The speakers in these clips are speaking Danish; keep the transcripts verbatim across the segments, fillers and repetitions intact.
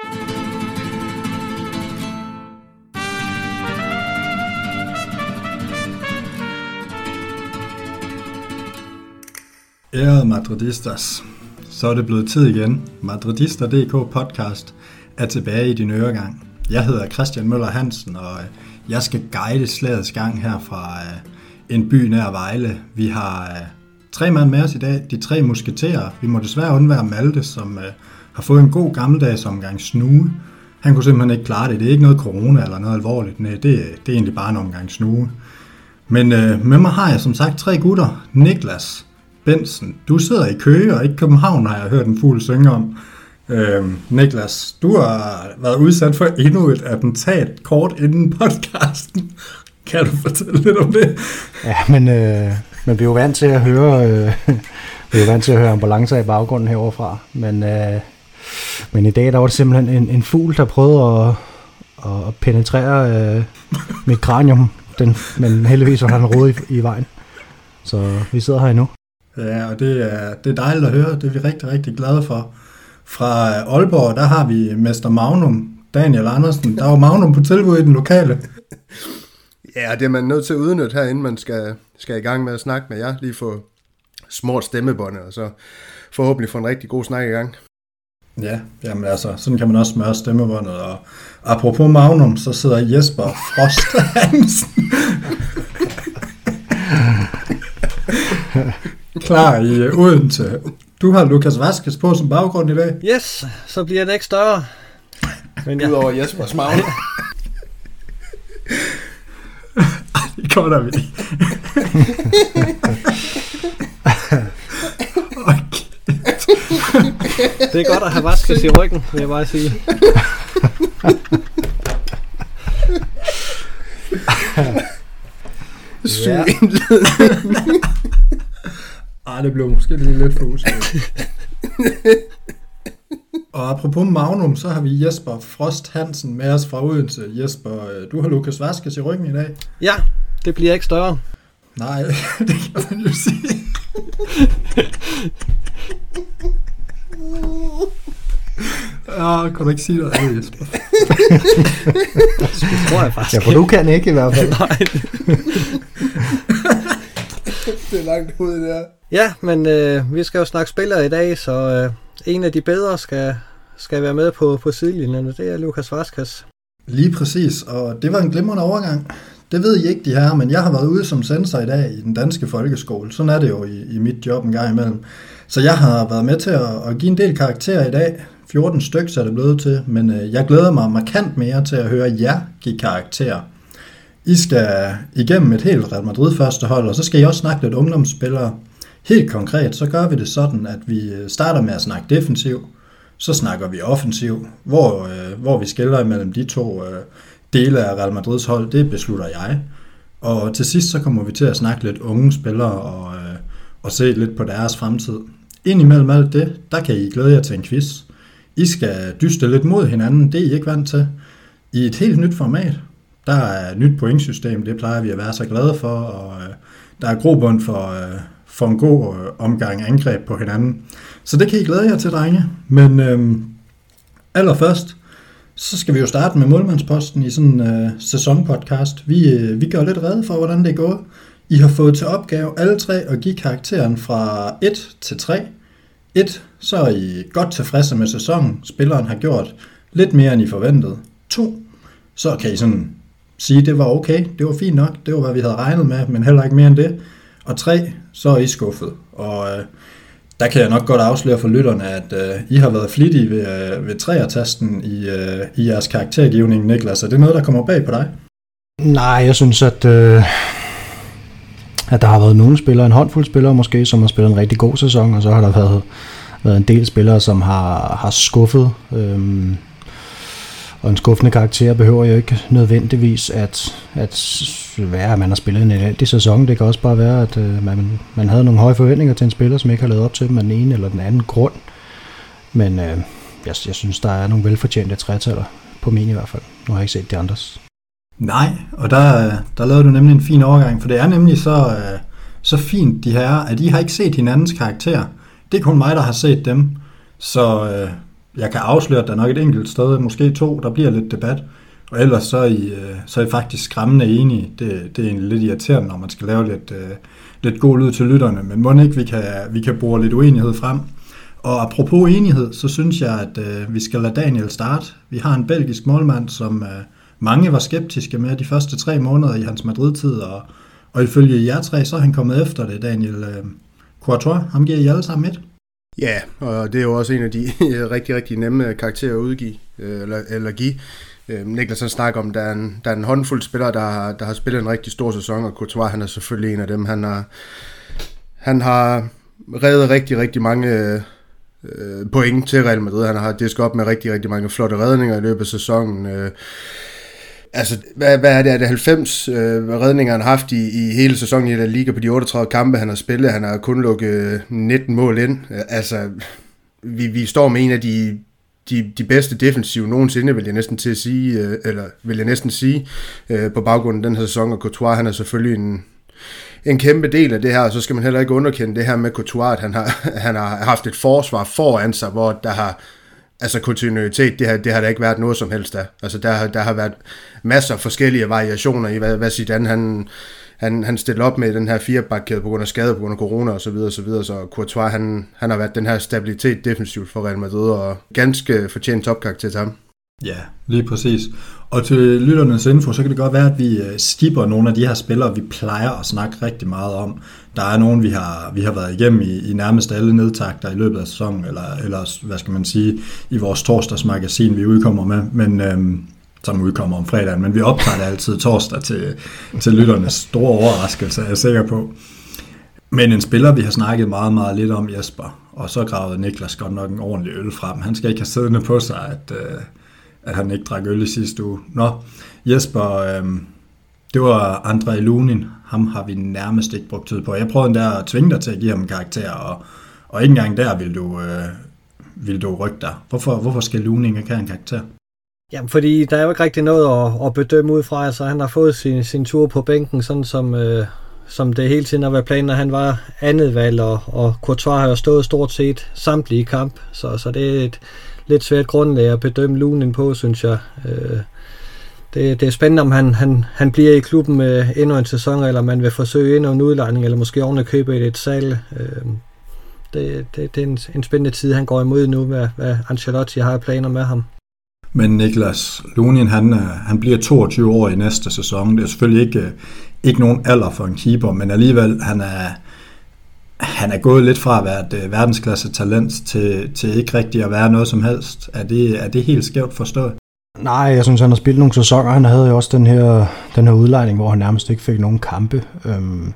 Ærede madridistas, så er det blevet tid igen. Madridister punktum d k podcast er tilbage i din øregang. Jeg hedder Christian Møller Hansen, og jeg skal guide slagets gang her fra en by nær Vejle. Vi har tre mand med os i dag, de tre musketerer. Vi må desværre undvære Malte, som har fået en god gammeldags omgang snue. Han kunne simpelthen ikke klare det. Det er ikke noget corona eller noget alvorligt. Nej, det, det er egentlig bare en omgang snue. Men øh, med mig har jeg som sagt tre gutter. Niklas Bensen, du sidder i Køge og ikke København, har jeg hørt en fugl synge om. Øhm, Niklas, du har været udsat for endnu et attentat kort inden podcasten. Kan du fortælle lidt om det? Ja, men, øh, men vi er jo vant til at høre, øh, vi er jo vant til at høre ambulancer i baggrunden heroverfra. Men, øh, men i dag der var det simpelthen en, en fugl, der prøvede at, at penetrere øh, mit kranium. Den, men heldigvis var der en rode i, i vejen. Så vi sidder her endnu. Ja, og det er, det er dejligt at høre. Det er vi rigtig, rigtig glade for. Fra Aalborg, der har vi Mester Magnum, Daniel Andersen. Der er jo Magnum på tilbud i den lokale. Ja, det er man nødt til at udnytte her, inden man skal, skal i gang med at snakke med jer. Lige få smurt stemmebåndet, og så forhåbentlig få en rigtig god snak i gang. Ja, jamen altså, sådan kan man også smøre stemmebåndet. Og apropos Magnum, så sidder Jesper Frost Hansen klar i uh, Odense. Du har Lukas Vazquez på som baggrund i dag. Yes, så bliver det ikke større. Men ja. Udover Jespers magne. Det kommer der vi. Okay. Det er godt at have Vazquez i ryggen, vil jeg bare sige. Ja. Ej, det blev måske lige lidt for usikkert. Og apropos Magnum, så har vi Jesper Frost Hansen med os fra Odense. Jesper, du har Lukas Vazquez i ryggen i dag. Ja, det bliver ikke større. Nej, det kan man jo sige. Ja, kan du ikke sige noget af, Jesper? Det tror jeg faktisk. Ja, for du kan ikke i hvert fald. Nej. Det er langt ud i det her. Ja, men øh, vi skal jo snakke spillere i dag, så øh, en af de bedre skal, skal være med på, på sidelinjen, det er Lukas Vazquez. Lige præcis, og det var en glimrende overgang. Det ved I ikke, de her, men jeg har været ude som sensor i dag i den danske folkeskole. Sådan er det jo i, i mit job en gang imellem. Så jeg har været med til at, at give en del karakterer i dag. fjorten stykker er det blevet til, men øh, jeg glæder mig markant mere til at høre jer give karakterer. I skal igennem et helt Real Madrid første hold, og så skal I også snakke lidt ungdomsspillere. Helt konkret, så gør vi det sådan, at vi starter med at snakke defensiv, så snakker vi offensiv, hvor, øh, hvor vi skiller imellem de to øh, dele af Real Madrids hold, det beslutter jeg. Og til sidst så kommer vi til at snakke lidt unge spillere og, øh, og se lidt på deres fremtid. Indimellem alt det, der kan I glæde jer til en quiz. I skal dyste lidt mod hinanden, det er I ikke vant til, i et helt nyt format. Der er et nyt pointsystem, det plejer vi at være så glade for, og øh, der er grobund for, øh, for en god øh, omgang angreb på hinanden. Så det kan I glæde jer til, drenge. Men øh, allerførst, så skal vi jo starte med målmandsposten i sådan en øh, sæsonpodcast. Vi, øh, vi gør lidt rede for, hvordan det er gået. I har fået til opgave alle tre at give karakteren fra et til tre. et, så er I godt tilfredse med sæsonen. Spilleren har gjort lidt mere, end I forventede. to, så kan I sådan sige, at det var okay, det var fint nok, det var, hvad vi havde regnet med, men heller ikke mere end det. Og tre, så er I skuffet. Og øh, der kan jeg nok godt afsløre for lytterne, at øh, I har været flittige ved, øh, ved treertasten i, øh, i jeres karaktergivning, Niklas. Er det noget, der kommer bag på dig? Nej, jeg synes, at, øh, at der har været nogle spillere, en håndfuld spillere måske, som har spillet en rigtig god sæson, og så har der været, været en del spillere, som har, har skuffet. Øh, Og en skuffende karakter behøver jo ikke nødvendigvis at, at være, at man har spillet en elendig sæson. Det kan også bare være, at øh, man, man havde nogle høje forventninger til en spiller, som ikke har lavet op til dem af den ene eller den anden grund. Men øh, jeg, jeg synes, der er nogle velfortjente trætaller, på min i hvert fald. Nu har jeg ikke set de andres. Nej, og der, der lavede du nemlig en fin overgang, for det er nemlig så, øh, så fint, de her, at I har ikke set hinandens karakter. Det er kun mig, der har set dem. Så øh, jeg kan afsløre, at der er nok et enkelt sted, måske to, der bliver lidt debat. Og ellers så er I, så er I faktisk skræmmende enige. Det, det er egentlig lidt irriterende, når man skal lave lidt, lidt god lyd til lytterne. Men må ikke, vi kan, vi kan bruge lidt uenighed frem. Og apropos enighed, så synes jeg, at øh, vi skal lade Daniel starte. Vi har en belgisk målmand, som øh, mange var skeptiske med de første tre måneder i hans Madrid-tid, og, og ifølge jer tre, så er han kommet efter det, Daniel. Øh, Courtois, ham giver I alle sammen et. Ja, og det er jo også en af de rigtig, rigtig nemme karakterer at udgive, eller, eller give. Niklas han snakker om, at der er en, der er en håndfuld spillere, der, der har spillet en rigtig stor sæson, og Courtois han er selvfølgelig en af dem. Han har, han har reddet rigtig, rigtig mange øh, point til Real Madrid. Han har disket op med rigtig, rigtig mange flotte redninger i løbet af sæsonen. Øh, altså, hvad, hvad er det? Er det halvfems øh, redninger, han har haft i, i hele sæsonen i La Liga på de otteogtredive kampe, han har spillet? Han har kun lukket nitten mål ind. Altså, vi, vi står med en af de De, de bedste defensive nogensinde, vil jeg næsten til at sige, øh, eller vil jeg næsten sige, øh, på baggrund af den her sæson, og Courtois, han er selvfølgelig en, en kæmpe del af det her, og så skal man heller ikke underkende det her med Courtois, at han har, han har haft et forsvar foran sig, hvor der har, altså kontinuitet, det har, det har der ikke været noget som helst af. Altså der, der har været masser af forskellige variationer i, hvad, hvad Zidane, han, han, han stillede op med den her firebakkæde på grund af skade, på grund af corona osv. Så, så, videre, så Courtois, han, han har været den her stabilitet defensivt for Real Madrid, og ganske fortjent topkarakter til ham. Ja, lige præcis. Og til lytternes info, så kan det godt være, at vi skipper nogle af de her spillere, vi plejer at snakke rigtig meget om. Der er nogen, vi har, vi har været igennem i, i nærmest alle nedtakter i løbet af sæsonen, eller, eller hvad skal man sige, i vores torsdagsmagasin, vi udkommer med, men øhm, som udkommer om fredagen, men vi optager det altid torsdag til, til lytternes store overraskelse, er jeg sikker på. Men en spiller, vi har snakket meget, meget lidt om, Jesper, og så gravede Niklas godt nok en ordentlig øl frem. Han skal ikke have siddende på sig, at, øh, at han ikke drak øl i sidste uge. Nå, Jesper, øh, det var André Lunin. Ham har vi nærmest ikke brugt tid på. Jeg prøvede endda at tvinge dig til at give ham en karakter, og, og ikke engang der vil du, øh, vil du rykke dig. Hvorfor, hvorfor skal Lunin ikke have en karakter? Jamen, fordi der er jo ikke rigtig noget at, at bedømme ud fra. Altså, han har fået sin, sin tur på bænken, sådan som, øh, som det hele tiden har været planen, når han var andet valg, og, og Courtois har jo stået stort set samtlige kamp, så, så det er et lidt svært grundlag at bedømme Lunin på, synes jeg. Øh, det, det er spændende, om han, han, han bliver i klubben med endnu en sæson, eller man vil forsøge endnu en udlejning, eller måske oven at købe et, et salg. Øh, det, det, det er en, en spændende tid, han går imod nu, hvad, hvad Ancelotti har planer med ham. Men Niklas Lunin, han, han bliver toogtyve år i næste sæson. Det er selvfølgelig ikke, ikke nogen alder for en keeper, men alligevel, han er, han er gået lidt fra at være et verdensklasse talent til, til ikke rigtig at være noget som helst. Er det, er det helt skævt forstået? Nej, jeg synes, han har spillet nogle sæsoner. Han havde jo også den her, den her udlejning, hvor han nærmest ikke fik nogen kampe. Øhm,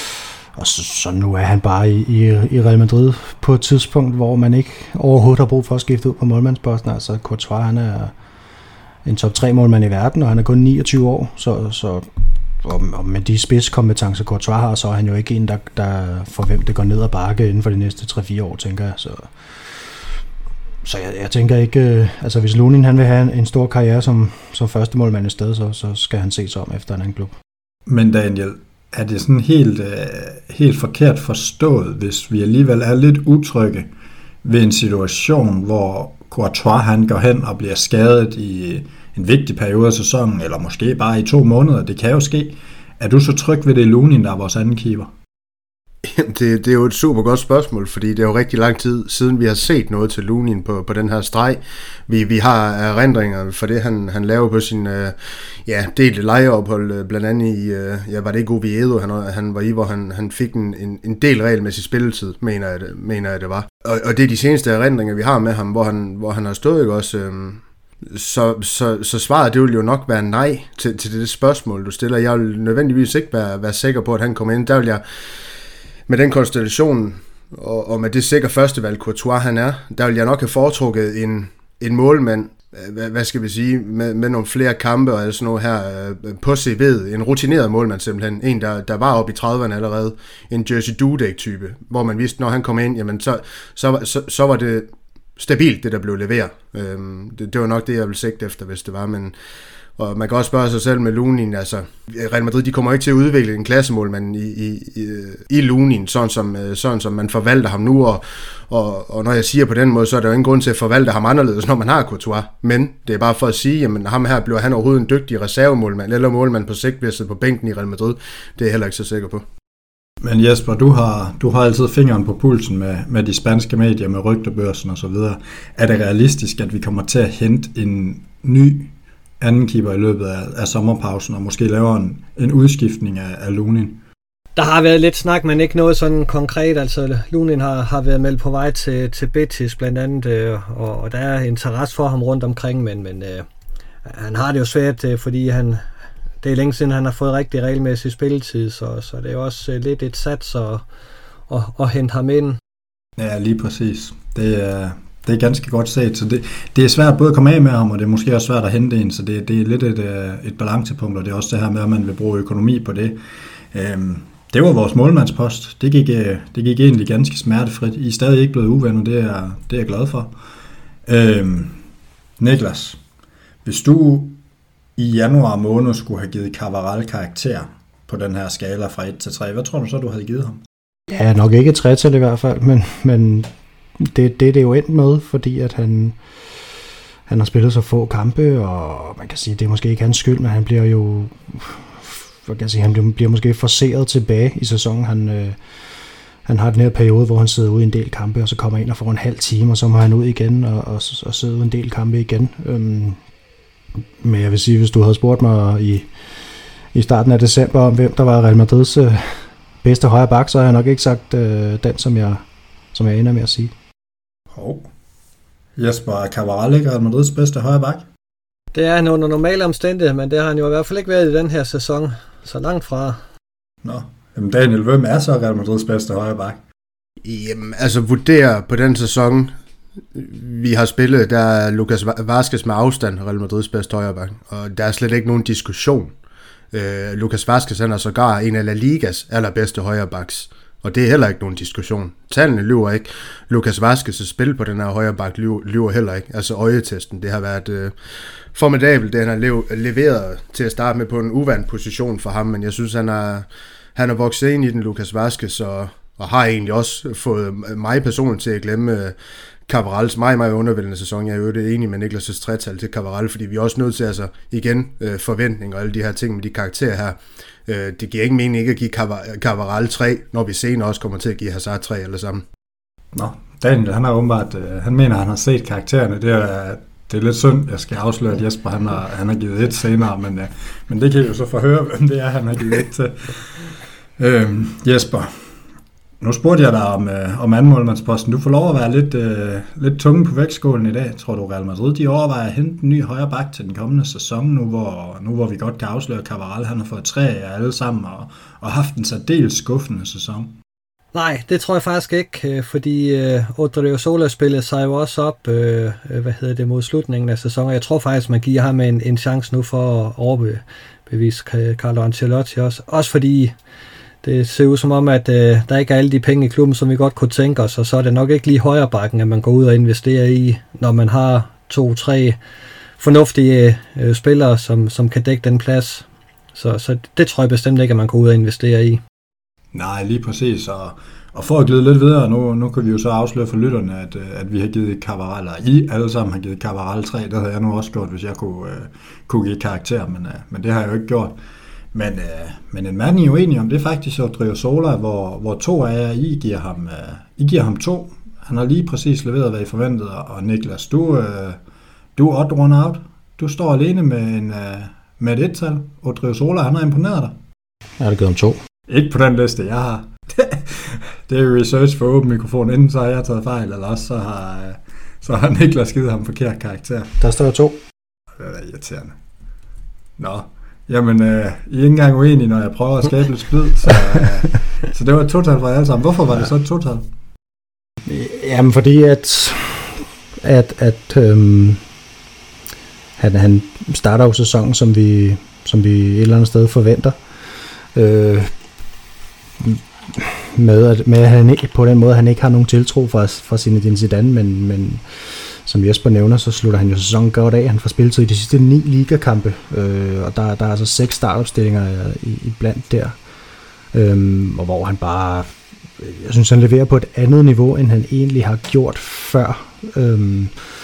og så, så nu er han bare i, i, i Real Madrid på et tidspunkt, hvor man ikke overhovedet har brug for at skifte ud på målmandsposten. Altså Courtois, han er en top tre målmand i verden, og han er kun niogtyve år, så, så og, og med de spidskompetencer Courtois har, så er han jo ikke en, der, der for hvem det går ned ad bakke inden for de næste tre fire år, tænker jeg. Så, så jeg, jeg tænker ikke, altså hvis Lunin han vil have en, en stor karriere som, som første målmand i stedet, så, så skal han se sig om efter en anden klub. Men Daniel, er det sådan helt, helt forkert forstået, hvis vi alligevel er lidt utrygge ved en situation, hvor Courtois han går hen og bliver skadet i en vigtig periode af sæsonen, eller måske bare i to måneder, det kan jo ske. Er du så tryg ved det, Lunin, der er vores anden keeper? Det, det er jo et super godt spørgsmål, fordi det er jo rigtig lang tid siden, vi har set noget til Lunin på, på den her streg. Vi, vi har erindringer for det, han, han laver på sin uh, ja, delte lejeophold, blandt andet i, uh, ja, var det ikke Oviedo, han, han var i, hvor han, han fik en, en, en del regelmæssig spilletid, mener jeg, det, mener jeg det var. Og, og det er de seneste erindringer, vi har med ham, hvor han, hvor han har stået, ikke også... Um, Så, så, så svaret, det vil jo nok være nej til, til det spørgsmål, du stiller. Jeg vil nødvendigvis ikke være, være sikker på, at han kommer ind. Der vil jeg, med den konstellation, og, og med det sikre førstevalg, Courtois han er, der vil jeg nok have foretrukket en, en målmand, hvad, hvad skal vi sige, med, med nogle flere kampe og sådan noget her på C V'et. En rutineret målmand simpelthen. En, der, der var oppe i trediverne allerede. En Jerzy Dudek-type, hvor man vidste, når han kom ind, jamen så, så, så, så var det stabilt, det der blev leveret. Øhm, det, det var nok det, jeg ville sigte efter, hvis det var, men og man kan også spørge sig selv med Lunin, altså Real Madrid, de kommer ikke til at udvikle en klassemålmand i, i, i, i Lunin, sådan som, sådan som man forvalter ham nu, og, og, og når jeg siger på den måde, så er der jo ingen grund til at forvalte ham anderledes, når man har Courtois, men det er bare for at sige, jamen ham her bliver han overhovedet en dygtig reservemålmand, eller målmand på sigt bliver siddet på bænken i Real Madrid, det er jeg heller ikke så sikker på. Men Jesper, du har, du har altid fingeren på pulsen med, med de spanske medier, med rygtebørsen og så videre. Er det realistisk, at vi kommer til at hente en ny anden keeper i løbet af, af sommerpausen, og måske laver en, en udskiftning af, af Lunin? Der har været lidt snak, men ikke noget sådan konkret. Altså, Lunin har, har været meldt på vej til, til Betis blandt andet, øh, og, og der er interesse for ham rundt omkring, men, men øh, han har det jo svært, øh, fordi han, det er længe siden, han har fået rigtig regelmæssig spilletid, så, så det er også øh, lidt et sats at, at, at hente ham ind. Ja, lige præcis. Det er... Det er ganske godt set, så det, det er svært både at komme af med ham, og det er måske også svært at hente en, så det, det er lidt et, et balancepunkt, og det er også det her med, at man vil bruge økonomi på det. Øhm, det var vores målmandspost. Det gik, det gik egentlig ganske smertefrit. I er stadig ikke blevet uvenner, det er, det er jeg glad for. Øhm, Niklas, hvis du i januar måned skulle have givet Carvajal karakter på den her skala fra et til tre, hvad tror du så, du havde givet ham? Ja, nok ikke et tre-tal i hvert fald, men... men Det, det er det jo endt med, fordi at han, han har spillet så få kampe, og man kan sige, det er måske ikke hans skyld, men han bliver jo, hvad kan jeg sige, han bliver måske forceret tilbage i sæsonen. Han, øh, han har den her periode, hvor han sidder ude i en del kampe, og så kommer ind og får en halv time, og så må han ud igen og, og, og sidde ude en del kampe igen. Øhm, men jeg vil sige, hvis du havde spurgt mig i, i starten af december om, hvem der var Real Madrids øh, bedste højre bak, så har jeg nok ikke sagt øh, den, som jeg, som jeg ender med at sige. Hov. Jesper, Carvajal ikke Real Madrids bedste højre bak? Det er han under normale omstændigheder, men det har han jo i hvert fald ikke været i den her sæson. Så langt fra. Nå, jamen Daniel, hvem er så Real Madrids bedste højre bak? Jamen, altså vurdere på den sæson, vi har spillet, der er Lucas Vázquez med afstand Real Madrids bedste højre bak, og der er slet ikke nogen diskussion. Uh, Lucas Vázquez, han er sågar en af La Ligas allerbedste højre backs. Og det er heller ikke nogen diskussion. Tallene lyver ikke. Lucas Vázquez' spil på den her højre bak lyver, lyver heller ikke. Altså øjetesten, det har været øh, formidabelt, det han har lev, leveret til at starte med på en uvant position for ham, men jeg synes, han har, han har vokset ind i den, Lucas Vázquez, og, og har egentlig også fået mig personligt til at glemme øh, Carvajals meget, meget undervældende sæson. Jeg er jo det enig med Niklas' tretal til Carvajal, fordi vi er også nødt til altså igen øh, forventning og alle de her ting med de karakterer her. Øh, det giver ikke mening ikke at give Carvajal tre, når vi senere også kommer til at give Hazard tre alle sammen. Nå, Daniel, han har åbenbart, øh, han mener, han har set karaktererne. Det er, det er lidt synd, jeg skal afsløre, at Jesper han har, han har givet et senere, men, øh, men det kan I jo så forhøre, hvem det er, han har givet et til. Øh, Jesper, nu spurgte jeg dig om, øh, om andenmålmandsposten. Du får lov at være lidt, øh, lidt tunge på vægtskålen i dag. Tror du, Real Madrid de overvejer at hente en ny højre bak til den kommende sæson, nu hvor, nu hvor vi godt kan afsløre, at Carvajal han har fået tre af alle sammen og, og haft en særdeles skuffende sæson? Nej, det tror jeg faktisk ikke, fordi øh, Odriozola spillede sig jo også op øh, hvad hedder det, mod slutningen af sæsonen. Jeg tror faktisk, man giver ham en, en chance nu for at overbevise Carlo Ancelotti også. Også fordi det ser ud som om, at øh, der ikke er alle de penge i klubben, som vi godt kunne tænke os, og så er det nok ikke lige højre bakken, at man går ud og investerer i, når man har to-tre fornuftige øh, spillere, som, som kan dække den plads. Så, så det tror jeg bestemt ikke, at man går ud og investere i. Nej, lige præcis, og, og for at glide lidt videre, nu, nu kan vi jo så afsløre for lytterne, at, at vi har givet Carvajal, eller I alle sammen har givet Carvajal tre, det havde jeg nu også gjort, hvis jeg kunne, øh, kunne give karakter, men, øh, men det har jeg jo ikke gjort. Men, øh, men en mand, I er uenige om, det er faktisk Odriozola, hvor, hvor to af jer, I giver ham, øh, I giver ham to. Han har lige præcis leveret, hvad I forventede, og Niklas, du, øh, du er odd one out. Du står alene med, en, øh, med et et-tal. Odriozola, han har imponeret dig. Jeg har givet ham to. Ikke på den liste, jeg har. Det er jo research for åben mikrofon. Enten så har jeg taget fejl, eller også så har, så har Niklas givet ham forkert karakter. Der står to. Det er da irriterende. Nå, jamen, øh, I er ikke engang uenige, når jeg prøver at skabe lidt splid, så, øh, så det var et total for jer alle sammen. Hvorfor var det så et total? Jamen, fordi at, at, at øhm, han, han starter jo sæsonen, som vi, som vi et eller andet sted forventer. Øh, med, at, med at han ikke, på den måde, han ikke har nogen tiltro fra, fra Zinedine Zidane, men, men som Jesper nævner, så slutter han jo sæsonen godt af. Han får spilletid i de sidste ni ligakampe, øh, og der, der er altså seks startopstillinger i, i blandt der, øh, og hvor han bare, jeg synes, han leverer på et andet niveau, end han egentlig har gjort før. Øh,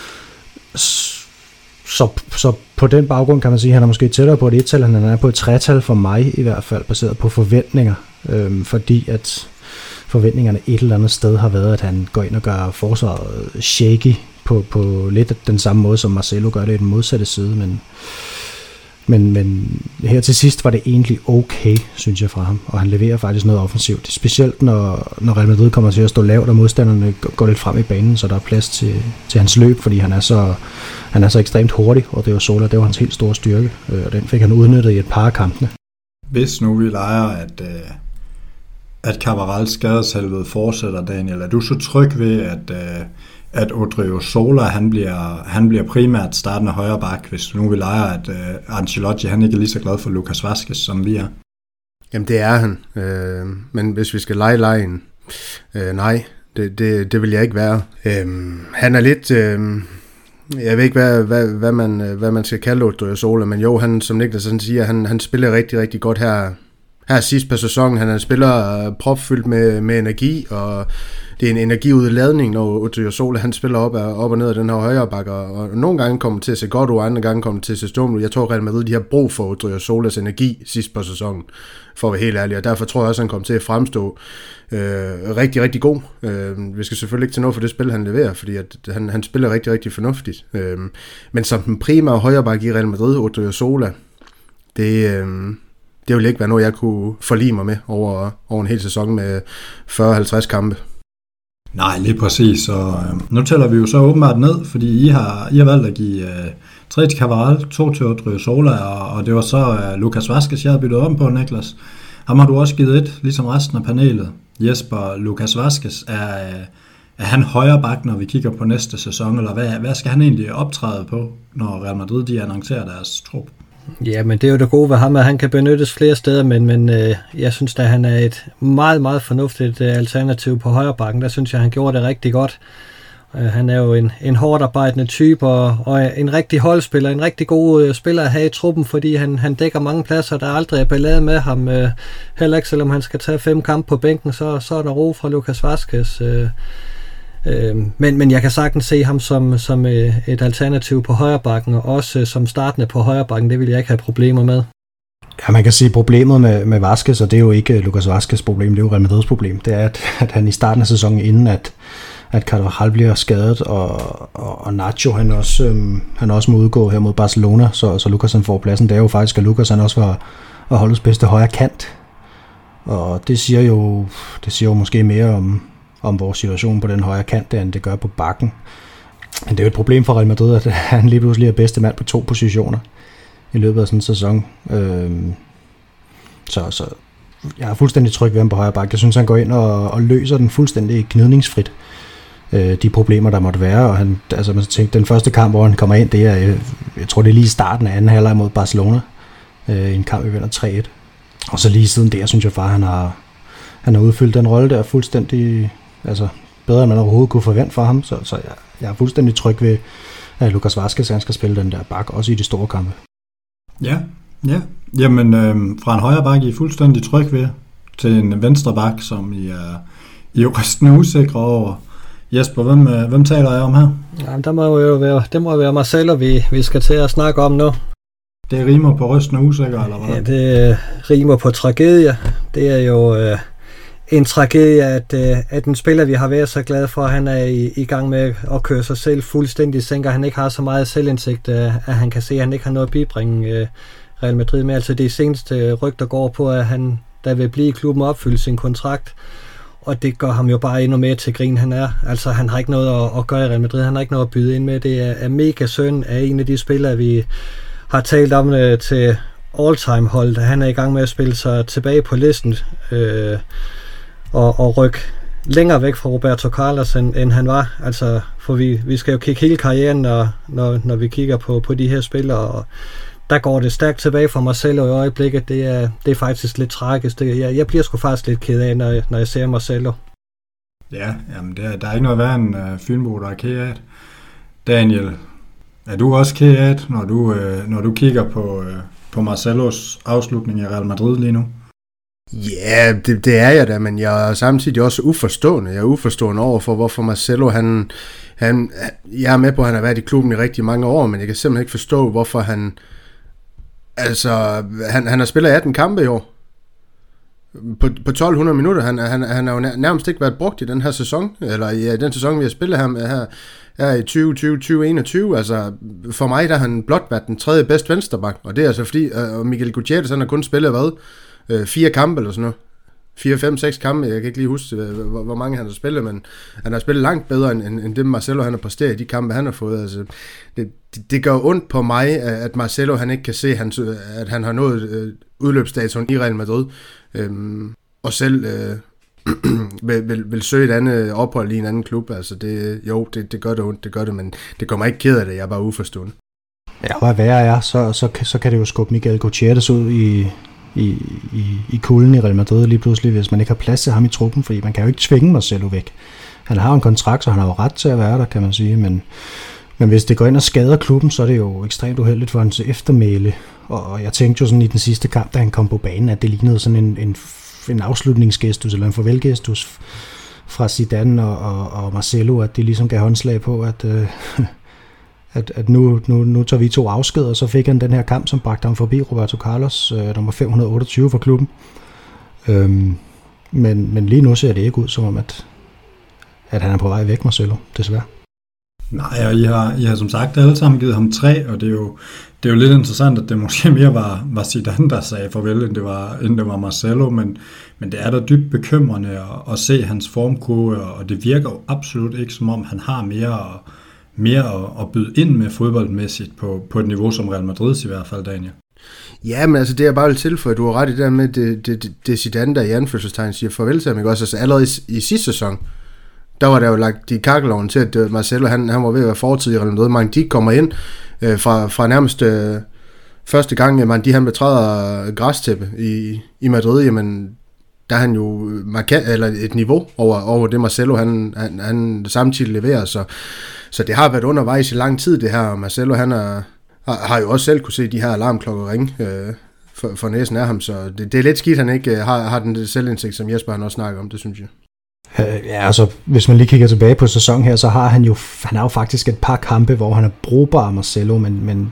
så, så på den baggrund kan man sige, at han er måske tættere på et et-tal, end han er på et tre-tal for mig, i hvert fald baseret på forventninger, øh, fordi at forventningerne et eller andet sted har været, at han går ind og gør forsvaret shaky, på, på lidt den samme måde, som Marcelo gør det i den modsatte side, men, men, men her til sidst var det egentlig okay, synes jeg, fra ham, og han leverer faktisk noget offensivt, specielt når, når Real Madrid kommer til at stå lavt, og modstanderne går lidt frem i banen, så der er plads til, til hans løb, fordi han er, så, han er så ekstremt hurtig, og det var Sola, det var hans helt store styrke, og den fik han udnyttet i et par af kampene. Hvis nu vi leger, at, at Cabarals skadeshelvede fortsætter, Daniel, er du så tryg ved, at at Odriozola, han bliver, han bliver primært startende højre bak, hvis nu vi leger, at uh, Ancelotti, han ikke er lige så glad for Lucas Vazquez, som vi er? Jamen, det er han. Øh, men hvis vi skal lege lejen, øh, nej, det, det, det vil jeg ikke være. Øh, han er lidt... Øh, jeg ved ikke, hvad, hvad, hvad, man, hvad man skal kalde Odriozola, men jo, han, som Niklas siger, han, han spiller rigtig, rigtig godt her, her sidst på sæsonen. Han er en spiller propfyldt med, med energi, og det er en energiudladning, når Odriozola han spiller op, op og ned af den her højre bakke, og nogle gange kommer til at se godt ud, og andre gange kommer til at se stumt ud. Jeg tror Real Madrid, de har brug for Odriozolas energi sidst på sæsonen, for at være helt ærlig, og derfor tror jeg også, at han kommer til at fremstå øh, rigtig, rigtig god. Øh, vi skal selvfølgelig ikke tage noget for det spil, han leverer, fordi at han, han spiller rigtig, rigtig fornuftigt. Øh, men som den primære højre bakke i Real Madrid, Odriozola, det... Øh, det ville ikke være noget, jeg kunne forlige mig med over, over en hel sæson med fyrre halvtreds kampe. Nej, lige præcis. Så, øh, nu tæller vi jo så åbenbart ned, fordi I har, I har valgt at give øh, tre til Cabral, to til Odriozola, og, og det var så øh, Lucas Vazquez, jeg havde byttet om på, Niklas. Ham har du også givet et, ligesom resten af panelet. Jesper, Lucas Vazquez, er, er han højre bak, når vi kigger på næste sæson, eller hvad, hvad skal han egentlig optræde på, når Real Madrid de annoncerer deres trup? Ja, men det er jo det gode ved ham, at han kan benyttes flere steder, men, men øh, jeg synes, at han er et meget, meget fornuftigt øh, alternativ på højre bakken. Der synes jeg, han gjorde det rigtig godt. Øh, han er jo en, en hårdt arbejdende type, og, og en rigtig holdspiller, en rigtig god øh, spiller at have i truppen, fordi han, han dækker mange pladser, der aldrig er ballade med ham. Øh, heller ikke, selvom han skal tage fem kampe på bænken, så, så er der ro fra Lucas Vazquez. Øh, Øh, men, men jeg kan sagtens se ham som, som øh, et alternativ på højre bakken, og også øh, som startende på højre bakken. Det vil jeg ikke have problemer med. Ja, man kan sige, problemet med, med Vazquez, og det er jo ikke Lucas Vazquez' problem, det er jo Real Madrid's problem, det er, at, at han i starten af sæsonen, inden at, at Carvajal bliver skadet, og, og, og Nacho, han også, øhm, han også må udgå her mod Barcelona, så, så Lucas han får pladsen. Det er jo faktisk, at Lucas han også var, var holdets bedste højre kant, og det siger jo, det siger jo måske mere om om vores situation på den højre kant, end det gør på bakken. Men det er jo et problem for Real Madrid, at han lige pludselig er bedste mand på to positioner i løbet af sådan en sæson. Øhm, så, så jeg er fuldstændig tryg ved ham på højre bakke. Jeg synes, han går ind og, og løser den fuldstændig gnidningsfrit. Øh, de problemer, der måtte være. Og han, altså, man tænker, den første kamp, hvor han kommer ind, det er, jeg, jeg tror, det er lige i starten af anden halvleg mod Barcelona. Øh, en kamp, vi vinder tre et. Og så lige siden der, synes jeg bare, han har, han har udfyldt den rolle der fuldstændig, altså bedre, end man overhovedet kunne forvente for ham. Så, så jeg, jeg er fuldstændig tryg ved, at Lucas Vazquez, han skal spille den der bak, også i de store kampe. Ja, ja. Jamen, øh, fra en højre bak, I er fuldstændig tryg ved, til en venstre bak, som I er, I er rystende usikre over. Jesper, hvem, hvem taler jeg om her? Jamen, der må jo være, det må være Marcelo, vi, vi skal til at snakke om nu. Det rimer på rystende usikker, eller hvad? Ja, det øh, rimer på tragedie. Det er jo øh, en tragedie, at, øh, at en spiller, vi har været så glad for, han er i, i gang med at køre sig selv fuldstændig sænker. Han ikke har så meget selvindsigt, øh, at han kan se, at han ikke har noget at bibringe øh, Real Madrid med. Altså det seneste rygter går på, at han der vil blive i klubben og opfylde sin kontrakt. Og det gør ham jo bare endnu mere til grin, han er. Altså, han har ikke noget at, at gøre i Real Madrid. Han har ikke noget at byde ind med. Det er, er mega synd af en af de spillere, vi har talt om det til all-time hold. Han er i gang med at spille sig tilbage på listen øh, og, og rykke længere væk fra Roberto Carlos, end, end han var. Altså, for vi, vi skal jo kigge hele karrieren, når, når, når vi kigger på, på de her spillere. Og der går det stærkt tilbage for Marcelo i øjeblikket. Det er, det er faktisk lidt tragisk. Det, jeg, jeg bliver sgu faktisk lidt ked af, når jeg, når jeg ser Marcelo. Ja, jamen det er, der er ikke noget værre end uh, Fynbo, der er ked af. Daniel, er du også ked af, når du, uh, når du kigger på, uh, på Marcelos afslutning i Real Madrid lige nu? Ja, det, det er jeg da, men jeg er samtidig også uforstående. Jeg er uforstående over for, hvorfor Marcelo, han, han, jeg er med på, at han har været i klubben i rigtig mange år, men jeg kan simpelthen ikke forstå, hvorfor han, altså, han, han har spillet atten kampe i år. På, på tolv hundrede minutter, han, han, han har jo nærmest ikke været brugt i den her sæson, eller i ja, den sæson, vi har spillet her, her, her i tyve tyve til tyve enogtyve, altså for mig, der har han blot været den tredje bedste vensterbak, og det er altså fordi, uh, Miguel Gutierrez, han har kun spillet, hvad, uh, fire kampe eller sådan noget, fire, fem, seks kampe, jeg kan ikke lige huske, hvor, hvor mange han har spillet, men han har spillet langt bedre, end, end det Marcelo, han har præsteret i de kampe, han har fået, altså, det, det, det gør ondt på mig, at Marcelo, han ikke kan se, at han har nået uh, udløbsdatoen i Real Madrid, Øhm, og selv øh, vil, vil, vil søge et andet ophold i en anden klub. Altså det, jo, det, det gør det ondt, det gør det, men det kommer ikke ked af det, jeg er bare uforstående. Ja, hvad værre er, så, så, så kan det jo skubbe Miguel Gutierrez ud i, i, i, i kulden i Real Madrid lige pludselig, hvis man ikke har plads til ham i truppen, fordi man kan jo ikke tvinge Marcelo væk. Han har en kontrakt, så han har jo ret til at være der, kan man sige, men, men hvis det går ind og skader klubben, så er det jo ekstremt uheldigt for hans eftermæle. Og jeg tænkte jo sådan i den sidste kamp, da han kom på banen, at det lignede sådan en, en, en afslutningsgestus, eller en farvelgestus fra Zidane og, og, og Marcelo, at det ligesom gav håndslag på, at, øh, at, at nu, nu, nu tager vi to afsked, og så fik han den her kamp, som bragte ham forbi Roberto Carlos, øh, nummer fem hundrede otteogtyve for klubben. Øhm, men, men lige nu ser det ikke ud som om, at, at han er på vej væk, Marcelo, desværre. Nej, og I har, I har som sagt alle sammen givet ham tre, og det er jo, det er jo lidt interessant, at det måske mere var, var Zidane, der sagde farvel, end det var, end det var Marcelo, men, men det er da dybt bekymrende at, at se hans formkurve, og det virker jo absolut ikke, som om han har mere, mere at, at byde ind med fodboldmæssigt på, på et niveau som Real Madrid i hvert fald, Daniel. Ja, men altså det er bare vil tilføje, du har ret i det der med, det, det, det, det Zidane, der i anførselstegn siger farvel til ham, ikke også? Altså allerede i, i sidste sæson, der var der jo lagt de kakkeloven til, at Marcelo, han, han var ved at være fortid i Real Madrid. Mangdi kommer ind øh, fra, fra nærmest øh, første gang, at Mangdi han betræder græstæppe i, i Madrid, jamen der er han jo markant, eller et niveau over, over det Marcelo, han, han, han samtidig leverer, så, så det har været undervejs i lang tid det her, og Marcelo han er, har, har jo også selv kunne se de her alarmklokker ringe øh, for, for næsen af ham, så det, det er lidt skidt, han ikke har, har den selvindsigt, som Jesper han også snakker om, det synes jeg. Ja, altså hvis man lige kigger tilbage på sæsonen her, så har han jo, han har jo faktisk et par kampe, hvor han er brugbar, Marcelo, men, men,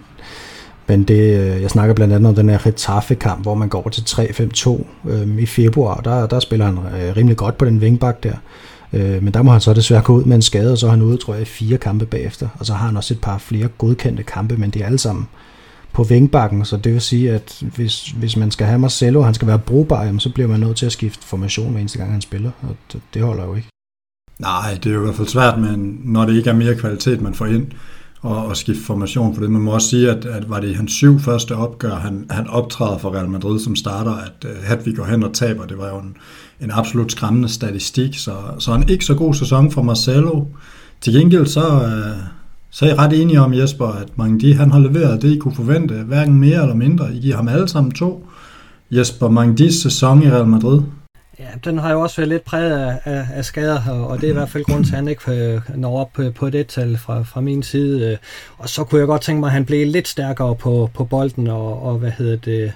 men det, jeg snakker blandt andet om den her Getafe-kamp, hvor man går til tre fem to øhm, i februar, der, der spiller han øh, rimelig godt på den vingbak der, øh, men der må han så desværre gå ud med en skade, og så er han ude, tror jeg, i fire kampe bagefter, og så har han også et par flere godkendte kampe, men de er alle sammen på vingbakken, så det vil sige, at hvis, hvis man skal have Marcelo, og han skal være brugbar, jamen, så bliver man nødt til at skifte formation hver eneste gang, han spiller, og det, det holder jo ikke. Nej, det er jo i hvert fald svært, men når det ikke er mere kvalitet, man får ind og, og skifte formation for det. Man må også sige, at, at var det i hans syv første opgør, han, han optræder for Real Madrid som starter, at uh, Hadvig går hen og taber. Det var jo en, en absolut skræmmende statistik, så, så en ikke så god sæson for Marcelo. Til gengæld så... Uh, Så er jeg ret enig om, Jesper, at Mangdi, han har leveret det, I kunne forvente, hverken mere eller mindre. I giver ham alle sammen to. Jesper, Mangdis sæson i Real Madrid? Ja, den har jo også været lidt præget af, af, af skader, og det er i hvert fald grund til, at han ikke når op på, på det tal fra, fra min side. Og så kunne jeg godt tænke mig, at han blev lidt stærkere på, på bolden, og, og hvad hedder det,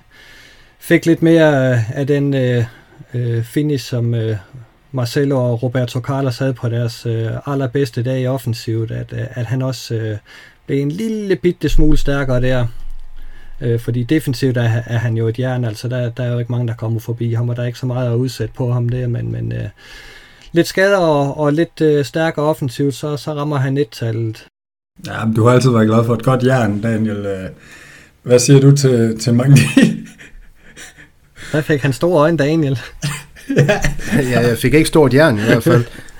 fik lidt mere af den øh, finish, som... Øh, Marcelo og Roberto Carlos havde på deres øh, allerbedste dag i offensivet, at, at han også øh, blev en lille bitte smule stærkere der. Øh, fordi defensivt er, er han jo et jern, altså der, der er jo ikke mange, der kommer forbi ham, og der er ikke så meget at udsætte på ham der, men, men øh, lidt skader og, og lidt øh, stærkere offensivt, så, så rammer han et-tallet. Ja, men du har altid været glad for et godt jern, Daniel. Hvad siger du til, til Mangdi? Der fik han store øjne, Daniel. Ja. Ja, jeg fik ikke stort jern i hvert fald.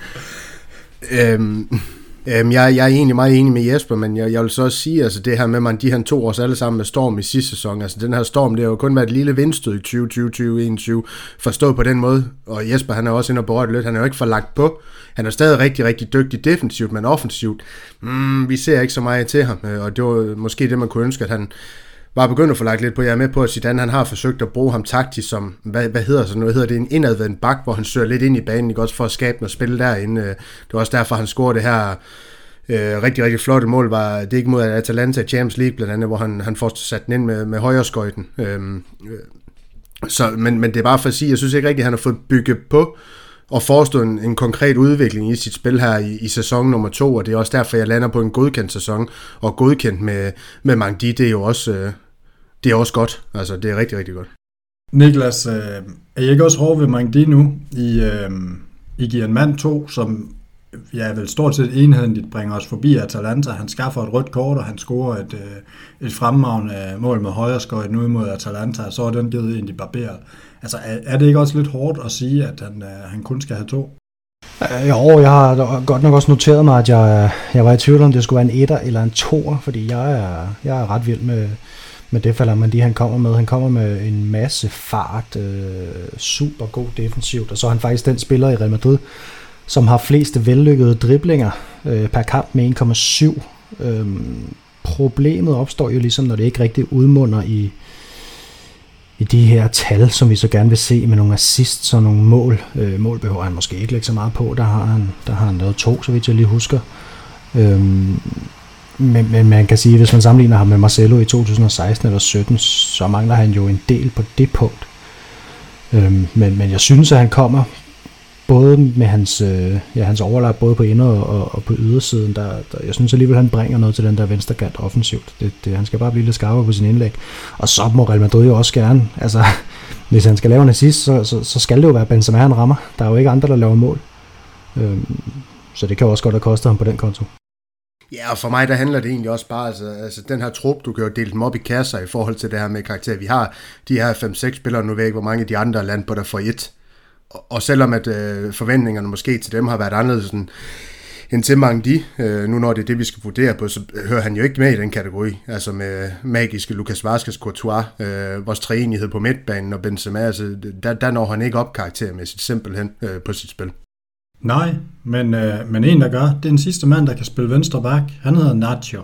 øhm, øhm, jeg, jeg er egentlig meget enig med Jesper, men jeg, jeg vil så også sige, altså det her med, man de her to års alle sammen med Storm i sidste sæson, altså den her Storm, det har jo kun været et lille vindstød i tyve tyve til tyve enogtyve, forstået på den måde, og Jesper han er også inde og berørt lidt, han er jo ikke for lagt på, han er stadig rigtig, rigtig dygtig defensivt, men offensivt, mm, vi ser ikke så meget til ham, og det var måske det, man kunne ønske, at han bare begyndt at få lagt lidt på. Jeg er med på, at Zidane han har forsøgt at bruge ham taktisk som, hvad, hvad hedder sådan noget, hedder det en indadvendt bak, hvor han søger lidt ind i banen, ikke også for at skabe noget spil derinde. Det var også derfor, han scorede det her øh, rigtig, rigtig flotte mål, var det ikke mod Atalanta i Champions League blandt andet, hvor han, han får sat den ind med, med højreskøjten. Øhm, øh, så, men, men det er bare for at sige, jeg synes ikke rigtigt, at han har fået bygget på og forestå en, en konkret udvikling i sit spil her i, i sæson nummer to, og det er også derfor, jeg lander på en godkendt sæson, og godkendt med, med Mangdi, det er jo også, øh, det er også godt. Altså, det er rigtig, rigtig godt. Niklas, øh, er I ikke også hårde ved Mangdi nu? I, øh, I giver en mand to, som ja, vel stort set enheden bringer os forbi Atalanta. Han skaffer et rødt kort, og han scorer et, øh, et fremragende mål med højreskøjten ud mod Atalanta, og så er den givet egentlig barberet. Altså, er, er det ikke også lidt hårdt at sige, at han, øh, han kun skal have to? Øh, jo, jeg har godt nok også noteret mig, at jeg, jeg var i tvivl om, det skulle være en etter eller en toer, fordi jeg er, jeg er ret vild med, med det Fellaini, han kommer med. Han kommer med en masse fart, øh, super god defensivt, og så er han faktisk den spiller i Real Madrid, som har fleste vellykkede driblinger øh, per kamp med en komma syv. Øhm, problemet opstår jo ligesom, når det ikke rigtig udmunder i, i de her tal, som vi så gerne vil se med nogle assists og nogle mål. Øh, mål behøver han måske ikke lægge så meget på. Der har han, der har han lavet to, så vidt jeg lige husker. Øhm, men, men man kan sige, at hvis man sammenligner ham med Marcelo i to tusind og seksten eller sytten, så mangler han jo en del på det punkt. Øhm, men, men jeg synes, at han kommer både med hans, øh, ja, hans overlap, både på inder- og, og på ydersiden, der, der, jeg synes alligevel, han bringer noget til den der venstrekant offensivt. Det, det, han skal bare blive lidt skarpere på sin indlæg. Og så må Real Madrid jo også gerne, altså, hvis han skal lave en assist, så, så, så skal det jo være Benzema, han rammer. Der er jo ikke andre, der laver mål. Øhm, så det kan jo også godt have kostet ham på den konto. Ja, og for mig, der handler det egentlig også bare, altså, altså den her trup, du kan jo dele dem op i kasser i forhold til det her med karakter. Vi har de her fem seks spillere, nu ved jeg ikke, hvor mange af de andre er landet på der for et. Og selvom at øh, forventningerne måske til dem har været anderledes end, end til Mangdi, øh, nu når det er det, vi skal vurdere på, så hører han jo ikke med i den kategori. Altså med magiske Lucas Vázquez, Courtois, øh, vores treenighed på midtbanen og Benzema, altså der, der når han ikke op karaktermæssigt simpelthen øh, på sit spil. Nej, men, øh, men en, der gør, det er den sidste mand, der kan spille venstre bak. Han hedder Nacho.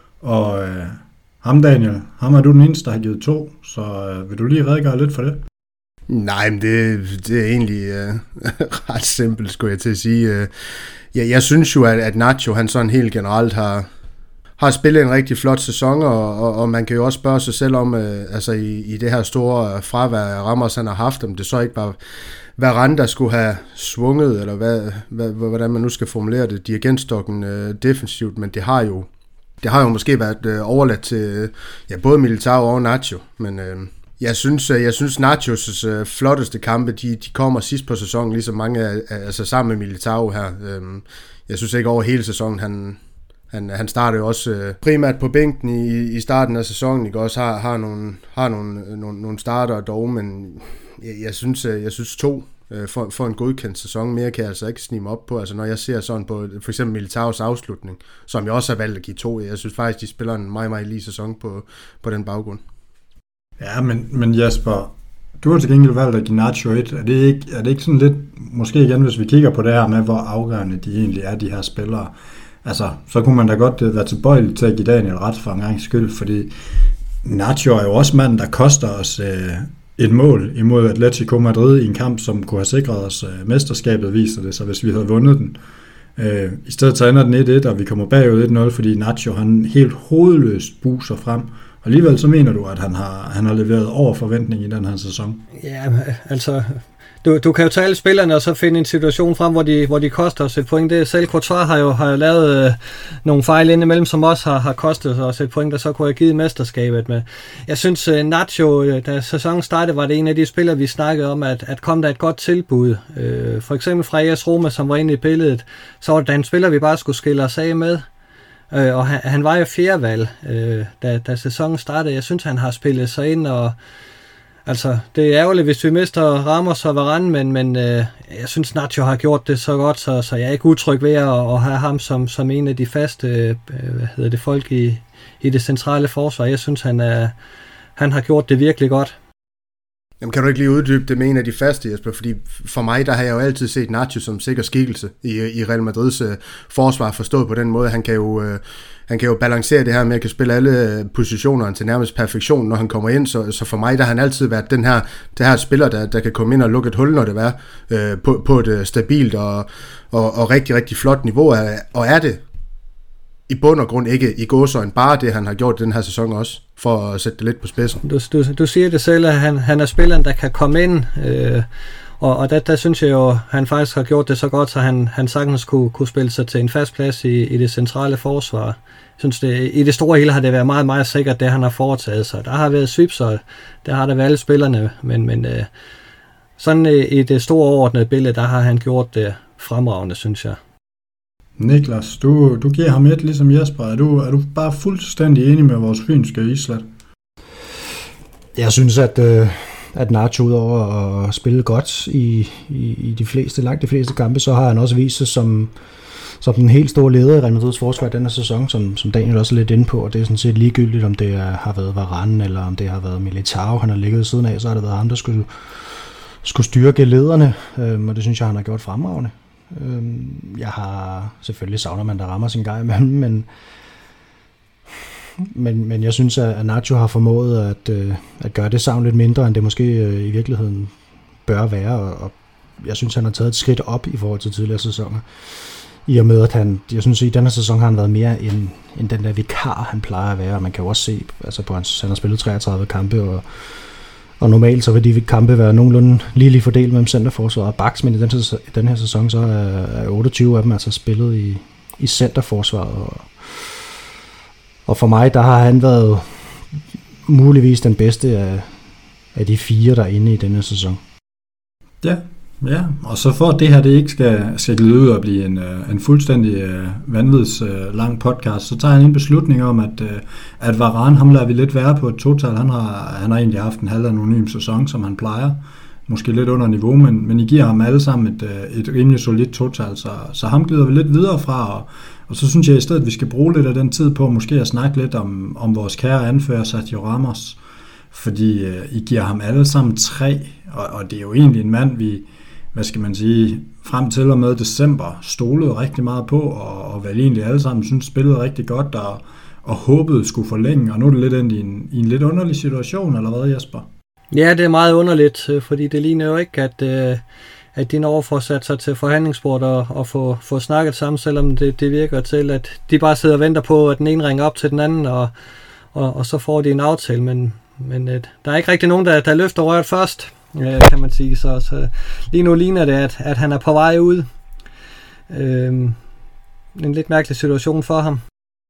Og øh, ham, Daniel, ham er du den eneste, der har givet to, så øh, vil du lige redegøre lidt for det? Nej, men det, det er egentlig øh, ret simpelt, skulle jeg til at sige. Øh, jeg, jeg synes jo, at, at Nacho, han sådan helt generelt har, har spillet en rigtig flot sæson, og, og, og man kan jo også spørge sig selv om, øh, altså i, i det her store fravær Ramos, han har haft, om det så ikke bare Varane, der skulle have svunget, eller hvad, hvad, hvordan man nu skal formulere det, dirigentstokken øh, defensivt, men det har jo, det har jo måske været øh, overladt til ja, både Militao og Nacho, men øh, jeg synes, jeg synes Nachos øh, flotteste kampe, de, de kommer sidst på sæsonen, ligesom mange af, altså sammen med Militao her. Øh, jeg synes ikke over hele sæsonen, han, han, han starter jo også øh, primært på bænken i, i starten af sæsonen, ikke også har, har nogle, har nogle, nogle, nogle starter dog, men jeg, jeg synes, jeg synes to For, for en godkendt sæson. Mere kan jeg altså ikke snige mig op på. Altså når jeg ser sådan på for eksempel Militaos afslutning, som jeg også har valgt at give to, jeg synes faktisk, de spiller en meget, meget lige sæson på, på den baggrund. Ja, men, men Jesper, du har til gengæld valgt at give Nacho et. Er det, ikke, er det ikke sådan lidt, måske igen, hvis vi kigger på det her med, hvor afgørende de egentlig er, de her spillere, altså, så kunne man da godt være tilbøjelig til at give Daniel ret for en gang skyld, fordi Nacho er jo også manden, der koster os øh, et mål imod Atletico Madrid i en kamp, som kunne have sikret os øh, mesterskabet, viser det, så hvis vi havde vundet den. Øh, I stedet så ender den et et, og vi kommer bagud et nul, fordi Nacho han helt hovedløst buser frem. Og alligevel så mener du, at han har, han har leveret over forventning i den her sæson? Ja, altså, du, du kan jo tage alle spillerne og så finde en situation frem, hvor de, hvor de koster os et point. Det, selv Courtois har jo, har jo lavet øh, nogle fejl indimellem, som også har, har kostet os et point, der så kunne have givet mesterskabet med. Jeg synes, øh, Nacho, øh, da sæsonen startede, var det en af de spillere, vi snakkede om, at, at kom der et godt tilbud. Øh, for eksempel fra A S Roma, som var inde i billedet, så var det en spiller, vi bare skulle skille os af med. Øh, og han, han var jo fjerde valg, øh, da, da sæsonen startede. Jeg synes, han har spillet sig ind, og altså, det er ærgerligt, hvis vi mister Ramos og Varane, men, men øh, jeg synes, Nacho har gjort det så godt, så, så jeg er ikke utryg ved at, at have ham som, som en af de faste øh, hvad hedder det, folk i, i det centrale forsvar. Jeg synes, han, er, han har gjort det virkelig godt. Jamen, kan du ikke lige uddybe det med en af de faste, Jesper? Fordi for mig, der har jeg jo altid set Nacho som sikker skikkelse i, i Real Madrids uh, forsvar, forstået på den måde. Han kan jo... Uh, Han kan jo balancere det her med at kan spille alle positioner til nærmest perfektion, når han kommer ind. Så, så for mig, der har han altid været den her, det her spiller, der, der kan komme ind og lukke et hul, når det er, øh, på, på et stabilt og, og, og rigtig, rigtig flot niveau. Og er det i bund og grund ikke i gåseøjne bare det, han har gjort i den her sæson også, for at sætte det lidt på spidsen. Du, du, du siger det selv, at han, han er spilleren, der kan komme ind, øh, og, og der, der synes jeg jo, at han faktisk har gjort det så godt, så han, han sagtens kunne, kunne spille sig til en fast plads i, i det centrale forsvar. Jeg synes, det, i det store hele har det været meget, meget sikkert, det han har foretaget sig. Der har været sweeps, og der har der været alle spillerne, men, men øh, sådan øh, i det store overordnede billede, der har han gjort det fremragende, synes jeg. Niklas, du, du giver ham et ligesom Jesper. Er du, er du bare fuldstændig enig med vores fynske islet? Jeg synes, at, øh, at Nacho udover at spille godt i, i, i de fleste, langt de fleste kampe, så har han også vist sig som, som den helt store leder i Real Madrids forsvar denne sæson, som, som Daniel også er lidt inde på, og det er sådan set ligegyldigt, om det er, har været Varane, eller om det har været Militao, han har ligget ved siden af, så har det været ham, der skulle, skulle styrke lederne, øhm, og det synes jeg, han har gjort fremragende. Øhm, jeg har selvfølgelig savner man, der rammer sin gang imellem, men Men, men jeg synes, at Nacho har formået at, øh, at gøre det savn lidt mindre, end det måske øh, i virkeligheden bør være. Og, og jeg synes, han har taget et skridt op i forhold til tidligere sæsoner. I og med, at han, jeg synes, at i denne sæson har han været mere end, end den der vikar, han plejer at være. Og man kan jo også se, altså på hans, han har spillet treogtredive kampe, og, og normalt så vil de kampe være nogenlunde lige fordelt mellem centerforsvar og backs, men i den, i den her sæson så er, er otteogtyve af dem altså spillet i, i centerforsvaret. Og, Og for mig, der har han været muligvis den bedste af, af de fire, der er inde i denne sæson. Ja, ja. Og så for at det her det ikke skal, skal glide ud og blive en, en fuldstændig uh, vanvids uh, lang podcast, så tager han en beslutning om, at, uh, at Varane, ham lader vi lidt være på et total. Han har, han har egentlig haft en halv anonym sæson, som han plejer. Måske lidt under niveau, men, men I giver ham alle sammen et, et rimelig solidt total, så, så ham glider vi lidt videre fra, og, og så synes jeg i stedet, at vi skal bruge lidt af den tid på måske at snakke lidt om, om vores kære anfører Sergio Ramos, fordi uh, I giver ham alle sammen tre, og, og det er jo egentlig en mand, vi, hvad skal man sige, frem til og med december stolede rigtig meget på, og, og vel egentlig alle sammen synes spillede rigtig godt, og, og håbede skulle forlænge, og nu er det lidt endt i en, i en lidt underlig situation, eller hvad, Jesper? Ja, det er meget underligt, fordi det ligner jo ikke, at, at de når får sat sig til forhandlingsbordet og, og få, få snakket sammen, selvom det, det virker til, at de bare sidder og venter på, at den ene ringer op til den anden, og, og, og så får de en aftale, men, men der er ikke rigtig nogen, der, der løfter røret først, kan man sige, så, så lige nu ligner det, at, at han er på vej ud. Øhm, en lidt mærkelig situation for ham.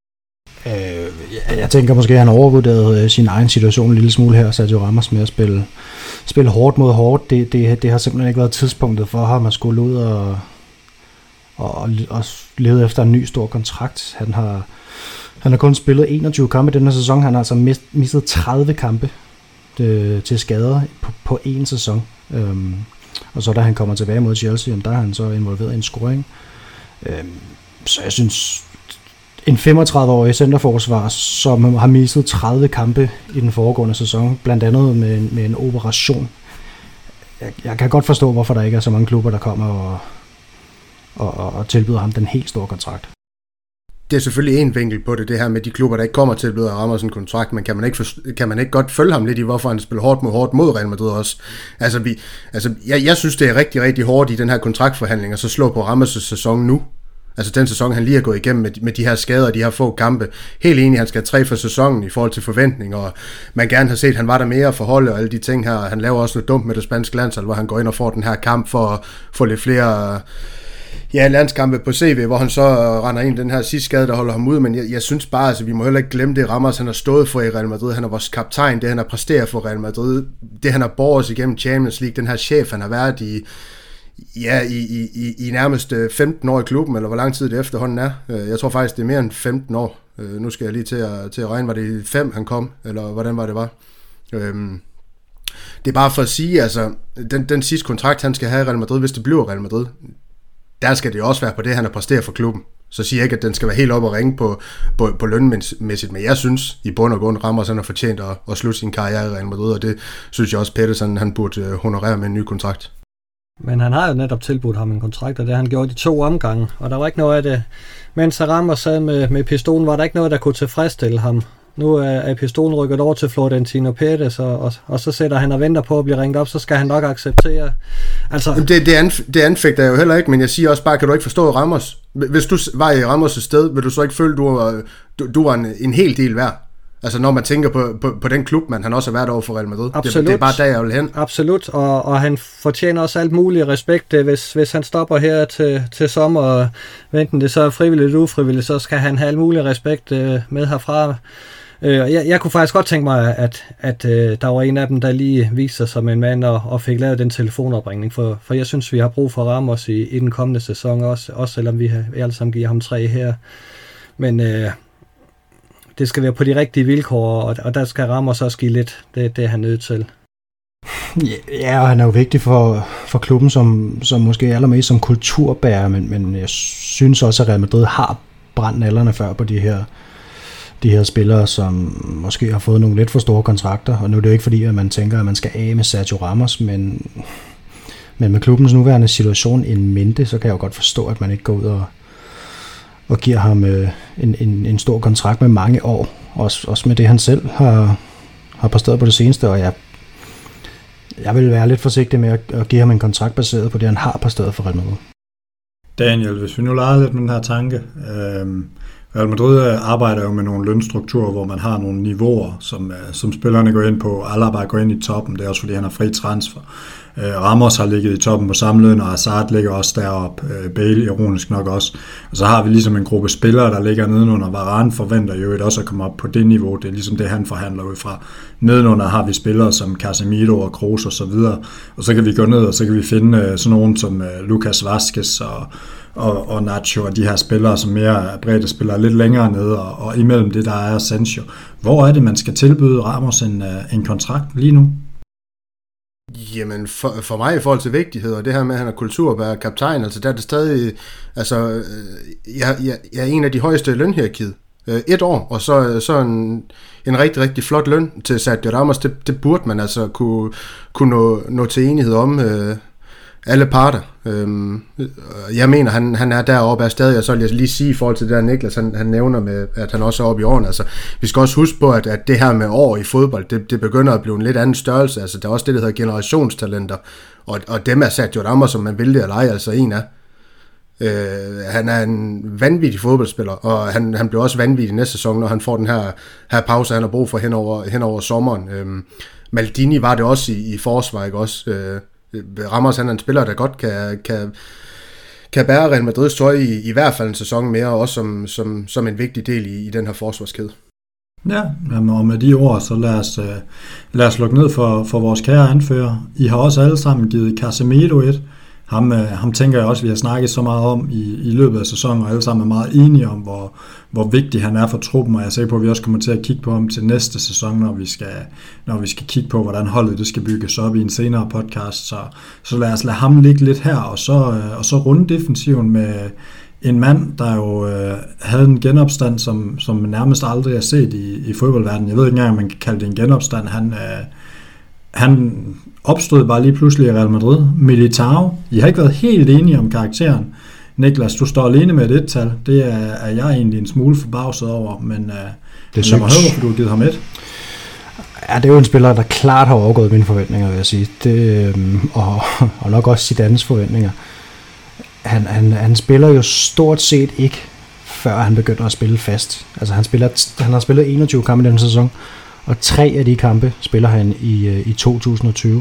Jeg tænker måske, at han overvurderede sin egen situation en lille smule her, Sergio Ramos, med at spille, spille hårdt mod hårdt. Det, det, det har simpelthen ikke været tidspunktet for ham at skulle ud og, og, og lede efter en ny stor kontrakt. Han har, han har kun spillet enogtyve kampe i denne sæson. Han har altså mistet tredive kampe det, til skader på, på én sæson. Øhm, og så da han kommer tilbage mod Chelsea, der er han så involveret i en scoring. Øhm, så jeg synes... En femogtredive-årig centerforsvar, som har mistet tredive kampe i den foregående sæson, blandt andet med, med en operation. Jeg, jeg kan godt forstå, hvorfor der ikke er så mange klubber, der kommer og, og, og tilbyder ham den helt store kontrakt. Det er selvfølgelig en vinkel på det, det her med de klubber, der ikke kommer til at tilbyde Ramos en kontrakt, men kan man, ikke for, kan man ikke godt følge ham lidt i, hvorfor han spiller hårdt mod hårdt mod Real Madrid også? Altså, vi, altså jeg, jeg synes, det er rigtig, rigtig hårdt i den her kontraktforhandling, at så slå på Ramos' sæson nu. Altså den sæson, han lige har gået igennem med, med de her skader, de her få kampe. Helt enig, han skal have tre for sæsonen i forhold til forventninger, og man gerne har set, at han var der mere for holdet og alle de ting her. Han laver også noget dumt med det spanske landshold, hvor han går ind og får den her kamp for at få lidt flere ja, landskampe på C V, hvor han så render ind den her sidste skade, der holder ham ud. Men jeg, jeg synes bare, altså, vi må heller ikke glemme det, Ramos han har stået for i Real Madrid. Han er vores kaptajn, det han har præsteret for Real Madrid, det han har båret os igennem Champions League, den her chef, han har været i Ja, i, i, i nærmest femten år i klubben, eller hvor lang tid det efterhånden er. Jeg tror faktisk, det er mere end femten år. Nu skal jeg lige til at, til at regne, var det fem han kom, eller hvordan var det var. Det er bare for at sige, altså, den, den sidste kontrakt, han skal have i Real Madrid, hvis det bliver Real Madrid, der skal det også være på det, han har præsteret for klubben. Så siger jeg ikke, at den skal være helt op og ringe på, på, på lønmæssigt, men jeg synes i bund og grund, Ramos han har fortjent at, at slutte sin karriere i Real Madrid, og det synes jeg også, Pedersen han burde honorere med en ny kontrakt. Men han har jo netop tilbudt ham en kontrakt, og det har han gjort i to omgange, og der var ikke noget af det, mens Ramos sad med, med pistolen, var der ikke noget, der kunne tilfredsstille ham. Nu er pistolen rykket over til Florentino Pérez, og, og, og så sætter han og venter på at blive ringet op, så skal han nok acceptere. Altså... Det, det, anf- det anfægter jeg jo heller ikke, men jeg siger også bare, kan du ikke forstå Ramos? Hvis du var i Ramos' sted, vil du så ikke føle, du var, du, du var en, en hel del værd? Altså når man tænker på, på, på den klub, man han også har været over for Real Madrid. Absolut. Det, det er bare der, jeg vil hen. Absolut, og, og han fortjener også alt muligt respekt, hvis, hvis han stopper her til, til sommer, og enten det så er frivilligt eller ufrivilligt, så skal han have alt muligt respekt med herfra. Jeg, jeg kunne faktisk godt tænke mig, at, at, at der var en af dem, der lige viste sig som en mand og, og fik lavet den telefonopringning, for, for jeg synes, vi har brug for Ramos i, i den kommende sæson, også, også selvom vi, har, vi alle sammen giver ham tre her. Men øh, det skal være på de rigtige vilkår, og, og der skal Ramos også give lidt. Det, det er han nødt til. Ja, og han er jo vigtig for, for klubben, som, som måske allermest som kulturbærer, men, men jeg synes også, at Real Madrid har brændt nallerne før på de her de her spillere, som måske har fået nogle lidt for store kontrakter, og nu er det jo ikke fordi, at man tænker, at man skal af med Sergio Ramos, men, men med klubbens nuværende situation in mente, så kan jeg jo godt forstå, at man ikke går ud og, og giver ham øh, en, en, en stor kontrakt med mange år, også, også med det, han selv har, har præsteret på det seneste, og jeg, jeg vil være lidt forsigtig med at, at give ham en kontrakt baseret på det, han har præsteret for Real Madrid. Daniel, hvis vi nu leger lidt med den her tanke, øh, Real Madrid arbejder jo med nogle lønstrukturer, hvor man har nogle niveauer, som, som spillerne går ind på. Alaba går ind i toppen, det er også fordi han har fri transfer. Ramos har ligget i toppen på samme løn, og Hazard ligger også deroppe. Bale ironisk nok også. Og så har vi ligesom en gruppe spillere, der ligger nedenunder. Varane forventer jo også at komme op på det niveau. Det er ligesom det, han forhandler ud fra. Nedenunder har vi spillere som Casemiro og Kroos og så videre. Og så kan vi gå ned, og så kan vi finde sådan nogen som Lucas Vázquez og Og, og Nacho og de her spillere, som mere bredde spillere lidt længere nede, og, og imellem det, der er Asensio. Hvor er det, man skal tilbyde Ramos en, en kontrakt lige nu? Jamen, for, for mig i forhold til vigtighed, og det her med, at han er kulturbærer kaptajn, altså der er det stadig, altså, jeg, jeg, jeg er en af de højeste lønhierarkiet. Et år, og så, så en, en rigtig, rigtig flot løn til Sergio Ramos, det, det burde man altså kunne, kunne nå, nå til enighed om, øh, alle parter. Øhm, jeg mener, han, han er deroppe af stadig, og så vil jeg lige sige i forhold til det der Niklas, han, han nævner med, at han også er oppe i årene. Altså, vi skal også huske på, at, at det her med år i fodbold, det, det begynder at blive en lidt anden størrelse. Altså, der er også det, der hedder generationstalenter, og, og dem er Sergio Ramos, som man vil det eller ej, altså en af. Øh, han er en vanvittig fodboldspiller, og han, han bliver også vanvittig næste sæson, når han får den her, her pause, han har brug for hen over, hen over sommeren. Øh, Maldini var det også i, i forsvar, ikke også? Øh, Ramos han er en spiller, der godt kan, kan, kan bære Real Madrids tøj i, i hvert fald en sæson mere, også som, som, som en vigtig del i, i den her forsvarskæde. Ja, og med de ord, så lad os, lad os lukke ned for, for vores kære anfører. I har også alle sammen givet Casemiro et. Ham, ham tænker jeg også, vi har snakket så meget om i, i løbet af sæsonen, og alle sammen er meget enige om, hvor, hvor vigtig han er for truppen, og jeg er sikker på, at vi også kommer til at kigge på ham til næste sæson, når vi skal, når vi skal kigge på, hvordan holdet det skal bygges op i en senere podcast. Så, så lad os lade ham ligge lidt her, og så, og så runde defensiven med en mand, der jo øh, havde en genopstand, som, som nærmest aldrig er set i, i fodboldverdenen. Jeg ved ikke engang, om man kan kalde det en genopstand. Han... Øh, Han opstod bare lige pludselig i Real Madrid. Militao. I har ikke været helt enige om karakteren. Niklas, du står alene med et et-tal. Det er, er jeg egentlig en smule forbavset over, men uh, det er lad mig høre, hvorfor du har givet ham et. Ja, det er jo en spiller, der klart har overgået mine forventninger, vil jeg sige. Det, øhm, og, og nok også Zidanes forventninger. Han, han, han spiller jo stort set ikke, før han begynder at spille fast. Altså han, spiller, han har spillet enogtyve kampe i den sæson, og tre af de kampe spiller han i, i to tusind og tyve.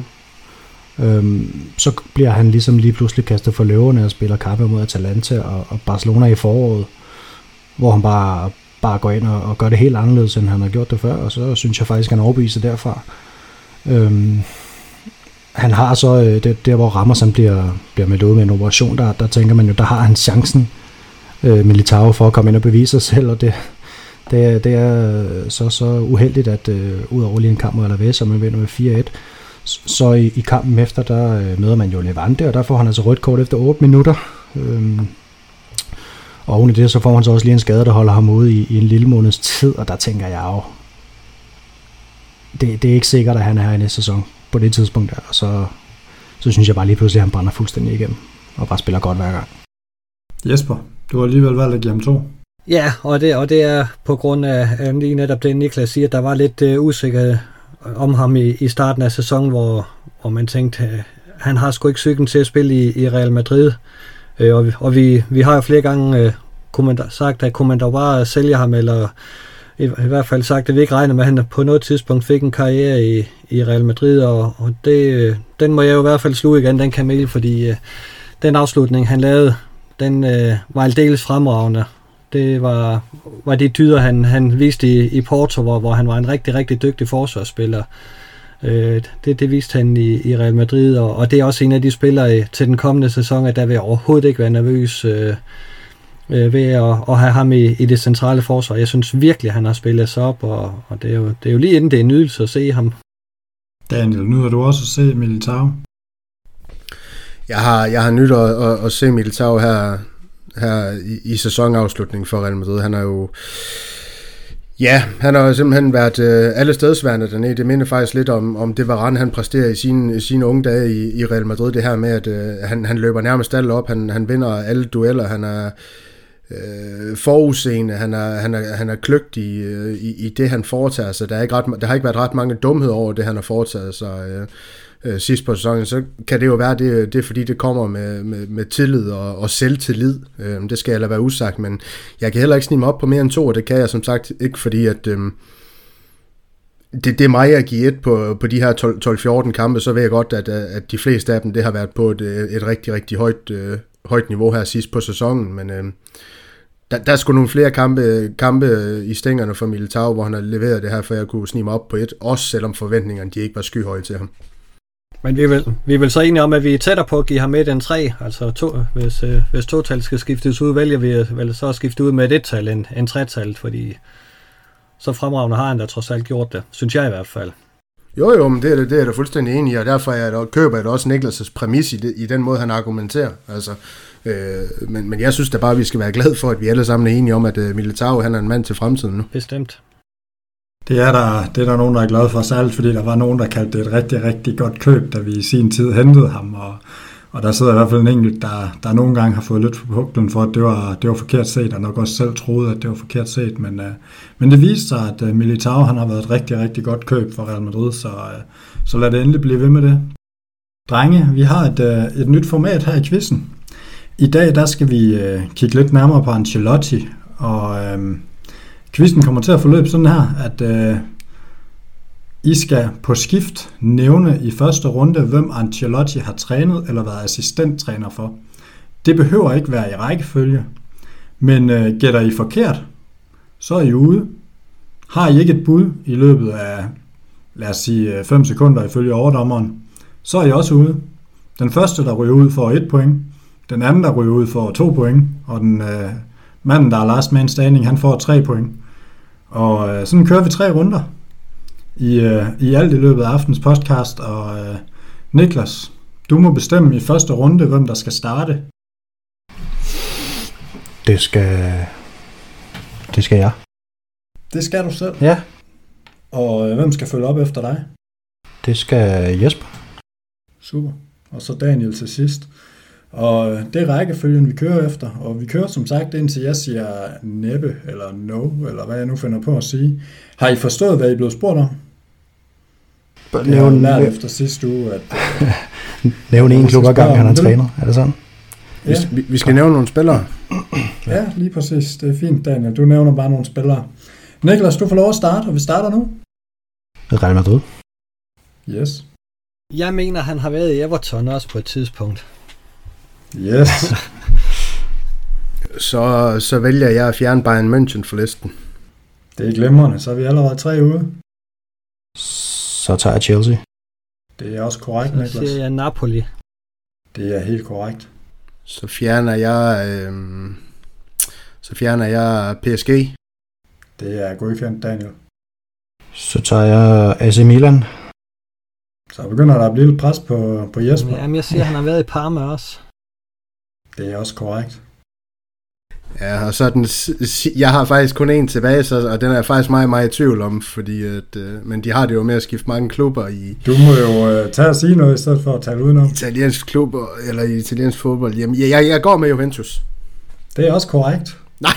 Øhm, så bliver han ligesom lige pludselig kastet for løverne og spiller kampe mod Atalanta og, og Barcelona i foråret, hvor han bare, bare går ind og, og gør det helt anderledes, end han har gjort det før, og så synes jeg faktisk, han overbeviser derfra. Øhm, han har så, det, der hvor Ramos han bliver, bliver meldt ud med en operation, der, der tænker man jo, der har han chancen, øh, Militao, for at komme ind og bevise sig selv, og det Det, det er så, så uheldigt, at øh, ud over lige en kamp mod Alaves, som man vinder med fire et, så i, i kampen efter, der øh, møder man jo Levante, og der får han altså rødt kort efter otte minutter. Øhm, Og oven i det, så får han så også lige en skade, der holder ham ude i, i en lille måneds tid, og der tænker jeg jo, det, det er ikke sikkert, at han er her i næste sæson på det tidspunkt der, og så, så synes jeg bare lige pludselig, at han brænder fuldstændig igennem, og bare spiller godt hver gang. Jesper, du har alligevel valgt at give ham to. Ja, og det, og det er på grund af lige netop det, Niklas siger, at der var lidt uh, usikkerhed om ham i, i starten af sæsonen, hvor, hvor man tænkte, uh, han har sgu ikke cyklen til at spille i, i Real Madrid. Uh, og og vi, vi har jo flere gange uh, kunne man da, sagt, at kunne man da bare sælge ham, eller i, i hvert fald sagt, at vi ikke regner med, at han på noget tidspunkt fik en karriere i, i Real Madrid, og, og det, uh, den må jeg jo i hvert fald sluge igen, den kamel, fordi uh, den afslutning, han lavede, den uh, var aldeles fremragende. Det var, var de dyder, han, han viste i, i Porto, hvor, hvor han var en rigtig, rigtig dygtig forsvarsspiller. Øh, det, det viste han i, i Real Madrid, og, og det er også en af de spillere til den kommende sæson, at der vil overhovedet ikke være nervøs øh, øh, ved at, at have ham i, i det centrale forsvar. Jeg synes virkelig, han har spillet sig op, og, og det, er jo, det er jo lige inden det er en nydelse at se ham. Daniel, nyder du også at se Militao? Jeg har, jeg har nyt at, at, at se Militao her... her i, i sæsonafslutningen for Real Madrid. Han har jo ja, han har jo simpelthen været øh, alle stedsværende dernede. Det minder faktisk lidt om, om det Varane, han præsterer i sine, sine unge dage i, i Real Madrid. Det her med, at øh, han, han løber nærmest alt op. Han, han vinder alle dueller. Han er øh, forudseende. Han er, han er, han er kløgtig øh, i, i det, han foretager sig. Der, er ikke ret, der har ikke været ret mange dumheder over det, han har foretaget sig øh, øh, sidst på sæsonen. Så kan det jo være, det, det er fordi, det kommer med, med, med tillid og, og selvtillid. Øh, det skal jeg lade være usagt, men jeg kan heller ikke snige mig op på mere end to, og det kan jeg som sagt ikke, fordi at øh, det, det er mig at give et på, på de her tolv fjorten kampe, så ved jeg godt, at, at de fleste af dem, det har været på et, et rigtig, rigtig højt, øh, højt niveau her sidst på sæsonen, men øh, der, der er sgu nogle flere kampe, kampe i stængerne for Militao, hvor han har leveret det her, for jeg kunne snige mig op på et, også selvom forventningerne de ikke var skyhøje til ham. Men vi vil, vi vil så enige om, at vi er tættere på at give ham et end tre, altså to, hvis, øh, hvis to-tal skal skiftes ud, vælger vi vel så at skifte ud med et et-tal end, end tre-tal, fordi så fremragende har han da trods alt gjort det, synes jeg i hvert fald. Jo jo, men det er det er jeg da fuldstændig enig i, og derfor er jeg da, køber jeg da også Niklas' præmis i, det, i den måde, han argumenterer. Altså, øh, men, men jeg synes da bare, at vi skal være glade for, at vi alle sammen er enige om, at uh, Militao han er en mand til fremtiden nu. Bestemt. Det er, der, det er der nogen, der er glade for, særligt fordi der var nogen, der kaldte det et rigtig, rigtig godt køb, da vi i sin tid hentede ham, og, og der sidder i hvert fald en enkelt, der, der nogle gange har fået lidt på puklen for, at det var, det var forkert set, og nok også selv troede, at det var forkert set, men, uh, men det viste sig, at uh, Militao han har været et rigtig, rigtig godt køb for Real Madrid, så, uh, så lad det endelig blive ved med det. Drenge, vi har et, uh, et nyt format her i quizzen. I dag der skal vi uh, kigge lidt nærmere på Ancelotti, og uh, quizzen kommer til at forløbe sådan her, at øh, I skal på skift nævne i første runde, hvem Ancelotti har trænet eller været assistenttræner for. Det behøver ikke være i rækkefølge, men øh, gætter I forkert, så er I ude. Har I ikke et bud i løbet af, lad os sige, fem sekunder ifølge overdommeren, så er I også ude. Den første, der ryger ud, får et point, den anden, der ryger ud, får to point, og den øh, manden, der er last man standing, han får tre point. Og øh, sådan kører vi tre runder i, øh, i alt i løbet af aftens podcast. Og øh, Niklas, du må bestemme i første runde, hvem der skal starte. Det skal... Det skal jeg. Det skal du selv? Ja. Og øh, hvem skal følge op efter dig? Det skal Jesper. Super. Og så Daniel til sidst. Og det er rækkefølgen, vi kører efter, og vi kører som sagt indtil jeg siger næppe, eller no, eller hvad jeg nu finder på at sige. Har I forstået, hvad I blev spurgt om? Det har jeg lært efter sidste uge, at... Nævn en klub ad gang, han er træner, er det sådan? Ja. Vi, vi skal nævne nogle spillere. Ja, lige præcis. Det er fint, Daniel. Du nævner bare nogle spillere. Niklas, du får lov at starte, og vi starter nu. Real Madrid. Yes. Jeg mener, han har været i Everton også på et tidspunkt. Yes. så, så vælger jeg at fjerne Bayern München for listen. Det er glimrende, så er vi allerede tre ude. Så tager jeg Chelsea. Det er også korrekt, så Niklas. Så siger jeg Napoli. Det er helt korrekt. Så fjerner jeg øh, så fjerner jeg P S G. Det er godkendt, Daniel. Så tager jeg A C Milan. Så begynder der at blive lidt pres på, på Jesper. Jamen, jeg siger, ja. Han har været i Parma også. Det er også korrekt. Ja, og så den, jeg har faktisk kun en tilbage, så, og den er jeg faktisk meget, meget i tvivl om, fordi at, øh, men de har det jo med at skifte mange klubber i... Du må jo øh, tage og sige noget, i stedet for at tale udenom. Italiensk klubber, eller i italiensk fodbold. Jamen, jeg, jeg, jeg går med Juventus. Det er også korrekt. Nej!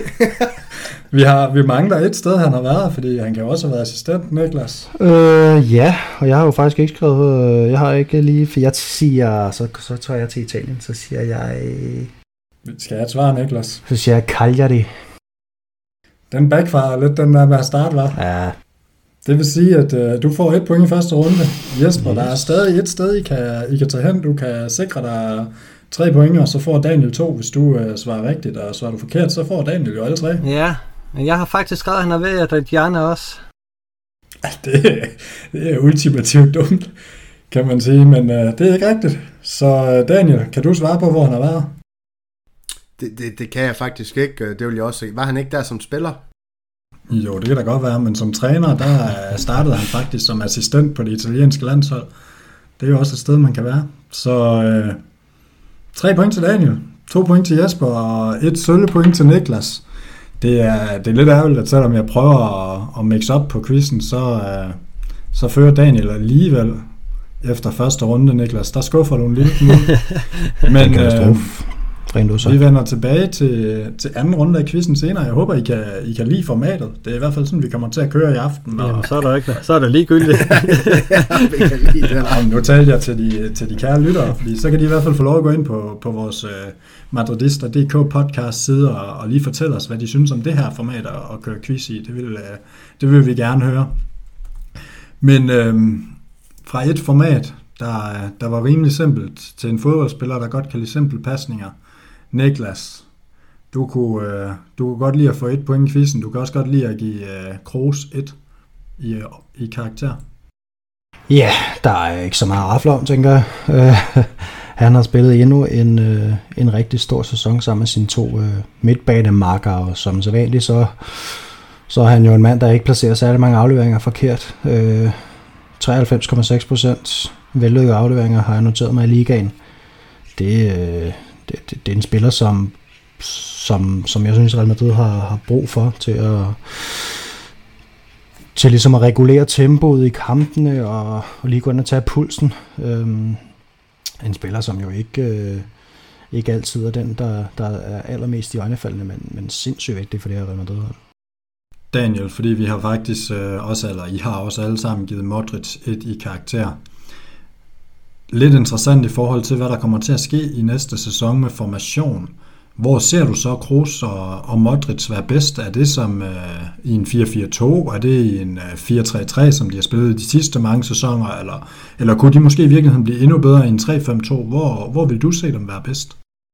vi, har, vi mangler et sted, han har været, fordi han kan jo også have været assistent, Niklas. Øh, ja, og jeg har jo faktisk ikke skrevet... Øh, jeg har ikke lige... For jeg siger... Så, så tager jeg til Italien, så siger jeg... Skal jeg svare, Niklas? Så siger jeg Cagliari. Den backfire lidt, den der med at starte, var. Ja. Det vil sige, at øh, du får et point i første runde. Jesper, yes. Der er stadig et sted, I kan, I kan tage hen. Du kan sikre dig tre point, og så får Daniel to, hvis du øh, svarer rigtigt. Og svarer du forkert, så får Daniel jo alle tre. Ja, men jeg har faktisk skrevet, at han er ved, at Adriana også. Det, det er ultimativt dumt, kan man sige, men øh, det er ikke rigtigt. Så Daniel, kan du svare på, hvor han har været? Det, det, det kan jeg faktisk ikke. Det vil jeg også se. Var han ikke der som spiller? Jo, det kan da godt være, men som træner, der startede han faktisk som assistent på det italienske landshold. Det er jo også et sted, man kan være. Så øh, tre point til Daniel, to point til Jesper og et sølvpoint til Niklas. Det er, det er lidt ærgerligt, at selvom jeg prøver at, at mixe op på quizzen, så, øh, så fører Daniel alligevel efter første runde, Niklas. Der skuffer du en lille smule. Men øh, vi vender tilbage til, til anden runde af quizzen senere. Jeg håber, I kan, I kan lide formatet. Det er i hvert fald sådan, vi kommer til at køre i aften. Og... Jamen, så er der ikke så er det ligegyldigt. Ja, vi kan lide det. Jamen, nu taler jeg til de, til de kære lyttere, fordi så kan de i hvert fald få lov at gå ind på, på vores uh, madridister punktum d k podcast side og, og lige fortælle os, hvad de synes om det her format at, at køre quiz i. Det vil, uh, det vil vi gerne høre. Men uh, fra et format, der, der var rimelig simpelt, til en fodboldspiller, der godt kan lide simple pasninger. Niklas, du kunne, øh, du kunne godt lide at få et point i quizzen. Du kan også godt lide at give øh, Kroos et i, i karakter. Ja, der er ikke så meget at rafle om, tænker jeg. Øh, han har spillet endnu en, øh, en rigtig stor sæson sammen med sine to øh, midtbanemarker, og som så vanligt, så, så er han jo en mand, der ikke placerer særlig mange afleveringer forkert. Øh, treoghalvfems komma seks procent vellykkede afleveringer har jeg noteret mig i ligaen. Det øh, Det, det, det er en spiller, som, som, som jeg synes, Real Madrid har, har brug for til at, til ligesom at regulere tempoet i kampene og, og lige gå ind og tage pulsen. Øhm, en spiller, som jo ikke, øh, ikke altid er den, der, der er allermest i øjnefaldene, men, men sindssygt vigtig for det her Real Madrid. Daniel, fordi vi har faktisk øh, også, eller I har også alle sammen givet Modric et i karakter. Lidt interessant i forhold til, hvad der kommer til at ske i næste sæson med formation. Hvor ser du så Kroos og, og Modric være bedst? Er det som øh, i en fire fire to? Er det i en øh, fire tre tre, som de har spillet de sidste mange sæsoner? Eller, eller kunne de måske i virkeligheden blive endnu bedre i en tre fem to? Hvor, hvor vil du se dem være bedst?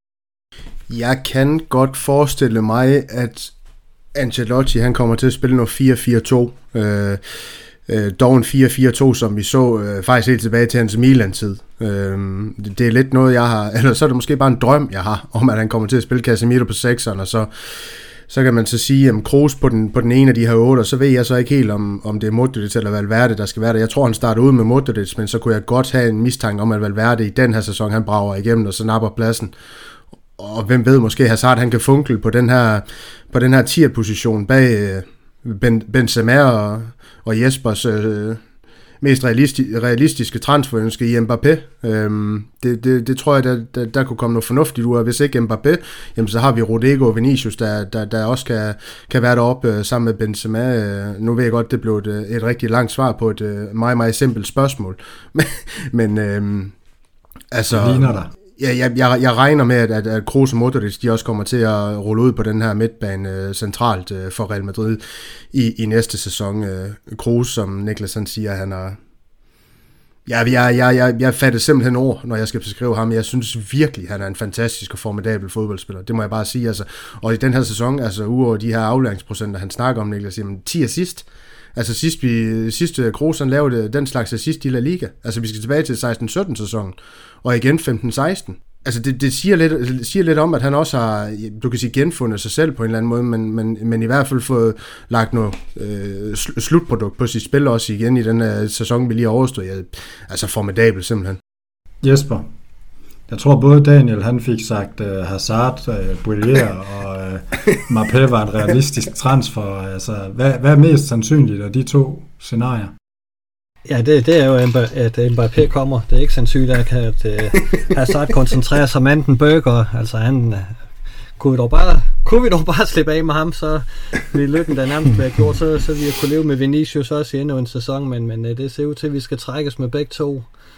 Jeg kan godt forestille mig, at Ancelotti han kommer til at spille noget fire fire to. Øh, Øh, dog en fire fire to, som vi så øh, faktisk helt tilbage til hans Milan-tid. Øh, det, det er lidt noget, jeg har, eller så er det måske bare en drøm, jeg har, om at han kommer til at spille Casemiro på sekseren, og så, så kan man så sige, at Kroos på den, på den ene af de her otte, og så ved jeg så ikke helt, om, om det er Modric eller Valverde, der skal være der. Jeg tror, han starter ud med Modric, men så kunne jeg godt have en mistanke om, at Valverde i den her sæson, han brager igennem, og så napper pladsen. Og hvem ved, måske Hazard, han kan funkle på den her, på den her tier-position bag øh, ben, Benzema og og Jespers øh, mest realisti- realistiske transferønske i Mbappé. Øhm, det, det, det tror jeg, der, der, der kunne komme noget fornuftigt ud af. Hvis ikke Mbappé, jamen, så har vi Rodrigo og Vinicius, der, der, der også kan, kan være deroppe øh, sammen med Benzema. Øh, nu ved jeg godt, det blev et, et rigtig langt svar på et øh, meget, meget simpelt spørgsmål. Men øh, altså... Det ligner dig. Ja, jeg, jeg, jeg regner med, at, at Kroos og Modric, de også kommer til at rulle ud på den her midtbane øh, centralt øh, for Real Madrid i, i næste sæson. Øh, Kroos, som Niklas han siger, han er... Ja, jeg, jeg, jeg, jeg fatter simpelthen ord, når jeg skal beskrive ham. Jeg synes virkelig, han er en fantastisk og formidabel fodboldspiller. Det må jeg bare sige. Altså. Og i den her sæson, altså udover de her afleveringsprocenter, han snakker om, Niklas, jamen ti assist. Altså sidst vi, sidste Kroos, han lavede den slags assist i La Liga. Altså vi skal tilbage til seksten sytten sæsonen, og igen femten seksten. Altså det, det siger, lidt, siger lidt om, at han også har, du kan sige, genfundet sig selv på en eller anden måde, men, men, men i hvert fald fået lagt noget øh, slutprodukt på sit spil også igen i den her sæson, vi lige har overstået. Altså formidabel simpelthen. Jesper, jeg tror både Daniel, han fik sagt uh, Hazard, uh, brillere, og, uh, Mbappé var et realistisk transfer. Altså, hvad, hvad er mest sandsynligt af de to scenarier? Ja, det, det er jo, at Mbappé kommer. Det er ikke sandsynligt, at, at, at Hazard koncentrerer sig om anden burger. Altså, han... Kunne vi dog bare, kunne vi dog bare slippe af med ham, så ville lykken der nærmest være gjort, så, så vi kunne leve med Vinicius også i endnu en sæson, men, men det ser ud til, at vi skal trækkes med begge to.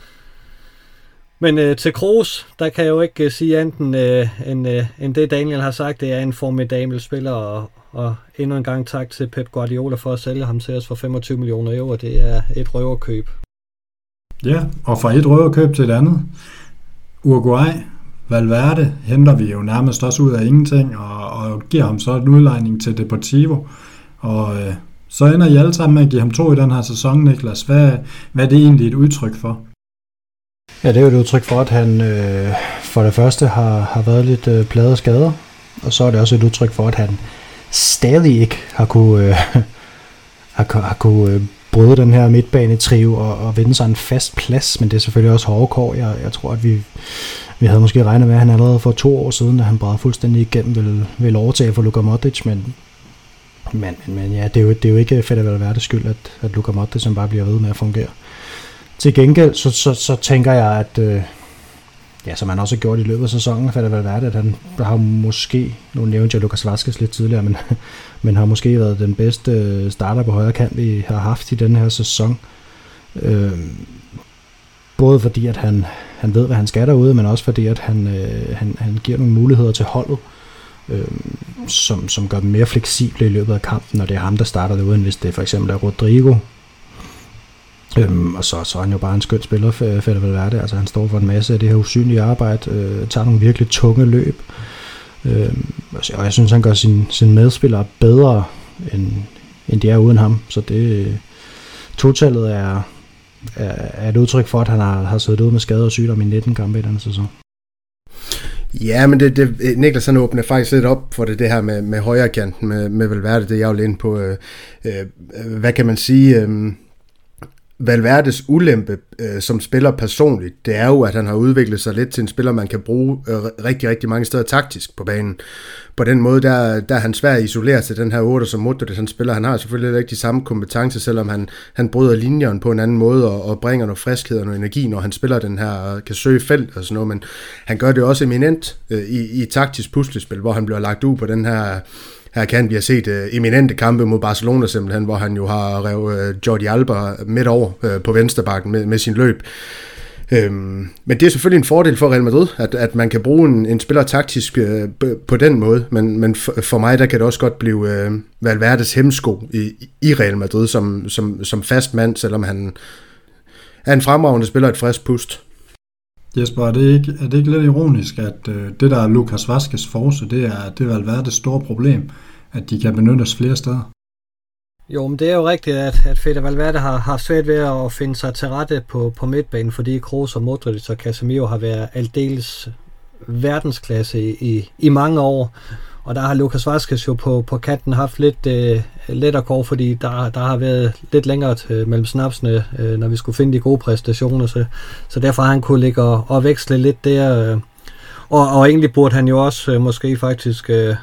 Men øh, til Kroos, der kan jeg jo ikke uh, sige enten øh, end, øh, end det Daniel har sagt, det er en formidabel spiller, og, og endnu en gang tak til Pep Guardiola for at sælge ham til os for femogtyve millioner euro, det er et røverkøb. Ja, og fra et røverkøb til et andet. Uruguay, Valverde henter vi jo nærmest også ud af ingenting, og, og giver ham så en udlejning til Deportivo, og øh, så ender I alle sammen med at give ham to i den her sæson, Niklas. Hvad, hvad er det egentlig et udtryk for? Ja, det er jo et udtryk for, at han øh, for det første har, har været lidt øh, plaget af skader, og så er det også et udtryk for, at han stadig ikke har kunne, øh, har, har kunne øh, bryde den her midtbanetrio og, og vinde sig en fast plads, men det er selvfølgelig også hårde kår. Jeg, jeg tror, at vi, vi havde måske regnet med, at han allerede for to år siden, da han bragte fuldstændig igennem, ville, ville overtage for Luka Modric, men, men, men ja, det er jo, det er jo ikke Fede Valverdes skyld, at, at Luka Modric som bare bliver ved med at fungere. Til gengæld, så, så, så tænker jeg, at øh, ja, som han også har gjort i løbet af sæsonen, Fede Valverde, at han har måske, nu nævnte jeg Lucas Vazquez lidt tidligere, men, men har måske været den bedste starter på højre kant, vi har haft i den her sæson. Øh, både fordi, at han, han ved, hvad han skal derude, men også fordi, at han, øh, han, han giver nogle muligheder til holdet, øh, som, som gør dem mere fleksible i løbet af kampen, når det er ham, der starter derude, end hvis det for eksempel er Rodrigo. Øhm, og så, så er han jo bare en skøn spiller, Fede Valverde. Altså han står for en masse af det her usynlige arbejde, øh, tager nogle virkelig tunge løb, øh, og jeg synes han gør sin, sin medspillere bedre end, end de er uden ham, så det totallet er, er, er et udtryk for, at han har, har siddet ude med skade og sygdom i nitten kampe i denne sæson. Ja, men det, det, Niklas han åbner faktisk lidt op for det, det her med, med højrekanten, med, med Valverde, det er jeg jo lidt inde på, øh, øh, hvad kan man sige, øh, Valverdes ulempe øh, som spiller personligt, det er jo, at han har udviklet sig lidt til en spiller, man kan bruge øh, rigtig, rigtig mange steder taktisk på banen. På den måde, der, der er han svær at isolere til den her otte, som Modric han spiller. Han har selvfølgelig ikke de samme kompetencer, selvom han, han bryder linjerne på en anden måde og, og bringer noget friskhed og noget energi, når han spiller den her, kan søge felt og sådan noget, men han gør det også eminent øh, i, i taktisk puslespil, hvor han bliver lagt ud på den her. Her kan vi have set uh, eminente kampe mod Barcelona simpelthen, hvor han jo har revet uh, Jordi Alba midt over uh, på venstrebakken med, med sin løb. Um, men det er selvfølgelig en fordel for Real Madrid, at, at man kan bruge en, en spiller taktisk uh, b- på den måde, men, men for, for mig der kan det også godt blive uh, Valverdes hemsko i, i Real Madrid som, som, som fast mand, selvom han er en fremragende spiller, et frisk pust. Jesper, er det ikke, er det ikke lidt ironisk, at øh, det der er Lucas Vazquez force, det er, det er Valverdes store problem, at de kan benyttes flere steder? Jo, men det er jo rigtigt, at, at Fede Valverde har haft svært ved at finde sig til rette på, på midtbanen, fordi Kroos og Modric og Casemiro har været aldeles verdensklasse i, i, i mange år. Og der har Lucas Vazquez jo på, på kanten haft lidt øh, lettere kår, fordi der, der har været lidt længere øh, mellem snapsene, øh, når vi skulle finde de gode præstationer. Så, så derfor har han kunne ligge og, og veksle lidt der. Øh, og, og egentlig burde han jo også øh, måske faktisk øh,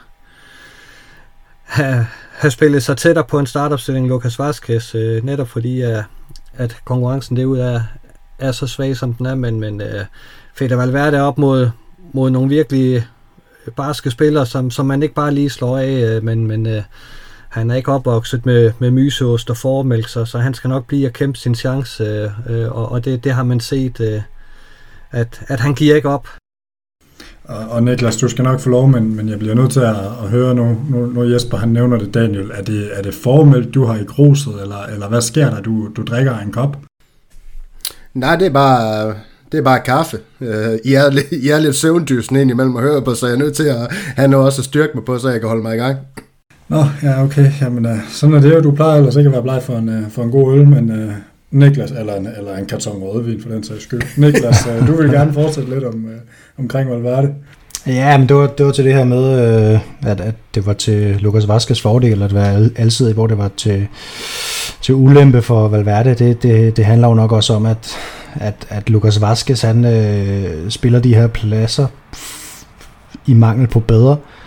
have, have spillet sig tættere på en startopstilling, Lucas Vazquez, øh, netop fordi øh, at konkurrencen derude er, er så svag, som den er. Men, men øh, Fede Valverde op mod, mod nogle virkelig barske spillere, som, som man ikke bare lige slår af, men, men øh, han er ikke opvokset med, med myseost og formælk, så, så han skal nok blive at kæmpe sin chance, øh, og, og det, det har man set, øh, at, at han giver ikke op. Og, og Niklas, du skal nok få lov, men, men jeg bliver nødt til at, at høre nu, nu, nu Jesper han nævner det, Daniel, er det, er det formælk, du har i gruset, eller, eller hvad sker der, du, du drikker en kop? Nej, det er bare... Det er bare kaffe. I er, I er lidt søvndysen ind imellem at høre på, så jeg er nødt til at have noget også at styrke mig på, så jeg kan holde mig i gang. Nå, ja, okay. Jamen, uh, sådan er det jo. Du plejer ellers ikke at være bleg for en, uh, for en god øl, men uh, Niklas, eller en, eller en karton rødvin for den sags skyld. Niklas, uh, du vil gerne fortsætte lidt om, uh, omkring Valverde. Ja, men det var, det var til det her med, øh, at, at det var til Lucas Vazquez fordel at være alsidig, hvor det var til, til ulempe for Valverde. Det, det, det handler jo nok også om, at, at, at Lucas Vazquez han øh, spiller de her pladser i mangel på bedre.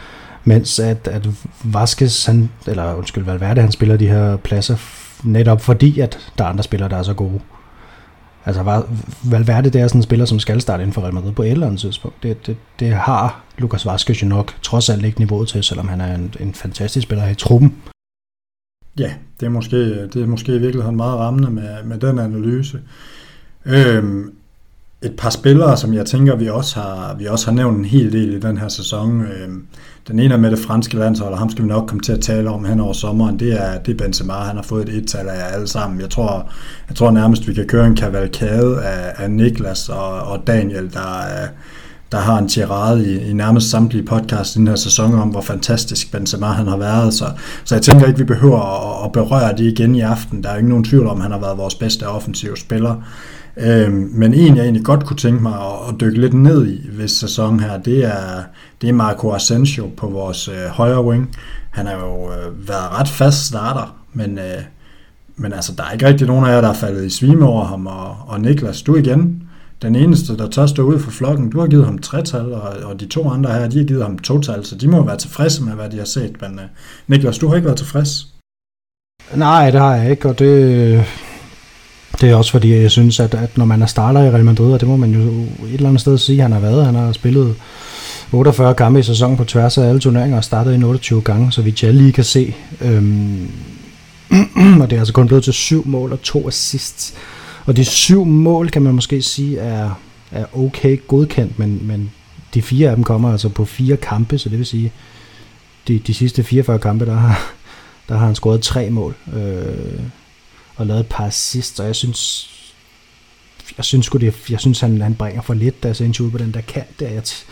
mens at, at Vázquez, han, eller undskyld, Valverde, han spiller de her pladser netop fordi, at der er andre spillere, der er så gode. Altså Valverde, det er sådan en spiller, som skal starte inden for Real Madrid på et eller andet tidspunkt. Det, det, det har Lucas Vázquez jo nok trods alt ikke niveauet til, selvom han er en, en fantastisk spiller i truppen. Ja, det er måske, det er måske i virkeligheden meget rammende med, med den analyse. Øhm, et par spillere, som jeg tænker, vi også har, vi også har nævnt en hel del i den her sæson. Øhm, den ene er med det franske landshold, og ham skal vi nok komme til at tale om hen over sommeren. Det er, det er Benzema, han har fået et et-tal af alle sammen. Jeg tror, jeg tror nærmest, vi kan køre en kavalkade af, af Niklas og, og Daniel, der er der har en tirade i, i nærmest samtlige podcast i den her sæson om, hvor fantastisk Benzema han har været. Så, så jeg tænker ikke, vi behøver at, at berøre det igen i aften. Der er ikke nogen tvivl om, at han har været vores bedste offensive spiller. Øhm, men en, jeg egentlig godt kunne tænke mig at, at dykke lidt ned i ved sæsonen her, det er, det er Marco Asensio på vores øh, højre wing. Han har jo øh, været ret fast starter, men, øh, men altså, der er ikke rigtig nogen af jer, der er faldet i svime over ham. Og, og Niklas, du igen, den eneste, der tør stå ud for flokken, du har givet ham tretal, og, og de to andre her, de har givet ham total, så de må være tilfredse med, hvad de har set. Men uh, Niklas, du har ikke været tilfreds? Nej, det har jeg ikke, og det, det er også fordi, jeg synes, at, at når man er starter i Real Madrid, og det må man jo et eller andet sted sige, han har været, han har spillet otteogfyrre kampe i sæsonen på tværs af alle turneringer, og startet i otteogtyve gange, så vidt jeg lige kan se. Øhm, og det er altså kun blevet til syv mål og to assists. Og de syv mål, kan man måske sige, er, er okay godkendt, men, men de fire af dem kommer altså på fire kampe, så det vil sige, de, de sidste fireogfyrre kampe, der har, der har han scoret tre mål øh, og lavet et par assists, og jeg synes, jeg synes, det, jeg synes han, han bringer for lidt, da jeg ud på den der kant der. Jeg, t-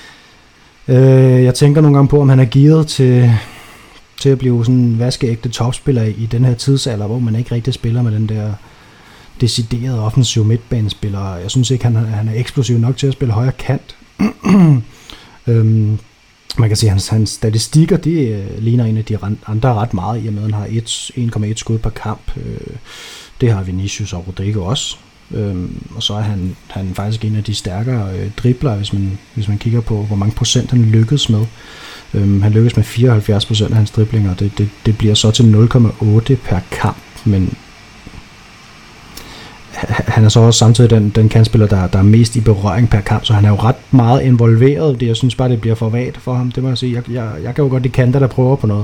øh, jeg tænker nogle gange på, om han er gearet til, til at blive sådan en vaskeægte topspiller i, i den her tidsalder, hvor man ikke rigtig spiller med den der decideret offensiv midtbanespiller. Jeg synes ikke, han, han er eksplosiv nok til at spille højre kant. øhm, man kan sige, at hans, hans statistikker, de uh, ligner en af de andre ret meget, i og med, at han har en komma et skud per kamp. Øh, det har Vinicius og Rodrigo også. Øhm, og så er han, han faktisk en af de stærkere øh, dribler, hvis man, hvis man kigger på, hvor mange procent han lykkes med. Øhm, han lykkes med fireoghalvfjerds procent af hans driblinger. Det, det, det bliver så til nul komma otte per kamp, men han er så også samtidig den, den kantspiller, der, der er mest i berøring per kamp, så han er jo ret meget involveret. Det, jeg synes bare, det bliver for vagt for ham, det må jeg sige. Jeg, jeg, jeg kan jo godt de kanter, der prøver på noget,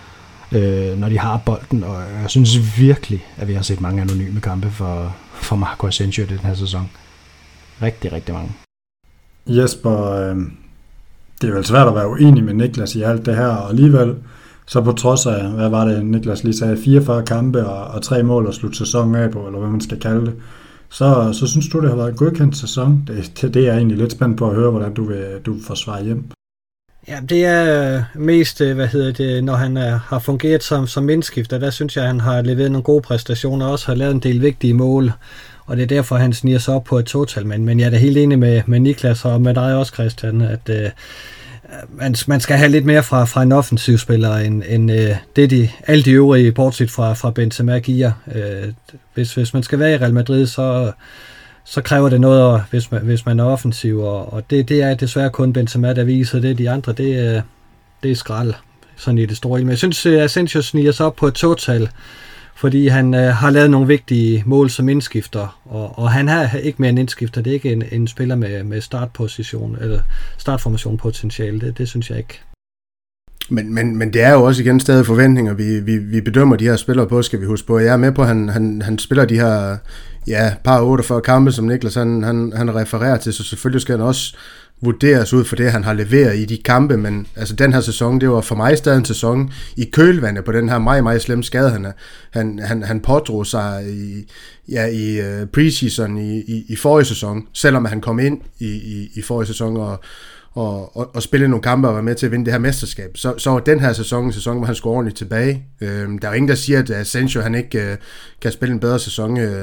øh, når de har bolden, og jeg synes virkelig, at vi har set mange anonyme kampe for, for Marco Asensio i den her sæson. Rigtig, rigtig mange. Jesper, øh, det er vel svært at være uenig med Niklas i alt det her, og alligevel så på trods af, hvad var det, Niklas lige sagde, fireogfyrre kampe og, og tre mål og slutte sæsonen af på, eller hvad man skal kalde det, så, så synes du, det har været en godkendt sæson. Det, det er jeg egentlig lidt spændt på at høre, hvordan du vil, du vil forsvare hjem. Ja, det er mest, hvad hedder det, når han er, har fungeret som, som indskifter, der synes jeg, at han har leveret nogle gode præstationer, og også har lavet en del vigtige mål, og det er derfor, han sniger sig op på et total, men, men jeg er da helt enig med, med Niklas og med dig også, Christian, at øh, Man, man skal have lidt mere fra, fra en offensiv spiller, end, end øh, det de, alle de øvrige, bortset fra, fra Benzema, giver. Øh, hvis, hvis man skal være i Real Madrid, så, så kræver det noget, hvis man, hvis man er offensiv, og, og det, det er desværre kun Benzema, der viser det. De andre, det, det er skrald, sådan i det store. Men jeg synes, at Asensio sniger sig op på et total, fordi han øh, har lavet nogle vigtige mål som indskifter, og, og han har ikke mere en indskifter, det er ikke en, en spiller med, med startposition, eller startformation potentiale, det, det synes jeg ikke. Men, men, men det er jo også igen stadig forventninger, vi, vi, vi bedømmer de her spillere på, skal vi huske på. Jeg er med på, at han, han, han spiller de her ja, par otteogfyrre kampe, som Niklas han, han, han refererer til, så selvfølgelig skal han også vurderes ud for det, han har leveret i de kampe, men altså den her sæson, det var for mig stadig en sæson i kølvandet på den her meget, meget slemme skade, han, han, han, han pådrog sig i, ja, i uh, preseason i, i, i forrige sæson, selvom han kom ind i, i, i forrige sæson og, og, og, og spillede nogle kampe og var med til at vinde det her mesterskab. Så, så var den her sæson en sæson, hvor han skulle ordentligt tilbage. Øhm, der er ingen, der siger, at Asensio han ikke uh, kan spille en bedre sæson, uh,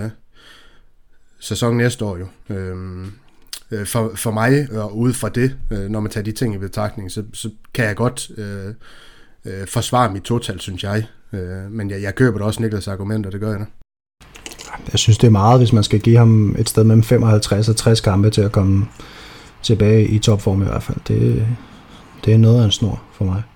sæson næste år jo. Øhm, For, for mig, og ud fra det, når man tager de ting i betragtning, så, så kan jeg godt øh, øh, forsvare mit total, synes jeg. Øh, men jeg, jeg køber da også Niklas' argumenter, det gør jeg da. Jeg synes, det er meget, hvis man skal give ham et sted mellem femoghalvtreds og tres kampe til at komme tilbage i topform i hvert fald. Det, det er noget af en snor for mig.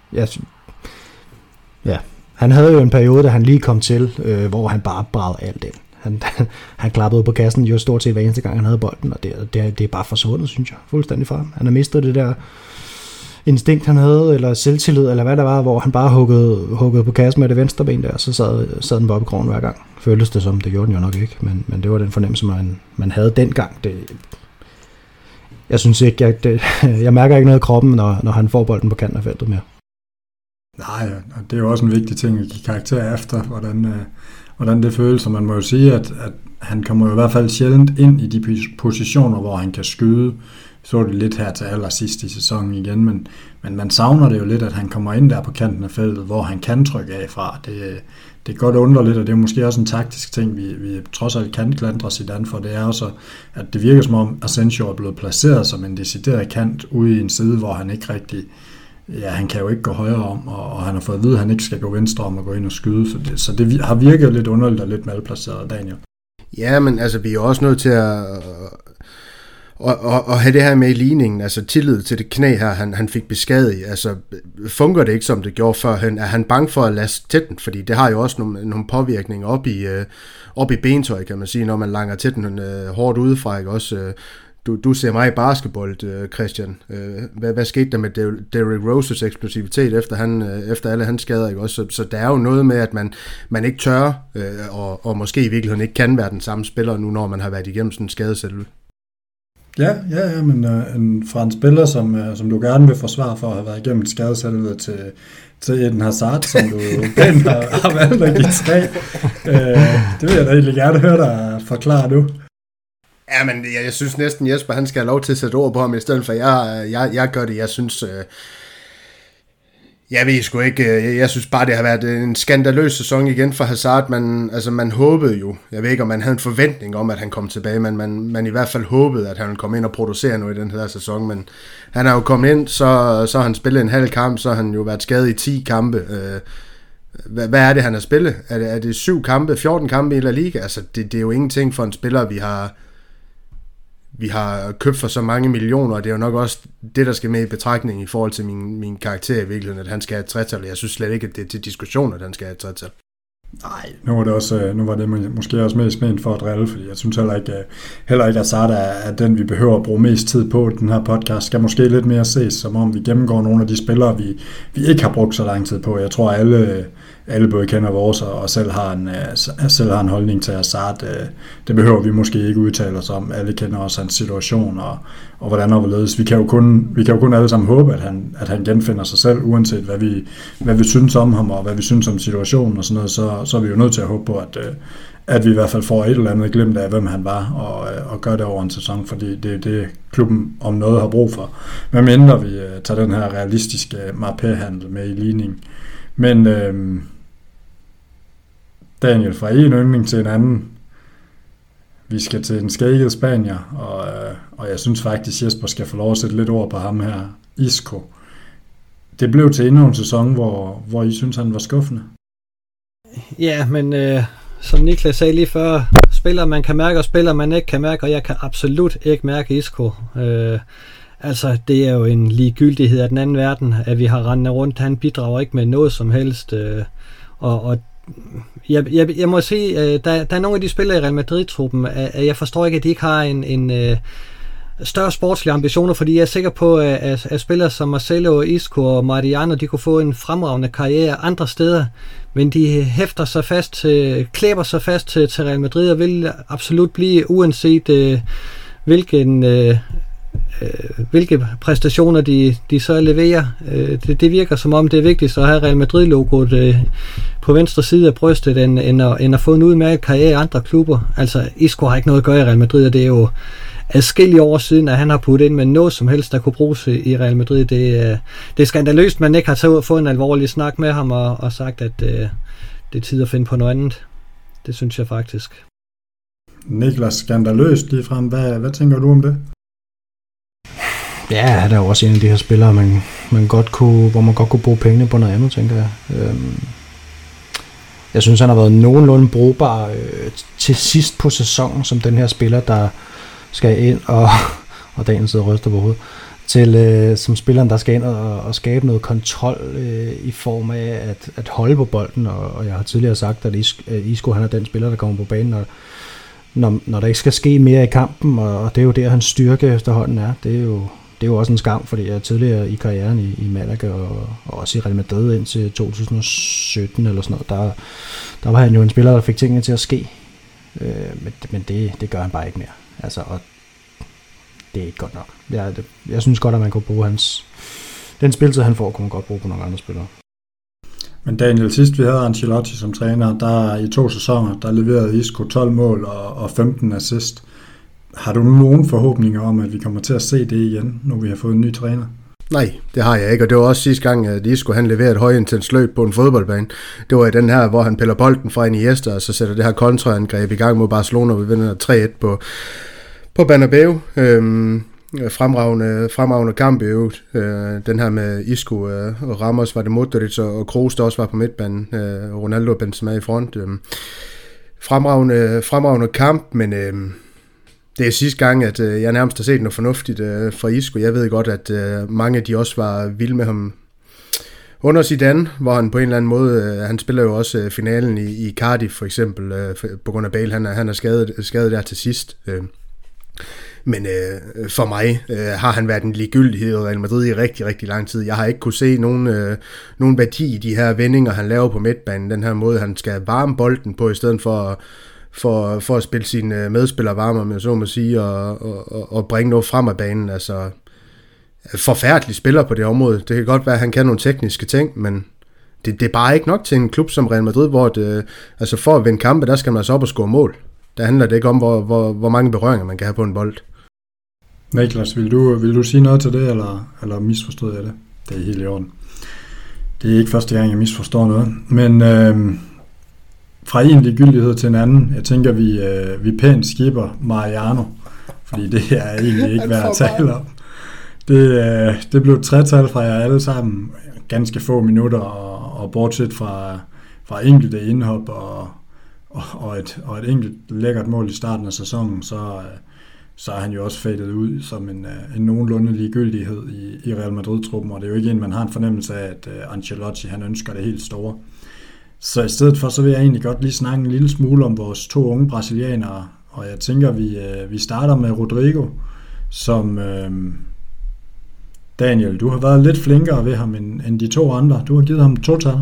jeg, ja, han havde jo en periode, da han lige kom til, øh, hvor han bare bragede alt ind. Han, han klappede på kassen jo stort set hver eneste gang, han havde bolden, og det, det, det er bare forsvundet, synes jeg, fuldstændig fra ham. Han har mistet det der instinkt, han havde, eller selvtillid, eller hvad der var, hvor han bare huggede, huggede på kassen med det venstre ben der, og så sad, sad den bare op i krogen hver gang. Føltes det som, det gjorde den jo nok ikke, men, men det var den fornemmelse, man, man havde dengang. Det, jeg synes ikke, jeg, det, jeg mærker ikke noget i kroppen, når, når han får bolden på kanten af feltet mere. Nej, og det er jo også en vigtig ting at give karakter efter, hvordan, øh, hvordan det føles, og man må jo sige, at, at han kommer jo i hvert fald sjældent ind i de positioner, hvor han kan skyde. Så det lidt her til allersidst i sæsonen igen, men, men man savner det jo lidt, at han kommer ind der på kanten af feltet, hvor han kan trykke af fra. Det, det er godt underligt, og det er måske også en taktisk ting, vi, vi trods alt kan klandre Zidane for. Det er også, at det virker som om Asensio er blevet placeret som en decideret kant ude i en side, hvor han ikke rigtig, ja, han kan jo ikke gå højre om, og, og han har fået at vide, at han ikke skal gå venstre om og gå ind og skyde. Så det, så det har virket lidt underligt og lidt malplaceret, Daniel. Ja, men altså, vi er også nødt til at... Og, og, og have det her med i ligningen, altså tillid til det knæ her, han, han fik beskadiget, altså fungerer det ikke, som det gjorde førhen? Er han bange for at laste tætten? Fordi det har jo også nogle, nogle påvirkninger op i, øh, op i bentøj, kan man sige, når man langer tætten øh, hårdt udefra, ikke? Også, øh, du, du ser mig i basketball, øh, Christian. Øh, hvad, hvad skete der med Derrick Roses eksplosivitet, efter, han, øh, efter alle hans skader, ikke? Også, så, så der er jo noget med, at man, man ikke tør, øh, og, og måske i virkeligheden ikke kan være den samme spiller nu, når man har været igennem sådan en skadesælve. Ja, ja, ja, men uh, en, fra en spiller, som, uh, som du gerne vil forsvare for at have været igennem skadesælvet til, til Eden Hazard, som du pænt har, har valgt at give tre. Uh, det vil jeg da egentlig gerne høre dig forklare nu. Ja, men jeg, jeg synes næsten, Jesper, han skal have lov til at sætte ord på ham, i stedet for jeg, jeg, jeg gør det, jeg synes... Uh, Jeg ved sgu ikke, jeg synes bare, det har været en skandaløs sæson igen for Hazard. Man, altså man håbede jo, jeg ved ikke, om man havde en forventning om, at han kom tilbage, men man, man i hvert fald håbede, at han ville komme ind og producere noget i den her sæson. Men han har jo kommet ind, så, så har han spillet en halv kamp, så har han jo været skadet i ti kampe. Hvad, hvad er det, han har spillet? Er det, er det syv kampe, fjorten kampe i La Liga? Altså, det, det er jo ingenting for en spiller, vi har... vi har købt for så mange millioner, og det er jo nok også det, der skal med i betragtning i forhold til min, min karakter i virkeligheden, at han skal have et tretal. Jeg synes slet ikke, at det er til diskussion, at han skal have et tretal. Nej, nu var det også, nu var det måske også mest ment for at drille, fordi jeg synes heller ikke, heller ikke at Hazard er den, vi behøver at bruge mest tid på. Den her podcast skal måske lidt mere ses, som om vi gennemgår nogle af de spillere, vi, vi ikke har brugt så lang tid på. Jeg tror, alle, alle både kender vores, og selv har en, selv har en holdning til Hazard. Det behøver vi måske ikke udtale os om. Alle kender også hans situation, og, og hvordan og hvorledes. Vi kan jo kun, vi kan jo kun alle sammen håbe, at han, at han genfinder sig selv, uanset hvad vi, hvad vi synes om ham, og hvad vi synes om situationen og sådan noget, så så er vi jo nødt til at håbe på, at, at vi i hvert fald får et eller andet glimt af, hvem han var, og, og gør det over en sæson, fordi det er det, klubben om noget har brug for. Men mindre vi tager den her realistiske Mbappé-handel med i ligningen. Men øhm, Daniel, fra en yndling til en anden, vi skal til en skægget spanier, og, og jeg synes faktisk, Jesper skal få lov at sætte lidt ord på ham her, Isco. Det blev til endnu en sæson, hvor, hvor I synes, han var skuffende. Ja, men øh, som Niklas sagde lige før, spiller man kan mærke, og spiller man ikke kan mærke, og jeg kan absolut ikke mærke Isco. Øh, altså, det er jo en ligegyldighed af den anden verden, at vi har rendt rundt. Han bidrager ikke med noget som helst. Øh, og og jeg, jeg, jeg må sige, øh, der, der er nogle af de spillere i Real Madrid-truppen, at jeg forstår ikke, at de ikke har en... en øh, større sportslige ambitioner, fordi jeg er sikker på, at, at spillere som Marcelo, Isco og Mariano, de kunne få en fremragende karriere andre steder, men de hæfter sig fast til, klæber sig fast til, til Real Madrid og vil absolut blive, uanset uh, hvilken, uh, uh, hvilke præstationer de, de så leverer. Uh, det, det virker som om, det er vigtigt at have Real Madrid-logoet uh, på venstre side af brystet, end, end, at, end at få en udmærket karriere i andre klubber. Altså, Isco har ikke noget at gøre i Real Madrid, og det er jo adskillige år siden, at han har puttet ind med noget som helst, der kunne bruges i Real Madrid. Det, det er skandaløst, at man ikke har taget, fået en alvorlig snak med ham og, og sagt, at uh, det er tid at finde på noget andet. Det synes jeg faktisk. Niklas, skandaløst lige frem. Hvad, hvad tænker du om det? Ja, der er jo også en af de her spillere, man, man godt kunne, hvor man godt kunne bruge pengene på noget andet, tænker jeg. Øhm, jeg synes, han har været nogenlunde brugbar øh, til sidst på sæsonen, som den her spiller, der skal ind, og, og dagen sidder og ryster på hovedet, til øh, som spilleren, der skal ind og, og skabe noget kontrol øh, i form af at, at holde på bolden, og, og jeg har tidligere sagt, at Isco han er den spiller, der kommer på banen, og når, når der ikke skal ske mere i kampen, og, og det er jo der, hans styrke efterhånden er. Det er jo, det er jo også en skam, fordi jeg tidligere i karrieren i, i Malaga, og, og også i Real Madrid indtil to tusind og sytten eller sådan noget, der, der var han jo en spiller, der fik tingene til at ske, øh, men, men det, det gør han bare ikke mere. Altså, og det er ikke godt nok. Jeg, det, jeg synes godt, at man kunne bruge hans... Den spiltid, han får, kunne man godt bruge på nogle andre spillere. Men Daniel, sidst vi havde Ancelotti som træner, der i to sæsoner, der leverede Isco tolv mål og, og femten assist. Har du nogen forhåbninger om, at vi kommer til at se det igen, når vi har fået en ny træner? Nej, det har jeg ikke, og det var også sidste gang, at Isco han leverede et højintens løb på en fodboldbane. Det var i den her, hvor han piller bolden fra Iniesta, og så sætter det her kontraangreb i gang mod Barcelona, og vi vinder tre et på, på Bernabeu. Øhm, fremragende, fremragende kamp i øvrigt. Øh, den her med Isco øh, og Ramos var det Modric, og Kroos der også var på midtbanen. Øh, Ronaldo og Benzema i front. Øh, fremragende, fremragende kamp, men... Øh, Det er sidste gang, at øh, jeg nærmest har set noget fornuftigt øh, fra Isco. Jeg ved godt, at øh, mange af de også var vilde med ham under Zidane, hvor han på en eller anden måde, øh, han spiller jo også øh, finalen i, i Cardiff for eksempel, øh, på grund af Bale, han er, han er skadet, skadet der til sidst. Øh. Men øh, for mig øh, har han været en ligegyldighed i Real Madrid i rigtig, rigtig lang tid. Jeg har ikke kunne se nogen, øh, nogen værdi i de her vendinger, han laver på midtbanen. Den her måde, han skal varme bolden på, i stedet for For, for at spille sine medspillere varmere, med så må sige, og, og, og bringe noget frem af banen. Altså, forfærdelig spiller på det område. Det kan godt være, at han kan nogle tekniske ting, men det, det er bare ikke nok til en klub som Real Madrid, hvor det, altså for at vinde kampe, der skal man så op og score mål. Der handler det ikke om, hvor, hvor, hvor mange berøringer man kan have på en bold. Niklas, vil du, vil du sige noget til det, eller, eller misforstod jeg det? Det er helt i orden. Det er ikke første gang, jeg misforstår noget. Men... Øh, fra en ligegyldighed til en anden. Jeg tænker, vi, øh, vi pænt skipper Mariano, fordi det er egentlig ikke værd at tale om. Det, øh, det blev et tretal fra jer alle sammen, ganske få minutter, og, og bortset fra, fra enkelte indhop og, og, og, et, og et enkelt lækkert mål i starten af sæsonen, så, øh, så er han jo også fadet ud som en, øh, en nogenlunde ligegyldighed i, i Real Madrid-truppen, og det er jo ikke en, man har en fornemmelse af, at øh, Ancelotti han ønsker det helt store. Så i stedet for, så vil jeg egentlig godt lige snakke en lille smule om vores to unge brasilianere, og jeg tænker, vi, øh, vi starter med Rodrigo, som øh, Daniel, du har været lidt flinkere ved ham end, end de to andre. Du har givet ham total.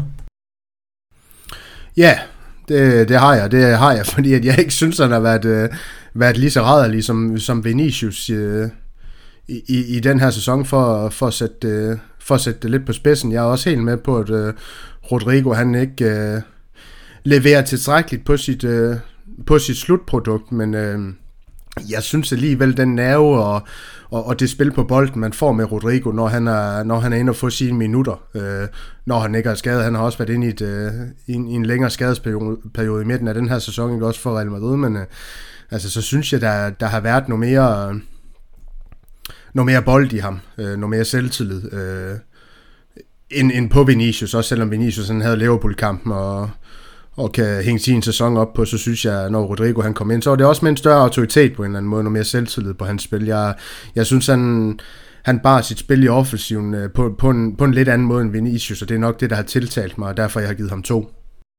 Ja, det, det har jeg, det har jeg, fordi at jeg ikke synes, han har været, øh, været lige så rædderlig som, som Vinicius øh, i, i, i den her sæson, for, for, at sætte, øh, for at sætte det lidt på spidsen. Jeg er også helt med på, at øh, Rodrigo, han ikke øh, leverer tilstrækkeligt på sit, øh, på sit slutprodukt, men øh, jeg synes alligevel, den nerve og, og, og det spil på bolden, man får med Rodrigo, når han er, når han er inde og får sine minutter, øh, når han ikke er skadet. Han har også været inde i, et, øh, i, en, i en længere skadesperiode i midten af den her sæson, ikke også for Real Madrid, men øh, altså, så synes jeg, der, der har været noget mere, øh, noget mere bold i ham, øh, noget mere selvtillid, øh, End, end på Vinicius, også selvom Vinicius han havde Liverpool-kampen og, og kan hænge sin sæson op på, så synes jeg, når Rodrigo han kom ind, så var det også med en større autoritet på en eller anden måde, noget mere selvtillid på hans spil. Jeg, jeg synes, han, han bar sit spil i offensiven på, på, en, på en lidt anden måde end Vinicius, og det er nok det, der har tiltalt mig, og derfor jeg har givet ham to.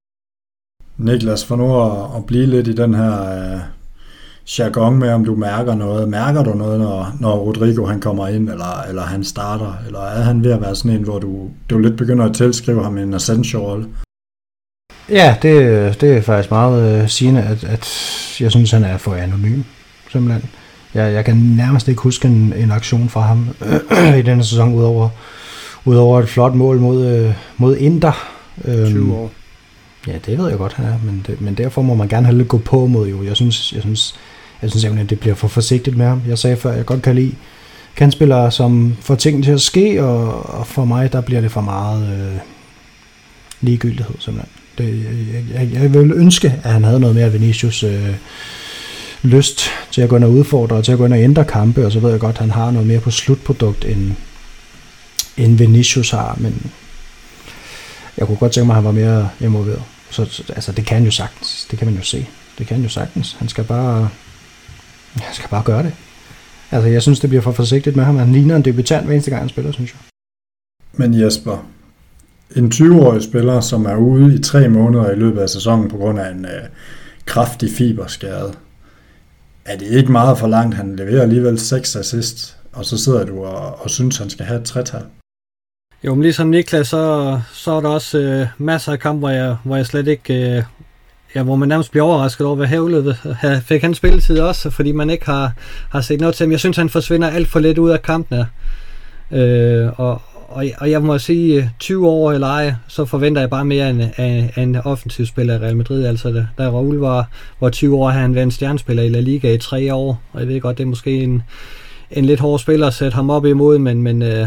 Niklas, for nu at, at blive lidt i den her øh, jargon med, om du mærker noget. Mærker du noget, når, når Rodrigo han kommer ind, eller, eller han starter? Eller er han ved at være sådan en, hvor du, du lidt begynder at tilskrive ham en Asensio-rolle? Ja, det, det er faktisk meget øh, sigende, at, at jeg synes, han er for anonym, simpelthen. Jeg, jeg kan nærmest ikke huske en, en aktion fra ham øh, i denne sæson, udover, udover et flot mål mod, øh, mod Inter. tyve år. Ja, det ved jeg godt, han er, men, det, men derfor må man gerne have lidt gå på mod jo. Jeg synes, jeg synes, jeg synes simpelthen, at det bliver for forsigtigt med ham. Jeg sagde før, at jeg godt kan lide kandspillere, som får tingene til at ske, og, og for mig, der bliver det for meget øh, ligegyldighed, simpelthen. Det, jeg, jeg vil ønske, at han havde noget mere Vinicius øh, lyst til at gå ind og udfordre, og til at gå ind og ændre kampe, og så ved jeg godt, at han har noget mere på slutprodukt, end, end Vinicius har, men jeg kunne godt tænke mig, at han var mere involveret. Så, så altså, det kan han jo sagtens. Det kan man jo se. Det kan han jo sagtens. Han skal bare, han skal bare gøre det. Altså, jeg synes, det bliver for forsigtigt med ham. Han ligner en debutant hver eneste gang, han spiller, synes jeg. Men Jesper, en tyve-årig spiller, som er ude i tre måneder i løbet af sæsonen på grund af en øh, kraftig fiberskade, er det ikke meget for langt? Han leverer alligevel seks assist, og så sidder du og, og synes, han skal have et tretal. Jo, men ligesom Niklas, så, så er der også øh, masser af kampe, hvor jeg, hvor jeg slet ikke... Øh, ja, hvor man nærmest bliver overrasket over, hvad hævlet fik han spilletid også, fordi man ikke har, har set noget til ham. Jeg synes, han forsvinder alt for lidt ud af kampene. Øh, og, og, og jeg må sige, tyve år eller ej, så forventer jeg bare mere end af, af en offensiv spiller i Real Madrid. Altså, da, da Raul var, var tyve år, havde han været en stjernespiller i La Liga i tre år, og jeg ved godt, det er måske en, en lidt hård spiller at sætte ham op imod, men, men øh,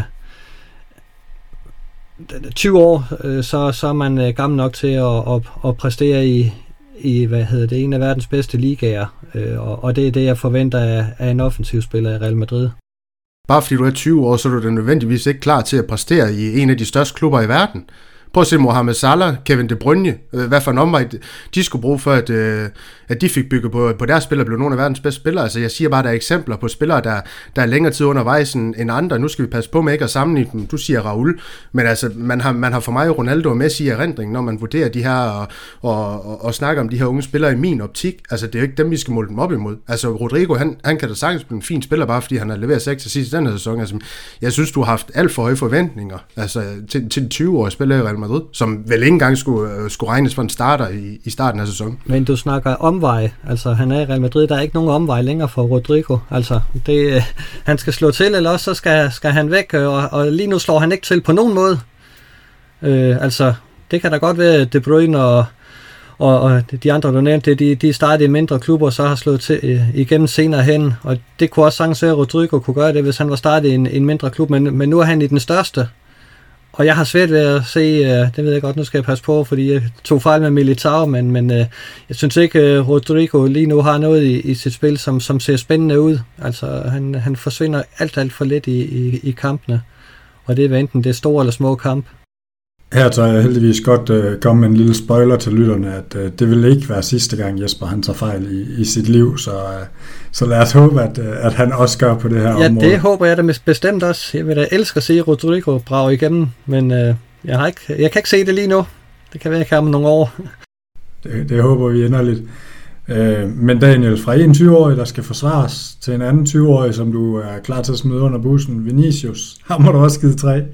tyve år, øh, så, så er man øh, gammel nok til at, at, at præstere i, i hvad hedder det, en af verdens bedste ligaer, øh, og, og det er det, jeg forventer af, af en offensiv spiller i Real Madrid. Bare fordi du er tyve år, så er du nødvendigvis ikke klar til at præstere i en af de største klubber i verden. Prøv at se Mohamed Salah, Kevin De Bruyne, hvad for en omvej de skulle bruge for, at, at de fik bygget på, på deres spillere, blev nogle af verdens bedste spillere. Altså jeg siger bare, at der er eksempler på spillere, der, der er længere tid undervejs end andre. Nu skal vi passe på med ikke at sammenligne dem. Du siger Raul, men altså man har, man har for mig Ronaldo og Messi i erindring, når man vurderer de her og, og, og, og snakker om de her unge spillere i min optik. Altså det er jo ikke dem, vi skal måle dem op imod. Altså Rodrigo, han, han kan da sagtens blive en fin spiller, bare fordi han har leveret seks assist i den her sæson. Altså, jeg synes, du har haft alt for høje forventninger altså, til, til tyve-årige spiller i Real Madrid, som vel ikke engang skulle, skulle regnes for en starter i, i starten af sæsonen. Men du snakker omvej, altså han er i Real Madrid, der er ikke nogen omvej længere for Rodrigo, altså det, han skal slå til, eller også så skal, skal han væk, og, og lige nu slår han ikke til på nogen måde. Øh, altså, det kan da godt være, De Bruyne og, og, og de andre, du nævnte, de, de startede i mindre klubber, og så har slået til øh, igennem senere hen, og det kunne også sagtens være, at Rodrigo kunne gøre det, hvis han var startet i en, en mindre klub, men, men nu er han i den største. Og jeg har svært ved at se, uh, det ved jeg godt, nu skal jeg passe på, fordi jeg tog fejl med Militao, men, men uh, jeg synes ikke, uh, Rodrigo lige nu har noget i, i sit spil, som, som ser spændende ud. Altså, han, han forsvinder alt, alt for lidt i, i, i kampene, og det er enten det er store eller små kamp. Her tager jeg heldigvis godt uh, komme med en lille spoiler til lytterne, at uh, det vil ikke være sidste gang Jesper han tager fejl i, i sit liv, så, uh, så lad os håbe, at, uh, at han også gør på det her ja, område. Ja, det håber jeg da bestemt også. Jeg vil da elske at se Rodrigo brage igennem, men uh, jeg, har ikke, jeg kan ikke se det lige nu. Det kan være, jeg kan om nogle år. Det, det håber vi inderligt. Uh, men Daniel, fra en tyve-årig, der skal forsvares, til en anden tyve-årig, som du er klar til at smide under bussen, Vinicius, har må du også skide tre.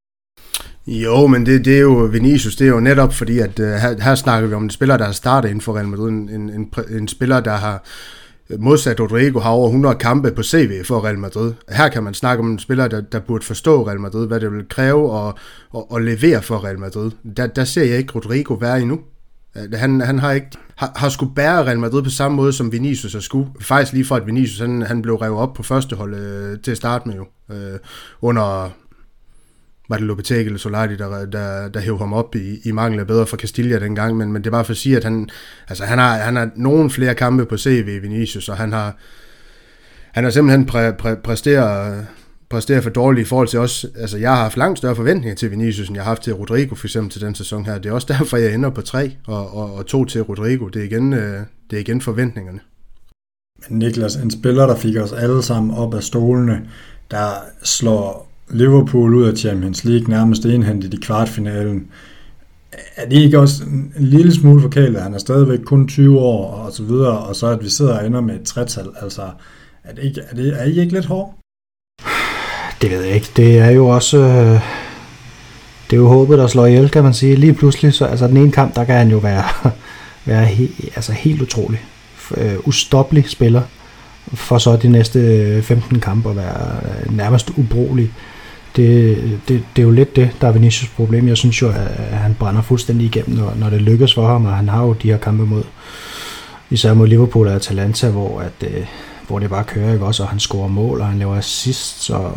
Jo, men det, det er jo Vinicius, det er jo netop fordi, at uh, her, her snakker vi om en spiller, der har startet inden for Real Madrid, en, en, en spiller, der har modsat Rodrigo, har over hundrede kampe på C V for Real Madrid. Her kan man snakke om en spiller, der, der burde forstå Real Madrid, hvad det vil kræve at, at, at levere for Real Madrid. Der, der ser jeg ikke Rodrigo være endnu. Han, han har ikke har, har skulle bære Real Madrid på samme måde, som Vinicius har skulle. Faktisk lige for, at Vinicius han, han blev revet op på første hold øh, til at starte med jo. Øh, under... var det Lopetegui eller Solari, der, der, der hævde ham op i, i mangel af bedre for Castilla dengang, men, men det er bare for at sige, at han, altså han, har, han har nogle flere kampe på C V, Vinicius, og han har, han har simpelthen præ, præ, præsteret, præsteret for dårligt i forhold til os. Altså jeg har haft langt større forventninger til Vinicius, end jeg har haft til Rodrigo for eksempel til den sæson her. Det er også derfor, jeg ender på tre og, og, og to til Rodrigo. Det er igen, det er igen forventningerne. Men Niklas, en spiller, der fik os alle sammen op af stolene, der slår Liverpool ud af Champions League nærmest enhændigt i kvartfinalen. Er det ikke også en lille smule forkælet? Han er stadigvæk kun tyve år og så videre, og så at vi sidder og ender med et tretal. Altså, er, det ikke, er, det, er I ikke lidt hård? Det ved jeg ikke. Det er jo også øh, det er jo håbet, der slår ihjel, kan man sige. Lige pludselig, så altså den ene kamp, der kan han jo være, være he, altså helt utrolig. Øh, ustoppelig spiller. For så de næste femten kampe at være nærmest ubrugelig. Det, det, det er jo lidt det, der er Vinicius' problem. Jeg synes jo, at han brænder fuldstændig igennem, når, når det lykkes for ham, og han har jo de her kampe mod, især mod Liverpool og Atalanta, hvor, at, hvor det bare kører, ikke også, og han scorer mål, og han laver assist, så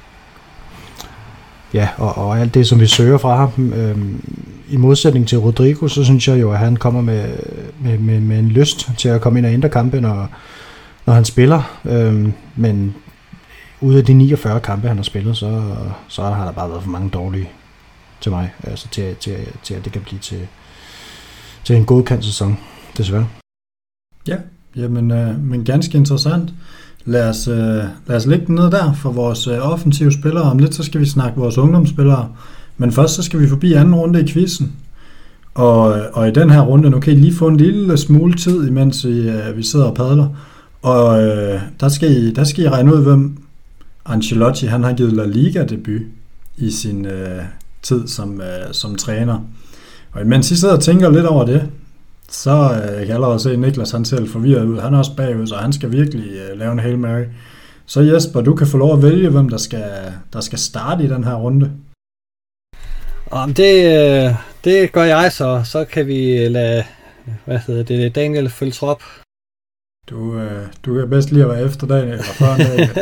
ja, og, og alt det, som vi søger fra ham. Øhm, I modsætning til Rodrigo, så synes jeg jo, at han kommer med, med, med, med en lyst til at komme ind og ændre kampe, når når han spiller, øhm, men ud af de niogfyrre kampe, han har spillet, så, så har der bare været for mange dårlige til mig, altså til, til, til at det kan blive til, til en godkendt sæson, desværre. Ja, jamen, øh, men ganske interessant. lad os, øh, lad os lægge den ned der for vores øh, offensive spillere. Om lidt så skal vi snakke vores ungdomsspillere. Men først så skal vi forbi anden runde i quizzen. Og, og i den her runde, nu kan I lige få en lille smule tid, imens vi, øh, vi sidder og padler. Og øh, der, skal I, der skal I regne ud, hvem Ancelotti han har givet La Liga debut i sin øh, tid som, øh, som træner. Og imens I sidder og tænker lidt over det, så øh, jeg kan allerede se, at Niklas han ser forvirret ud. Han er også bagud, så han skal virkelig øh, lave en Hail Mary. Så Jesper, du kan få lov at vælge, hvem der skal, der skal starte i den her runde. Om det, det gør jeg så. Så kan vi lade, hvad hedder det, Daniel følge trop. Du, øh, du kan bedst lige at være efter dagen, eller før en dag.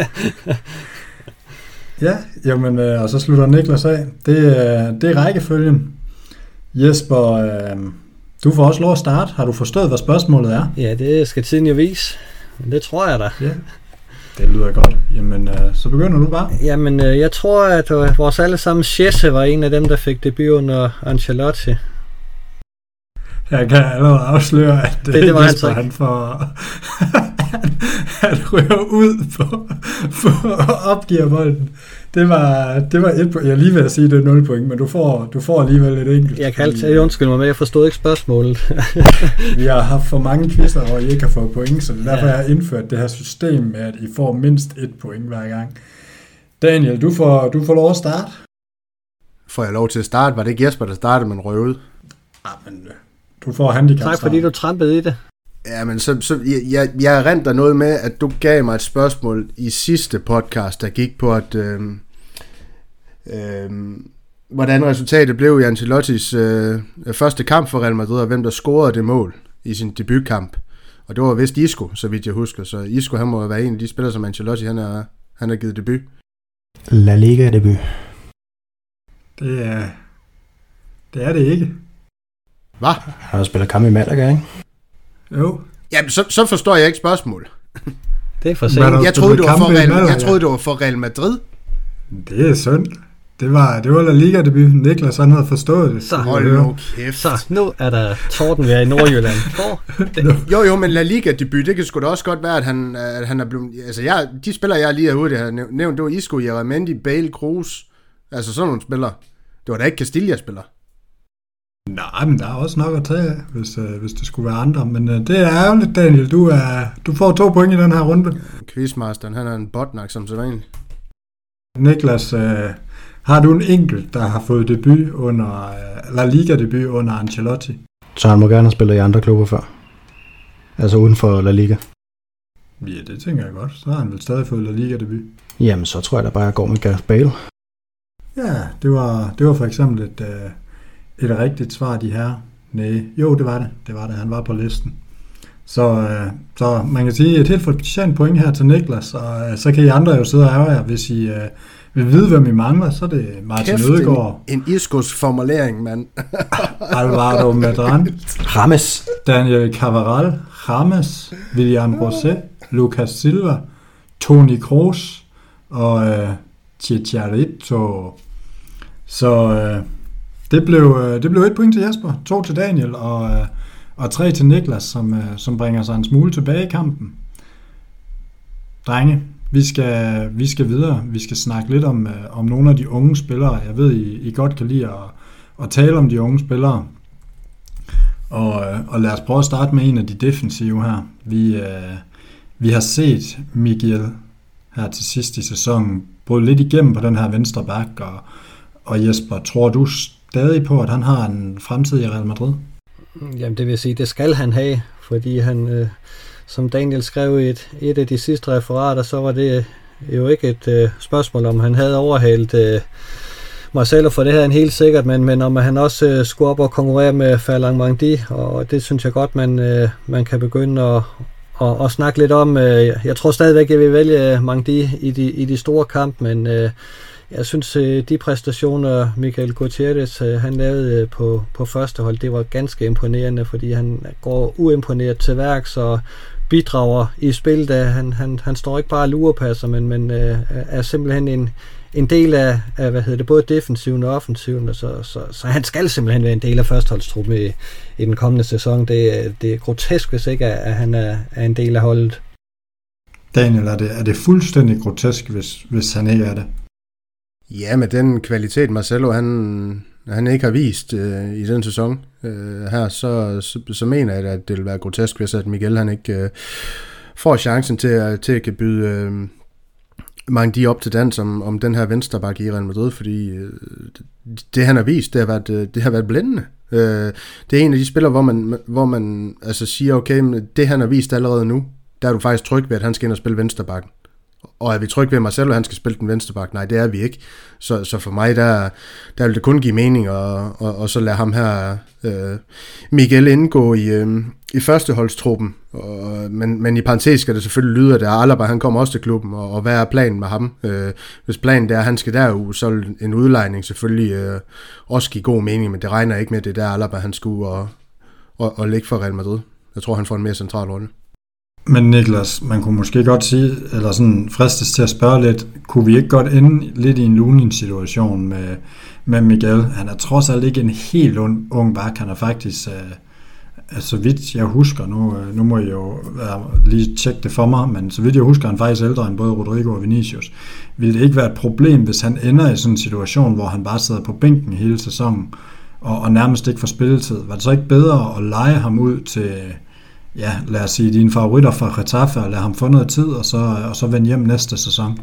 Ja, jamen, øh, og så slutter Niklas af. Det, øh, det er rækkefølgen. Jesper, øh, du får også lov at starte. Har du forstået, hvad spørgsmålet er? Ja, det skal tiden jo vise. Det tror jeg da. Ja, det lyder godt. Jamen, øh, så begynder du bare. Jamen, øh, jeg tror, at øh, vores allesammen Jesse var en af dem, der fik debut under Ancelotti. Jeg kan allerede afsløre, at det, det var Jesper, han får... han, han ryger ud på, på opgiver bolden. Det var, det var et point. Jeg er lige ved at sige, det er nul point, men du får, du får alligevel et enkelt. Jeg kan altid undskylde mig med, jeg forstod ikke spørgsmålet. Vi har haft for mange quizzer, hvor I ikke har fået point, så det er derfor, ja. Jeg har indført det her system med, at I får mindst et point hver gang. Daniel, du får, du får lov at starte. Får jeg lov til at starte? Var det ikke Jesper, der startede, men røg ud? Ah, men du får handicap. Tak, fordi du trampede i det. Ja, men så, så jeg, jeg renter noget med, at du gav mig et spørgsmål i sidste podcast, der gik på, at øh, øh, hvordan resultatet blev i Ancelottis øh, første kamp for Real Madrid, og hvem der scorede det mål i sin debutkamp. Og det var vist Isco, så vidt jeg husker. Så Isco, han må være en af de spillere, som Ancelotti han er, han har givet debut. La Liga debut. Det er, det er det ikke. Hvad? Han har spillet kamp i Malaga, ikke? Jo. Jamen, så, så forstår jeg ikke spørgsmål. Det er for sent. Jeg troede, det var for Real, jeg troede, det var for Real Madrid. Det er synd. Det var, det var La Liga debut. Niklas, han havde forstået det. Så, hold nu kæft. Så, nu er der tordenvejr i Nordjylland. Oh, jo, jo, men La Liga debut, det kan sgu da også godt være, at han, at han er blevet... Altså, jeg, de spillere, jeg lige herude, det har nævnt, det var Isco, Jeramendi, Bale, Kroos. Altså, sådan nogle spillere. Det var da ikke Castilla-spillere. Nej, men der er også nok at tage, hvis, øh, hvis det skulle være andre. Men øh, det er ærgerligt, Daniel. Du, er, du får to point i den her runde. Quizmasteren, han er en botnak som sædvanlig. Niklas, øh, har du en enkelt, der har fået debut under øh, La Liga debut under Ancelotti? Så han må gerne have spillet i andre klubber før. Altså uden for La Liga. Ja, det tænker jeg godt. Så har han vel stadig fået La Liga debut. Jamen, så tror jeg da bare, jeg går med Gareth Bale. Ja, det var, det var for eksempel et... Øh, Et rigtigt svar, de her. Nej, jo, det var det. Det var det. Han var på listen. Så, øh, så man kan sige et helt fortjent point her til Niklas, og øh, så kan I andre jo sidde og ærge jer, hvis I øh, vil vide, hvem I mangler, så er det Martin Kæft, Ødegaard. en, en Iscos formulering, mand. Alvaro Medran. Rames. Daniel Cavaral. Rames. William Rosé. Lucas Silva. Toni Kroos. Og øh, Chicharito. Så... Øh, Det blev, det blev et point til Jesper, to til Daniel og, og tre til Niklas, som, som bringer sig en smule tilbage i kampen. Drenge, vi skal, vi skal videre. Vi skal snakke lidt om, om nogle af de unge spillere. Jeg ved, I, I godt kan lide at, at tale om de unge spillere. Og, og lad os prøve at starte med en af de defensive her. Vi, vi har set Miguel her til sidst i sæsonen både lidt igennem på den her venstre back. Og, og Jesper, tror du stadig på, at han har en fremtid i Real Madrid? Jamen det vil sige, det skal han have, fordi han, øh, som Daniel skrev i et, et af de sidste referater, så var det jo ikke et øh, spørgsmål, om han havde overhalet øh, Marcelo, for det havde han helt sikkert, men, men om han også øh, skulle op og konkurrere med Ferland Mangdi, og det synes jeg godt, man, øh, man kan begynde at, at, at snakke lidt om. Øh, jeg tror stadigvæk, at jeg vil vælge Mangdi i de, i de store kamp, men øh, jeg synes, de præstationer, Miguel Gutierrez han lavede på, på første hold, det var ganske imponerende, fordi han går uimponeret til værks og bidrager i spil, da han, han, han står ikke bare og lurepasser, men, men øh, er simpelthen en, en del af, af, hvad hedder det, både defensiven og offensiven, så, så, så han skal simpelthen være en del af førsteholdstruppen i, i den kommende sæson. Det, det er grotesk, hvis ikke at han er, er en del af holdet. Daniel, er det, er det fuldstændig grotesk, hvis, hvis han ikke er det? Ja, med den kvalitet, Marcelo han, han ikke har vist øh, i den sæson øh, her, så, så, så mener jeg, at det vil være grotesk, hvis at Miguel han ikke øh, får chancen til at, til at kan byde øh, mange de op til dans om, om den her venstreback i Real Madrid, fordi øh, det, det han har vist, det har været, øh, det har været blændende. Øh, det er en af de spillere, hvor man, hvor man altså siger, okay, det han har vist allerede nu, der er du faktisk tryg ved, at han skal ind og spille venstrebacken. Og er vi trygge ved, at Marcelo han skal spille den venstreback? Nej, det er vi ikke. Så, så for mig, der, der vil det kun give mening, og, og, og så lade ham her, øh, Miguel, indgå i, øh, i førsteholdstruppen. Og, men, men i parentes skal det selvfølgelig lyde, at Alaba han kommer også til klubben, og, og hvad er planen med ham? Øh, hvis planen er, at han skal derud, så vil en udlejning selvfølgelig øh, også give god mening, men det regner ikke med, at det er der Alaba han skulle og, og, og ligge for Real Madrid. Jeg tror, han får en mere central rolle. Men Niklas, man kunne måske godt sige, eller sådan fristes til at spørge lidt, kunne vi ikke godt ende lidt i en Lunin-situation med, med Miguel? Han er trods alt ikke en helt ung, ung bak, han er faktisk, øh, så vidt jeg husker, nu, nu må jeg jo øh, lige tjekke det for mig, men så vidt jeg husker, han er faktisk ældre end både Rodrigo og Vinicius. Vil det ikke være et problem, hvis han ender i sådan en situation, hvor han bare sidder på bænken hele sæsonen, og, og nærmest ikke får spilletid? Var det så ikke bedre at lege ham ud til... Ja, lad os sige, dine favoritter fra Getafe, og lad ham få noget tid, og så, og så vende hjem næste sæson?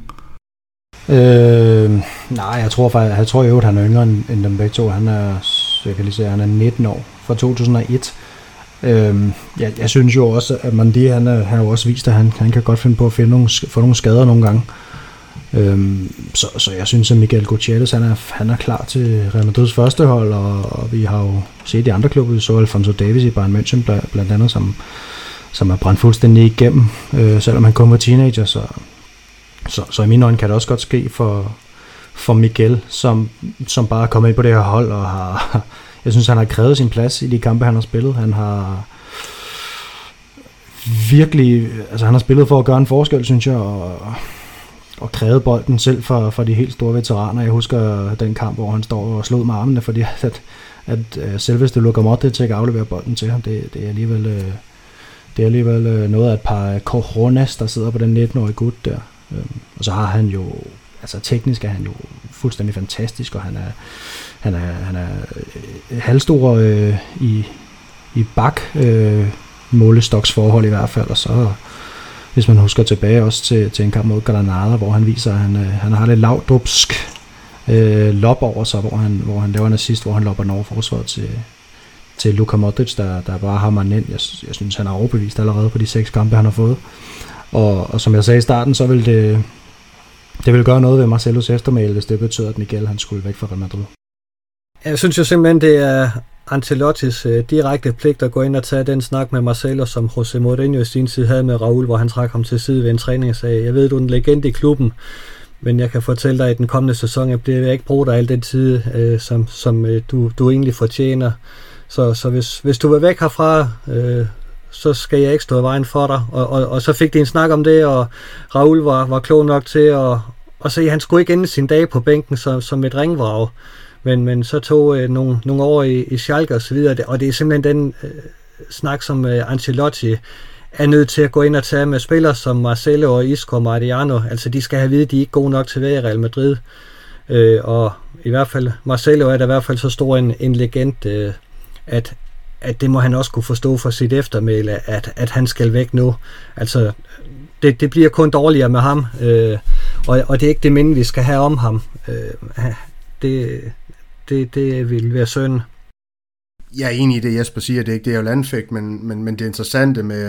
Øh, nej, jeg tror faktisk, jeg tror jo, at han er yngre end, end dem begge to. Han er, jeg kan lige se, han er nitten år, fra to tusind og et. Øh, jeg, jeg synes jo også, at Mandi, han, er, han har jo også vist, at han, han kan godt finde på at finde nogle, få nogle skader nogle gange. Øh, så, så jeg synes, at Miguel Gutierrez, han er, han er klar til Real Madrids første hold, og, og vi har jo set de andre klubber, så Alfonso Davies i Bayern München blandt, blandt andet, som, som er brændt fuldstændig igennem, øh, selvom han kun var teenager, så, så, så i mine øjne kan det også godt ske for, for Miguel, som, som bare er kommet ind på det her hold, og har, jeg synes, han har krævet sin plads i de kampe, han har spillet. Han har virkelig, altså han har spillet for at gøre en forskel, synes jeg, og og krævede bolden selv for, for de helt store veteraner. Jeg husker den kamp, hvor han står og slog med armene, fordi at, at, at selveste Luka Modric ikke afleverer bolden til ham. Det, det er alligevel, det er alligevel noget af et par cojones, der sidder på den nitten-årige gut der. Og så har han jo, altså teknisk er han jo fuldstændig fantastisk, og han er, han er, han er halvstor øh, i, i bak, øh, målestoksforhold i hvert fald, og så hvis man husker tilbage også til, til en kamp mod Granada, hvor han viser, at han, øh, han har lidt lavdrupsk øh, lop over sig, hvor han, hvor han laver en assist, hvor han lopper den over forsvaret til, til Luka Modric, der, der bare har man ind. Jeg, jeg synes, han har overbevist allerede på de seks kampe, han har fået. Og, og som jeg sagde i starten, så vil det, det vil gøre noget ved Marcelos eftermæle, hvis det betyder, at Miguel han skulle væk fra Real Madrid. Jeg synes jo simpelthen, det er Ancelottis øh, direkte pligt at gå ind og tage den snak med Marcelo, som José Mourinho i sin tid havde med Raúl, hvor han trak ham til side ved en træning og sagde, jeg ved, du er en legende i klubben, men jeg kan fortælle dig, at i den kommende sæson, jeg bliver ikke bruge dig al den tid, øh, som, som øh, du, du egentlig fortjener. Så, så hvis, hvis du vil væk herfra, øh, så skal jeg ikke stå i vejen for dig. Og, og, og så fik de en snak om det, og Raúl var, var klog nok til at, at se, at han skulle ikke ende sin dag på bænken som, som et ringvrag. Men, men så tog øh, nogle, nogle år i, i Schalke og så videre, og det er simpelthen den øh, snak, som øh, Ancelotti er nødt til at gå ind og tage med spillere som Marcelo og Isco og Mariano. Altså de skal have at vide, at de er ikke gode nok til at være i Real Madrid. Øh, og i hvert fald, Marcelo er der i hvert fald så stor en, en legend, øh, at, at det må han også kunne forstå for sit eftermæle, at, at han skal væk nu. Altså det, det bliver kun dårligere med ham, øh, og, og det er ikke det minde, vi skal have om ham. Øh, det... Det, det vil være synd. Jeg er enig i det, Jesper siger, det er ikke det, jeg vil anfægte, men, men, men det interessante med,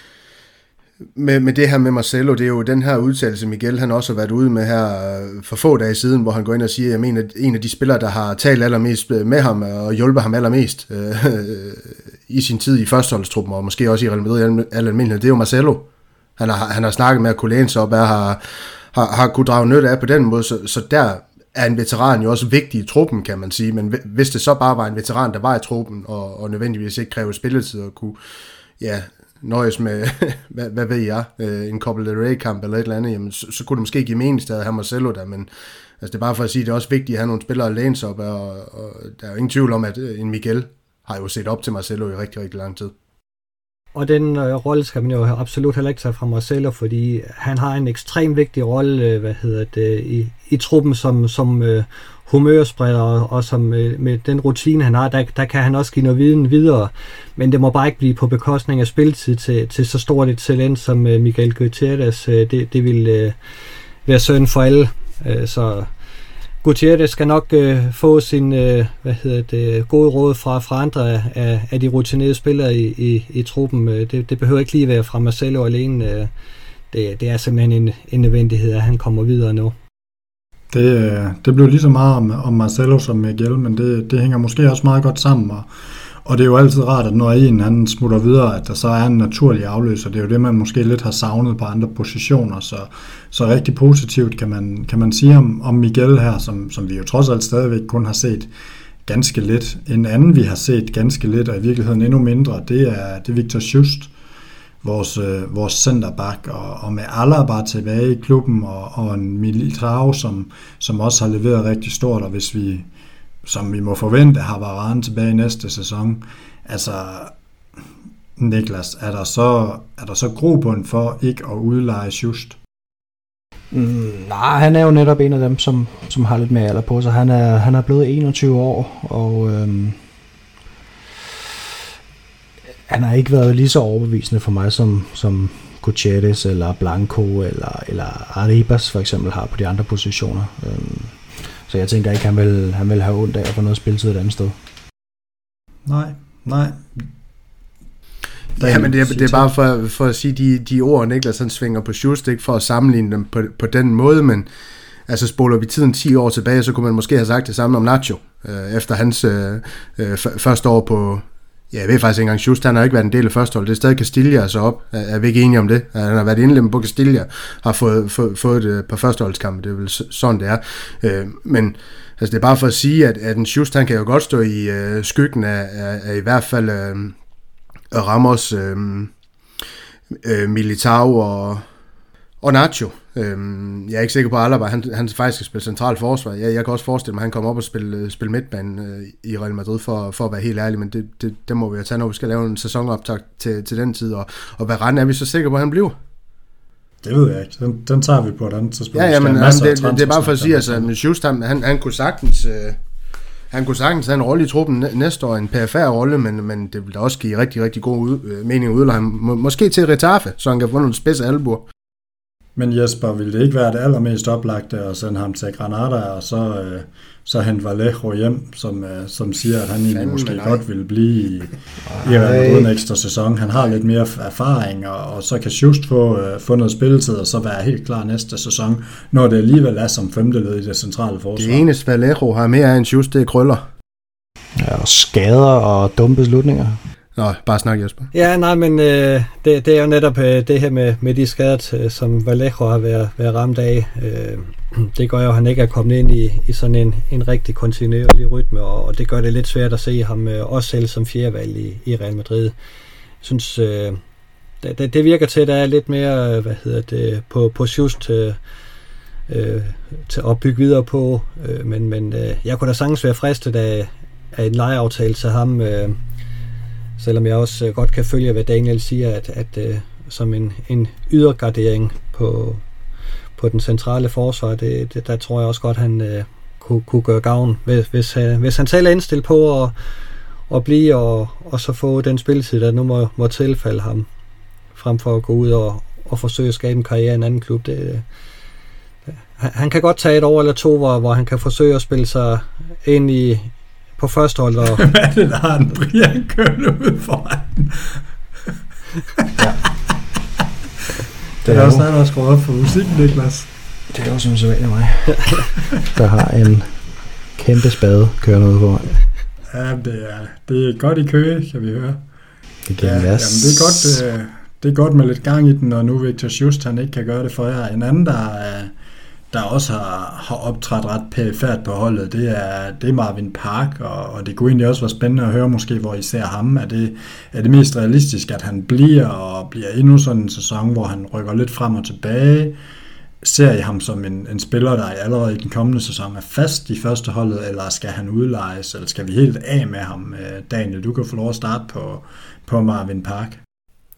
med, med det her med Marcelo, det er jo den her udtalelse, Miguel han også har været ude med her for få dage siden, hvor han går ind og siger, at jeg mener, at en af de spillere, der har talt allermest med ham og hjulpet ham allermest øh, i sin tid i førsteholdstruppen, og måske også i Real Madrid almindelighed, det er jo Marcelo. Han har, han har snakket med at kunne læne sig op, og har, har, har kunne drage nytte af på den måde, så, så der er en veteran jo også vigtig i truppen, kan man sige, men hvis det så bare var en veteran, der var i truppen, og, og nødvendigvis ikke krævede spilletid, og kunne ja, nøjes med, hvad, hvad ved jeg, en Copa del Rey-kamp eller et eller andet, jamen, så, så kunne det måske give mening stadig at have Marcelo der, men altså, det er bare for at sige, at det er også vigtigt at have nogle spillere at læne sig op, og, og der er jo ingen tvivl om, at en Miguel har jo set op til Marcelo i rigtig, rigtig lang tid. Og den øh, rolle skal man jo absolut heller ikke tage fra Marcelo, fordi han har en ekstremt vigtig rolle, øh, hvad hedder det, i, i truppen som, som øh, humørspreder, og, og som øh, med den rutine, han har, der, der kan han også give noget viden videre. Men det må bare ikke blive på bekostning af spilletid til, til så stort et talent som øh, Miguel Gutierrez. Øh, det, det vil øh, være synd for alle. Øh, så Gutierrez skal nok øh, få sin øh, hvad hedder det, gode råd fra, fra andre af, af de rutinerede spillere i, i, i truppen. Det, det behøver ikke lige være fra Marcelo alene. Det, det er simpelthen en, en nødvendighed, at han kommer videre nu. Det, det blev lige så meget om, om Marcelo som Miguel, men det, det hænger måske også meget godt sammen. Og, og det er jo altid rart, at når en han smutter videre, at der så er en naturlig afløser. Det er jo det, man måske lidt har savnet på andre positioner. Så, så rigtig positivt kan man, kan man sige om, om Miguel her, som, som vi jo trods alt stadigvæk kun har set ganske lidt. En anden, vi har set ganske lidt, og i virkeligheden endnu mindre, det er, det er Victor Just, vores, øh, vores centerback, og, og med Alaba tilbage i klubben, og, og en Militao, som, som også har leveret rigtig stort, og hvis vi, som vi må forvente, har Varane tilbage i næste sæson. Altså, Niklas, er der så, er der så grobund for ikke at udleje Just? Mm, nej, han er jo netop en af dem, som, som har lidt mere alder på sig. Han er, han er blevet enogtyve år, og øhm, han har ikke været lige så overbevisende for mig, som, som Gutierrez eller Blanco eller, eller Arribas for eksempel har på de andre positioner. Øhm, så jeg tænker ikke, han vil, han vil have ondt af at få noget spilletid et andet sted. Nej, nej. Ja, men det er, det er bare for, for at sige de, de ord, Niklas han svinger på Just, ikke for at sammenligne dem på, på den måde, men altså spoler vi tiden ti år tilbage, så kunne man måske have sagt det samme om Nacho, øh, efter hans øh, øh, første år på, ja, jeg ved faktisk ikke engang, Just, han har ikke været en del af første hold, det er stadig Castilla så op, er, er vi ikke enige om det? Han har været indlemmet på Castilla, har fået, få, fået et par førsteholdskampe, det er vel sådan det er, øh, men altså det er bare for at sige, at, at en Just, han kan jo godt stå i øh, skyggen af, af, af i hvert fald øh, Ramos, øh, øh, Militao og, og Nacho. Øh, jeg er ikke sikker på, at Alaba, han, han faktisk skal spille centralt forsvar. Jeg, jeg kan også forestille mig, at han kommer op og spille, spille midtbanen øh, i Real Madrid, for, for at være helt ærlig, men det, det, det må vi jo tage, når vi skal lave en sæsonoptag til, til den tid. Og, og hvad rende er vi så sikre på, at han bliver? Det ved jeg ikke. Den, den tager vi på et andet tidspunkt. Ja, ja, men han, det, det, det er bare for at sige, altså, Just, han, han, han kunne sagtens... Øh, Han kunne sagtens have en rolle i truppen næste år, en perifær rolle, men, men det vil da også give rigtig, rigtig god ud, øh, mening at udleje ham. Må, måske til Retafe, så han kan få nogle spidse albuer. Men Jesper, ville det ikke være det allermest oplagte at sende ham til Granada, og så, øh, så hente Vallejo hjem, som, øh, som siger, at han egentlig Fanden måske godt ville blive i, i Real Madrid en ekstra sæson. Han har lidt mere erfaring, og, og så kan Just få, øh, få noget spilletid, og så være helt klar næste sæson, når det alligevel er som femteled i det centrale forsvar. Det eneste Vallejo har mere end Just, det er krøller. Ja, og skader og dumme beslutninger. Nå, bare snak, Jesper. Ja, nej, men øh, det, det er jo netop øh, det her med, med de skader, som Vallejo har været, været ramt af. Øh, det gør jo, at han ikke er kommet ind i, i sådan en, en rigtig kontinuerlig rytme, og, og det gør det lidt svært at se ham øh, også selv som fjerdevalg i, i Real Madrid. Jeg synes, øh, det, det virker til, at der er lidt mere, hvad hedder det, på, på Just øh, øh, til at bygge videre på, øh, men, men øh, jeg kunne da sagtens være fristet af, af en lejeaftale til ham, øh, selvom jeg også øh, godt kan følge, hvad Daniel siger, at, at øh, som en, en ydergardering på, på den centrale forsvar, det, det, der tror jeg også godt, han øh, kunne, kunne gøre gavn, hvis, hvis, øh, hvis han selv er indstillet på at, at blive, og, og så få den spilletid, der nu må, må tilfalde ham, frem for at gå ud og, og forsøge at skabe en karriere i en anden klub. Det, det, han kan godt tage et år eller to, hvor, hvor han kan forsøge at spille sig ind i på første hold. Og... Hvad er det, der har en Brian kørende ud foran? Ja. Det er også der, der skruet op for musikken, Niklas. Det er også en sædvanlig af mig. Der har en kæmpe spade kørende ud foran. Ja, det er, det er godt i kø, kan vi høre. Det giver ja, en jamen, det er godt, øh, det er godt med lidt gang i den, og nu Victor Just, han ikke kan gøre det for jer. En anden, der, der også har, har optrådt ret perifært på holdet, det er, det er Marvin Park, og, og det kunne egentlig også være spændende at høre måske, hvor I ser ham. Er det, er det mest realistisk, at han bliver og bliver endnu sådan en sæson, hvor han rykker lidt frem og tilbage? Ser I ham som en, en spiller, der allerede i den kommende sæson er fast i første holdet, eller skal han udlejes, eller skal vi helt af med ham? Daniel, du kan få lov at starte på, på Marvin Park.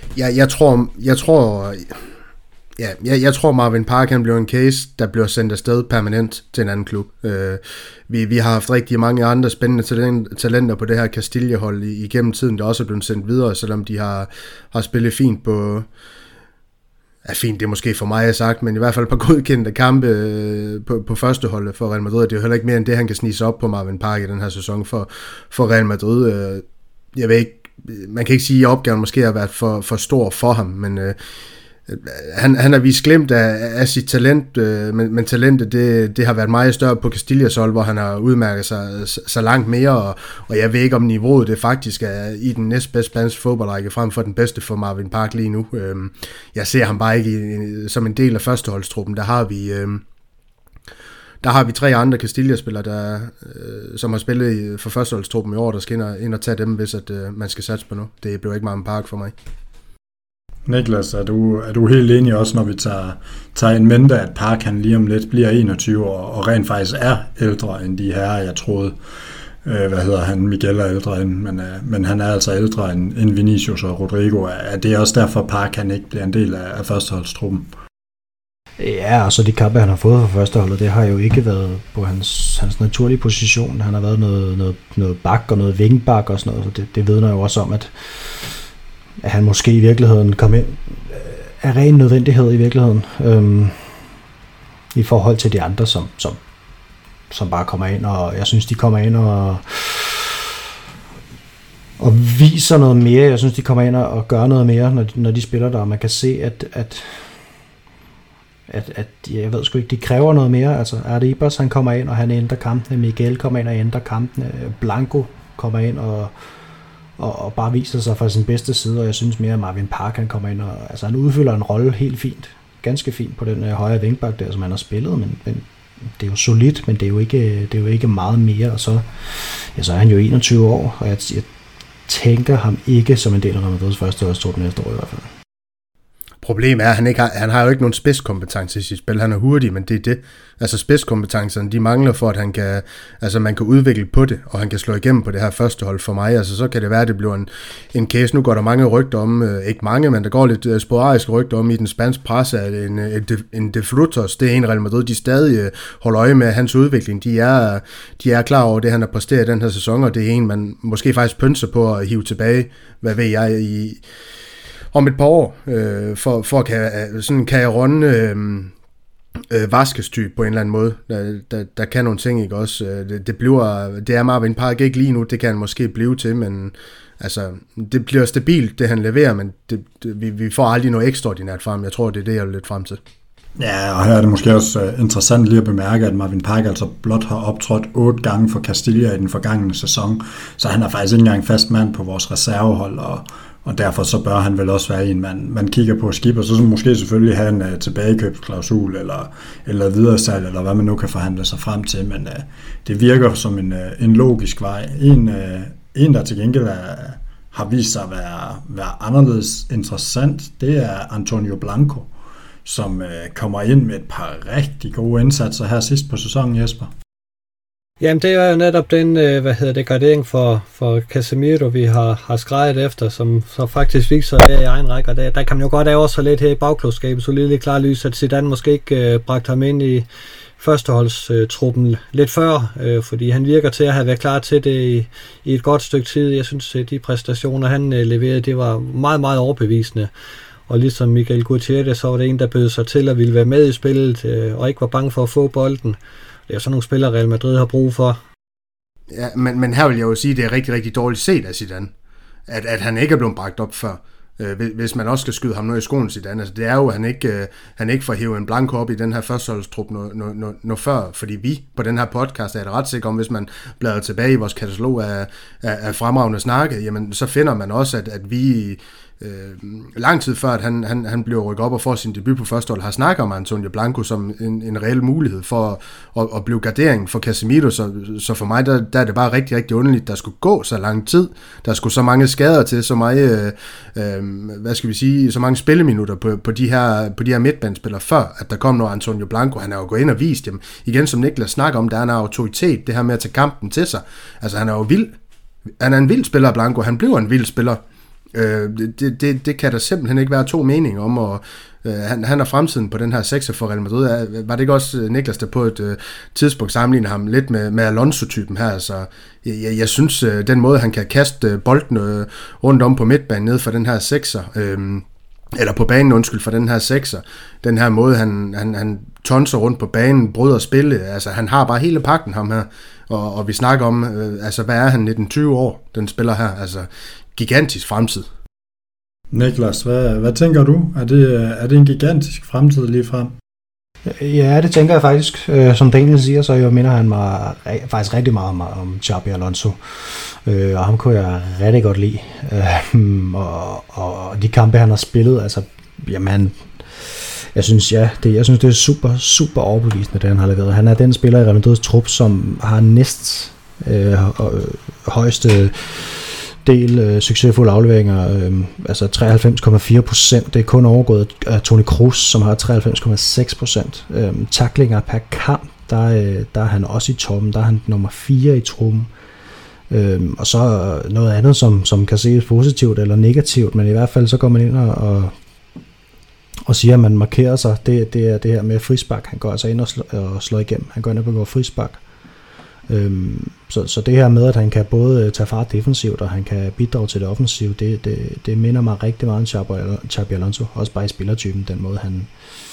jeg, jeg tror, jeg tror, ja, jeg, jeg tror Marvin Park han bliver en case, der bliver sendt afsted permanent til en anden klub. Øh, vi, vi har haft rigtig mange andre spændende talenter på det her Castilla-hold igennem tiden, der også er blevet sendt videre, selvom de har, har spillet fint på, ja fint, det er måske for mig sagt, men i hvert fald på godkendte kampe øh, på, på første hold for Real Madrid. Det er jo heller ikke mere end det, han kan snige sig op på Marvin Park i den her sæson for, for Real Madrid. Øh, jeg ved ikke, man kan ikke sige, at opgaven måske har været for, for stor for ham, men øh, han, han har vist glemt af, af sit talent, øh, men, men talentet det, det har været meget større på Castillas hold, hvor han har udmærket sig så, så langt mere, og, og jeg ved ikke om niveauet det faktisk er i den næstbedste spanske fodboldrække frem for den bedste for Marvin Park lige nu. Øh, jeg ser ham bare ikke i, som en del af førsteholdstruppen. Der har vi øh, der har vi tre andre Castilla-spillere, der, øh, som har spillet for førsteholdstruppen i år, der skal ind og, ind og tage dem, hvis at, øh, man skal satse på noget. Det bliver ikke Marvin Park for mig. Niklas, er du, er du helt enig også, når vi tager, tager en mente, at Park han lige om lidt bliver enogtyve år, og rent faktisk er ældre end de her, jeg troede, øh, hvad hedder han, Miguel er ældre end, men, øh, men han er altså ældre end, end Vinicius og Rodrigo. Er det også derfor, Park han ikke bliver en del af, af førsteholdstruppen? Ja, og så de kampe, han har fået fra førsteholdet, det har jo ikke været på hans, hans naturlige position. Han har været noget, noget, noget bak og noget vingbak og sådan noget, så det, det vidner jo også om, at at han måske i virkeligheden kom ind af ren nødvendighed i virkeligheden, øhm, i forhold til de andre, som, som, som bare kommer ind, og jeg synes, de kommer ind og, og viser noget mere. Jeg synes, de kommer ind og, og gør noget mere, når de, når de spiller der, og man kan se, at, at, at, at jeg ved sgu ikke, de kræver noget mere. Altså, Arribas, han kommer ind, og han ændrer kampene. Miguel kommer ind og ændrer kampene. Blanco kommer ind og Og, og bare viser sig fra sin bedste side, og jeg synes mere, at Marvin Park han kommer ind og altså han udfylder en rolle helt fint, ganske fint på den uh, højre vingbak der, som han har spillet, men, men det er jo solidt, men det er jo ikke, det er jo ikke meget mere, og så, ja, så er han jo enogtyve år, og jeg, jeg tænker ham ikke som en del af Real Madrids første årstrup næste år i hvert fald. Problemet er, at han, ikke har, han har jo ikke nogen spidskompetence i sit spil. Han er hurtig, men det er det. Altså spidskompetencerne, de mangler for, at han kan, altså man kan udvikle på det, og han kan slå igennem på det her første hold for mig. Altså så kan det være, at det bliver en, en case. Nu går der mange rygter om, øh, ikke mange, men der går lidt øh, sporadiske rygter om i den spanske presse, at en, en, en De Frutos, det er en Real Madrid, de stadig øh, holder øje med hans udvikling. De er, de er klar over det, han har præsteret i den her sæson, og det er en, man måske faktisk pønser på at hive tilbage, hvad ved jeg, i om et par år, øh, for, for at kan, sådan kan jeg runde øh, øh, vaskestyp på en eller anden måde, der, der, der kan nogle ting, ikke også, det, det bliver, det er Marvin Park ikke lige nu, det kan han måske blive til, men altså, det bliver stabilt, det han leverer, men det, det, vi, vi får aldrig noget ekstraordinært frem, jeg tror, det er det, jeg vil lidt frem til. Ja, og her er det måske også interessant lige at bemærke, at Marvin Park altså blot har optrådt otte gange for Castilla i den forgangne sæson, så han er faktisk ikke engang fast mand på vores reservehold, og Og derfor så bør han vel også være en, man, man kigger på skib, og så måske selvfølgelig have en uh, tilbagekøbsklausul, eller, eller videresalg, eller hvad man nu kan forhandle sig frem til, men uh, det virker som en, uh, en logisk vej. En, uh, en der til gengæld er, har vist sig at være, være anderledes interessant, det er Antonio Blanco, som uh, kommer ind med et par rigtig gode indsatser her sidst på sæsonen, Jesper. Jamen, det er jo netop den, hvad hedder det, gardering for, for Casemiro, vi har, har skrejet efter, som så faktisk viser sig i egen række. Der, der kan man jo godt ærge sig lidt her i bagklodskabet, så lidt klar lys, at Zidane måske ikke uh, bragte ham ind i førsteholdstruppen uh, lidt før, uh, fordi han virker til at have været klar til det i, i et godt stykke tid. Jeg synes, at de præstationer, han uh, leverede, det var meget, meget overbevisende. Og ligesom Miguel Gutierrez, så var det en, der bød sig til at ville være med i spillet, uh, og ikke var bange for at få bolden. Det er sådan nogle spillere, Real Madrid har brug for. Ja, men, men her vil jeg jo sige, at det er rigtig, rigtig dårligt set af Zidane, at, at han ikke er blevet bragt op før. Øh, hvis man også skal skyde ham noget i skoen, Zidane. Altså, det er jo, at han ikke, øh, han ikke får hævet en Blanco op i den her førsteholdstrup noget no, no, no før, fordi vi på den her podcast er det ret sikker om, hvis man bladrer tilbage i vores katalog af, af, af fremragende snakke, jamen så finder man også, at, at vi øh, lang tid før, at han, han, han blev rykket op og får sin debut på første hold, har snakket om Antonio Blanco som en, en reel mulighed for at, at blive gardering for Casemiro, så, så for mig, der, der er det bare rigtig, rigtig underligt, der skulle gå så lang tid, der skulle så mange skader til, så meget, øh, øh, hvad skal vi sige, så mange spilleminutter på, på de her, på de her midtbanespillere før, at der kom noget Antonio Blanco, han er jo gået ind og vist dem, igen som Niklas snakker om, der er en autoritet, det her med at tage kampen til sig, altså han er jo vild, han er en vild spiller, Blanco, han bliver en vild spiller, Øh, det, det, det kan der simpelthen ikke være to meninger om, og øh, han, han er fremtiden på den her sekser for Real Madrid. Var det ikke også Niklas, der på et øh, tidspunkt sammenligner ham lidt med, med Alonso-typen her? Altså, jeg, jeg, jeg synes, øh, den måde, han kan kaste bolden øh, rundt om på midtbanen ned for den her sekser, øh, eller på banen, undskyld, for den her sekser, den her måde, han, han, han tonser rundt på banen, bryder spille, altså han har bare hele pakken, ham her, og, og vi snakker om, øh, altså hvad er han, nitten tyve år, den spiller her, altså gigantisk fremtid. Niklas, hvad, hvad tænker du? Er det, er det en gigantisk fremtid lige frem? Ja, det tænker jeg faktisk. Øh, som Daniel siger, så jeg minder han mig faktisk rigtig meget, meget om Xabi Alonso. Øh, og ham kunne jeg rigtig godt lide. Øh, og, og de kampe, han har spillet, altså, jamen, jeg synes, ja, det, jeg synes, det er super, super overbevisende, det han har leveret. Han er den spiller i Real Madrids trup, som har næst øh, højeste del øh, succesfulde afleveringer, øh, altså treoghalvfems komma fire procent. Det er kun overgået af Toni Kroos, som har treoghalvfems komma seks procent. Øh, tacklinger per kamp, der, øh, der er han også i toppen. Der er han nummer fire i truppen. Øh, og så noget andet, som, som kan ses positivt eller negativt, men i hvert fald så går man ind og, og, og siger, at man markerer sig. Det, det er det her med frispark. Han går altså ind og, slår, og slår igennem. Han går ind og begår frispark. Øhm, så, så det her med, at han kan både tage fart defensivt, og han kan bidrage til det offensivt, det, det, det minder mig rigtig meget om Xabi Alonso, også bare i spillertypen, den måde han,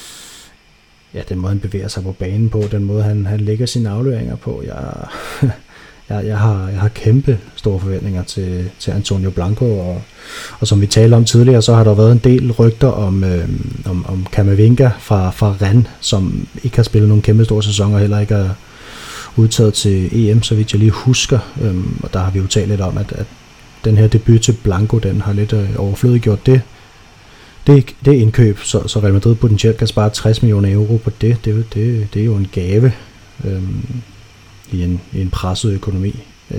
ja, den måde han bevæger sig på banen på, den måde han, han lægger sine afleveringer på. Jeg, jeg, jeg, har, jeg har kæmpe store forventninger til, til Antonio Blanco, og, og som vi talte om tidligere, så har der været en del rygter om, øh, om, om Camavinga fra, fra Rennes, som ikke har spillet nogle kæmpe store sæsoner, heller ikke er udtaget til E M, så vidt jeg lige husker, øhm, og der har vi jo talt lidt om, at, at den her debut til Blanco, den har lidt øh, overflødigt gjort det. Det, det er indkøb, så, så Real Madrid potentielt kan spare tres millioner euro på det. Det, det, det er jo en gave øhm, i, en, i en presset økonomi. Øh,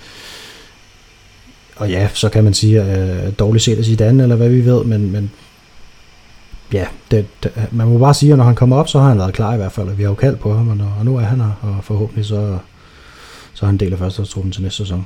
og ja, så kan man sige, at øh, dårligt set af Zidane, eller hvad vi ved, men, men ja, det, det, man må bare sige, at når han kommer op, så har han været klar i hvert fald, og vi har jo kaldt på ham, og, og nu er han her, og forhåbentlig så, så er han en del af førsteholdstruppen til næste sæson.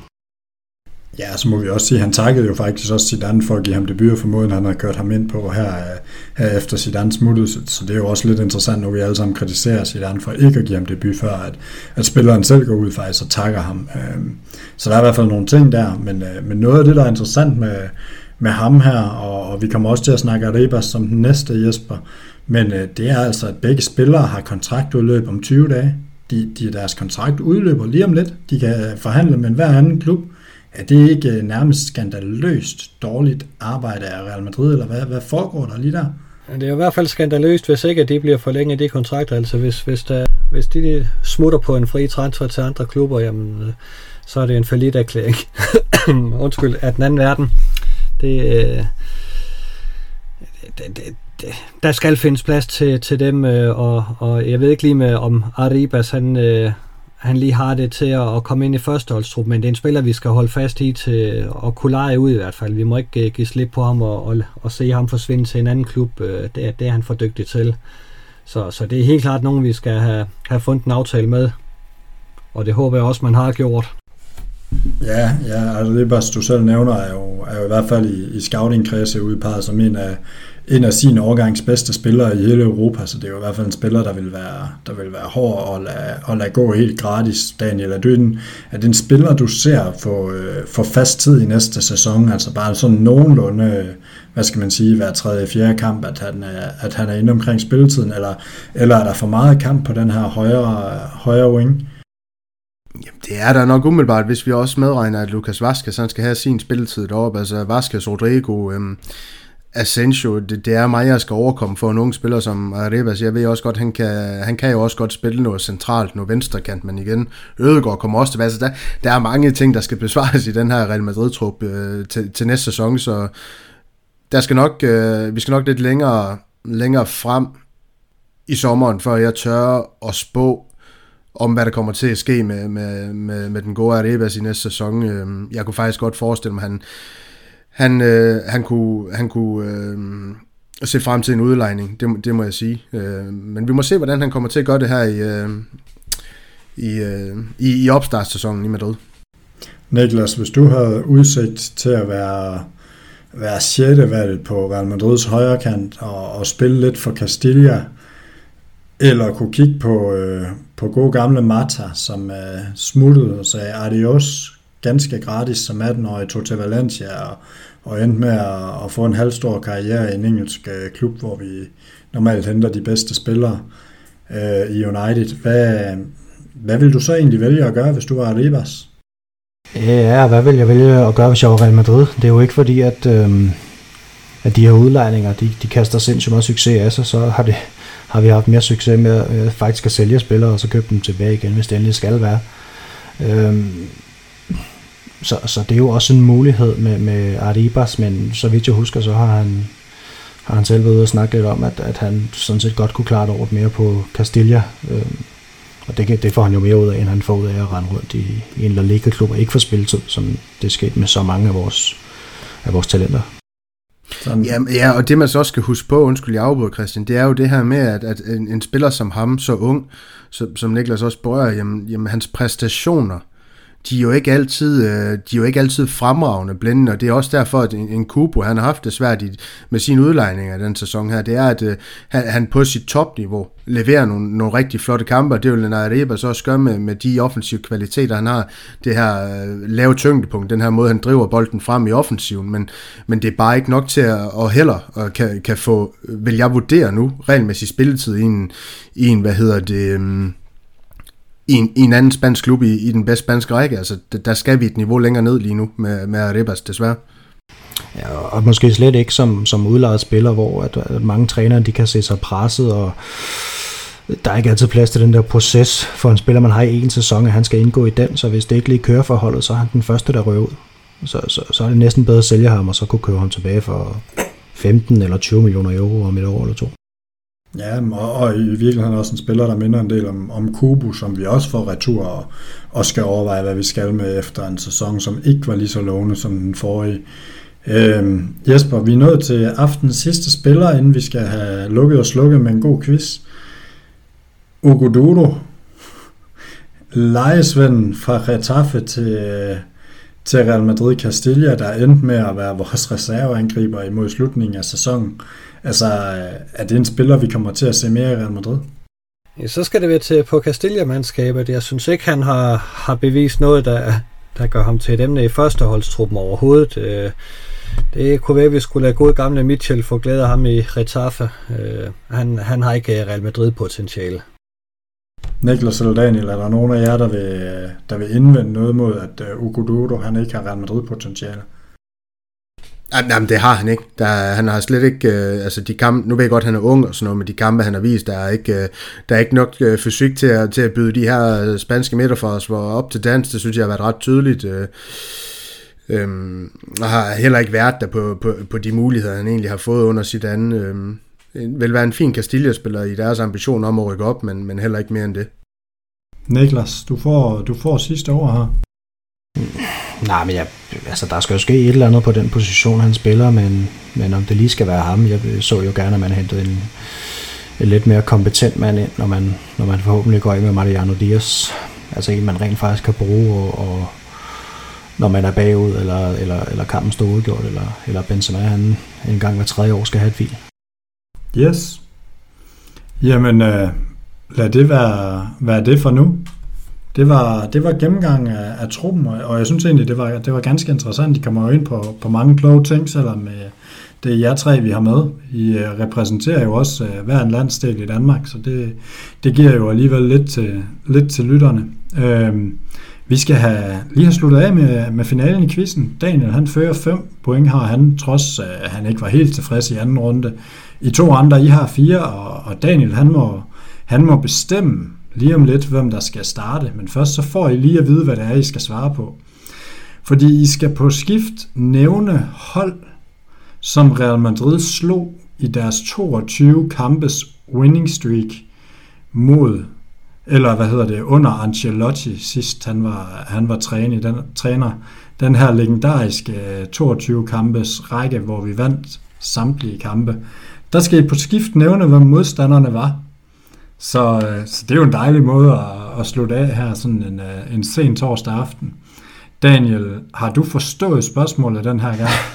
Ja, så må vi også sige, at han takkede jo faktisk også Zidane for at give ham debut, for måden han har kørt ham ind på her, her efter Zidane smuttede, så det er jo også lidt interessant, når vi alle sammen kritiserer Zidane for ikke at give ham debut, før at, at spilleren selv går ud faktisk og takker ham. Så der er i hvert fald nogle ting der, men, men noget af det, der er interessant med med ham her, og, og vi kommer også til at snakke Arribas som den næste, Jesper, men øh, det er altså, at begge spillere har kontraktudløb om tyve dage. De, de, deres kontrakt udløber lige om lidt. De kan forhandle med hver anden klub. Er det ikke øh, nærmest skandaløst dårligt arbejde af Real Madrid, eller hvad, hvad foregår der lige der? Det er i hvert fald skandaløst, hvis ikke de bliver forlænget de kontrakter. Altså hvis, hvis, der, hvis de smutter på en fri transfer til andre klubber, jamen, så er det en falliterklæring. Undskyld, af den anden verden. Det, øh, det, det, det, der skal findes plads til, til dem, øh, og, og jeg ved ikke lige med, om Arribas han, øh, han lige har det til at, at komme ind i førsteholdstruppen, men det er en spiller, vi skal holde fast i til at kunne lege ud i hvert fald. Vi må ikke give slip på ham og, og, og se ham forsvinde til en anden klub. Det er, det er han for dygtig til. Så, så det er helt klart nogen, vi skal have, have fundet en aftale med, og det håber jeg også, man har gjort. Ja, ja, altså det, bare, du selv nævner, er jo, er jo i hvert fald i, i scouting-kredse udpeget som en af, en af sine årgangs bedste spillere i hele Europa, så det er jo i hvert fald en spiller, der vil være, der vil være hård at lade, at lade gå helt gratis. Daniel, er det en, er det en spiller, du ser for, øh, for fast tid i næste sæson, altså bare sådan nogenlunde, hvad skal man sige, hver tredje, fjerde kamp, at han er, at han er inde omkring spilletiden, eller, eller er der for meget kamp på den her højre, højre wing? Jamen, det er der nok umiddelbart, hvis vi også medregner, at Lucas Vazquez, han skal have sin spilletid deroppe. Altså Vazquez, Rodrigo, øhm, Asensio, det, det er mig, jeg skal overkomme for en ung spiller som Arribas. Jeg ved også godt, han kan, han kan jo også godt spille noget centralt, noget venstrekant, men igen, Ødegaard kommer også tilbage. Så der, der er mange ting, der skal besvares i den her Real Madrid-trup øh, til, til næste sæson, så der skal nok, øh, vi skal nok lidt længere, længere frem i sommeren, før jeg tør at spå om hvad der kommer til at ske med, med, med, med den gode Arribas i næste sæson. Jeg kunne faktisk godt forestille mig, at han, han, øh, han kunne, han kunne øh, se frem til en udlejning, det, det må jeg sige. Øh, men vi må se, hvordan han kommer til at gøre det her i, øh, i, øh, i, i opstartssæsonen i Madrid. Niklas, hvis du havde udsigt til at være være sjette valg på Real Madrids højre kant og, og spille lidt for Castilla, eller kunne kigge på, øh, på gode gamle Mata, som øh, smuttede og sagde adios ganske gratis som atten-årig, tog til Valencia og, og endte med at, at få en halvstor karriere i en engelsk øh, klub, hvor vi normalt henter de bedste spillere øh, i United. Hvad, hvad vil du så egentlig vælge at gøre, hvis du var Arribas? Ja, hvad vil jeg vælge at gøre, hvis jeg var Real Madrid? Det er jo ikke fordi, at, øhm, at de her udlejninger, de, de kaster sindssygt meget succes af sig, så har, det, har vi haft mere succes med at øh, faktisk at sælge spillere, og så købe dem tilbage igen, hvis det endelig skal være. Øhm, så, så det er jo også en mulighed med, med Arribas, men så vidt jeg husker, så har han, har han selv været ude og snakke lidt om, at, at han sådan set godt kunne klare det over mere på Castilla. Øhm, Og det, det får han jo mere ud af, end han får ud af at rende rundt i, i en La Liga-klub og ikke få spilletid, som det skete med så mange af vores, af vores talenter. Ja, ja, og det man så også skal huske på, undskyld jeg afbryder, Christian, det er jo det her med, at, at en, en spiller som ham, så ung, som, som Niklas også berører, jamen, jamen hans præstationer, de er jo ikke altid, de er jo ikke altid fremragende blændende, og det er også derfor, at en, en Kubo, han har haft det svært i, med sine udlejninger i den sæson her, det er, at uh, han, han på sit topniveau leverer nogle, nogle rigtig flotte kampe, og det vil Arribas også gøre med, med de offensive kvaliteter, han har, det her uh, lave tyngdepunkt, den her måde, han driver bolden frem i offensiven, men, men det er bare ikke nok til at og heller og kan, kan få, vil jeg vurdere nu, regelmæssig spilletid i en, i en hvad hedder det, um, I en, i en anden spansk klub i, i den bedste spanske række. Altså, der skal vi et niveau længere ned lige nu med, med Arribas, desværre. Ja, og måske slet ikke som, som udlejet spiller, hvor at, at mange trænere de kan se sig presset, og der er ikke altid plads til den der proces for en spiller, man har i en sæson, at han skal indgå i den, så hvis det ikke lige kører forholdet, så er han den første, der rører ud. Så, så, så er det næsten bedre at sælge ham, og så kunne købe ham tilbage for femten eller tyve millioner euro om et år eller to. Ja, og, og i virkeligheden også en spiller, der minder en del om, om Kubo, som vi også får retur og, og skal overveje, hvad vi skal med efter en sæson, som ikke var lige så lovende som den forrige. Øhm, Jesper, vi er nået til aftenens sidste spiller, inden vi skal have lukket og slukket med en god quiz. Hugo Duro, lejesvenden fra Getafe til, til Real Madrid Castilla, der endte med at være vores reserveangriber imod slutningen af sæsonen. Altså, er det en spiller, vi kommer til at se mere i Real Madrid? Ja, så skal det være til på Castilla-mandskabet. Jeg synes ikke, han har, har bevist noget, der, der gør ham til et emne i førsteholdstruppen overhovedet. Det kunne være, at vi skulle lade gode gamle Mitchell få glæde af ham i Getafe. Han, han har ikke Real Madrid-potentiale. Niklas eller Daniel, er der nogen af jer, der vil, der vil indvende noget mod, at Hugo Duro, han ikke har Real Madrid-potentiale? Jamen, det har han ikke. Der, han har slet ikke, øh, altså de kampe, nu ved jeg godt, han er ung og sådan noget, men de kampe, han har vist, der er ikke, øh, der er ikke nok øh, fysik til at, til at byde de her spanske midterforsvar op til dans. Det synes jeg har været ret tydeligt. Øh, øh, og har heller ikke været der på, på, på de muligheder, han egentlig har fået under sit andet. Øh, vil være en fin Castilla-spiller i deres ambition om at rykke op, men, men heller ikke mere end det. Niklas, du får, du får sidste ord her. Nej, men jeg, altså, der skal jo ske et eller andet på den position, han spiller, men, men om det lige skal være ham, jeg så jo gerne, at man hentede en, en lidt mere kompetent mand ind, når man, når man forhåbentlig går ind med Mariano Diaz. Altså en, man rent faktisk kan bruge, og, og når man er bagud, eller, eller, eller kampen står udgjort, eller, eller Benzema, han en gang hver tredje år skal have et hvil. Yes. Jamen, øh, lad det være, være det for nu. Det var, det var gennemgang af, af truppen, og jeg synes egentlig, det var, det var ganske interessant. De kommer jo ind på, på mange kloge ting, selvom det er jer tre, vi har med. I repræsenterer jo også hver en landsdel i Danmark, så det, det giver jo alligevel lidt til, lidt til lytterne. Øhm, vi skal have, lige have sluttet af med, med finalen i quizzen. Daniel, han fører fem point, har han, trods at han ikke var helt tilfreds i anden runde. I to andre, I har fire, og, og Daniel, han må, han må bestemme lige om lidt, hvem der skal starte. Men først så får I lige at vide, hvad det er, I skal svare på. Fordi I skal på skift nævne hold, som Real Madrid slog i deres toogtyve kampes winning streak mod, eller hvad hedder det, under Ancelotti sidst han var, han var træner, den, træner. Den her legendariske toogtyve kampes række, hvor vi vandt samtlige kampe. Der skal I på skift nævne, hvem modstanderne var. Så, så det er jo en dejlig måde at, at slutte af her sådan en, en sen torsdag aften. Daniel, har du forstået spørgsmålet den her gang?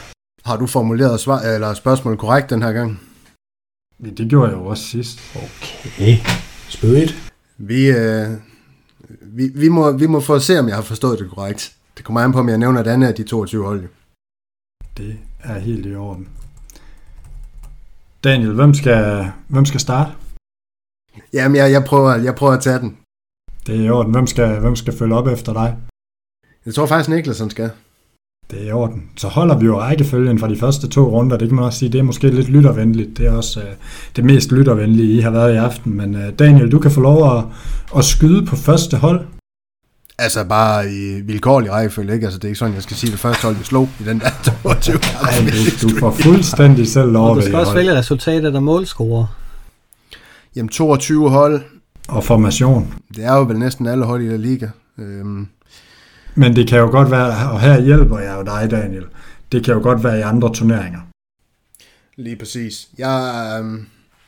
Har du formuleret svar, eller spørgsmålet korrekt den her gang? Det gjorde jeg jo også sidst. Okay. Spødigt. Vi, øh, vi, vi, må, vi må få at se, om jeg har forstået det korrekt. Det kommer an på, om jeg nævner et andet af de toogtyve hold. Det er helt i orden. Daniel, hvem skal, hvem skal starte? Jamen, jeg, jeg, prøver, jeg prøver at tage den. Det er i orden. Hvem skal, hvem skal følge op efter dig? Jeg tror faktisk, Niklas han skal. Det er i orden. Så holder vi jo rækkefølgen fra de første to runder. Det kan man også sige, det er måske lidt lyttervenligt. Det er også øh, det mest lyttervenlige, I har været i aften. Men øh, Daniel, du kan få lov at, at skyde på første hold. Altså bare i vilkårlig rækkefølge, ikke? Altså det er ikke sådan, jeg skal sige det første hold, vi slog i den der toogtyve. Ej, du, du får fuldstændig selv lov. Og du skal også vælge resultatet af målscorer. Jamen toogtyve hold. Og formation. Det er jo vel næsten alle hold i La Liga. Øhm. Men det kan jo godt være, og her hjælper jeg jo dig, Daniel, det kan jo godt være i andre turneringer. Lige præcis. Jeg, øhm.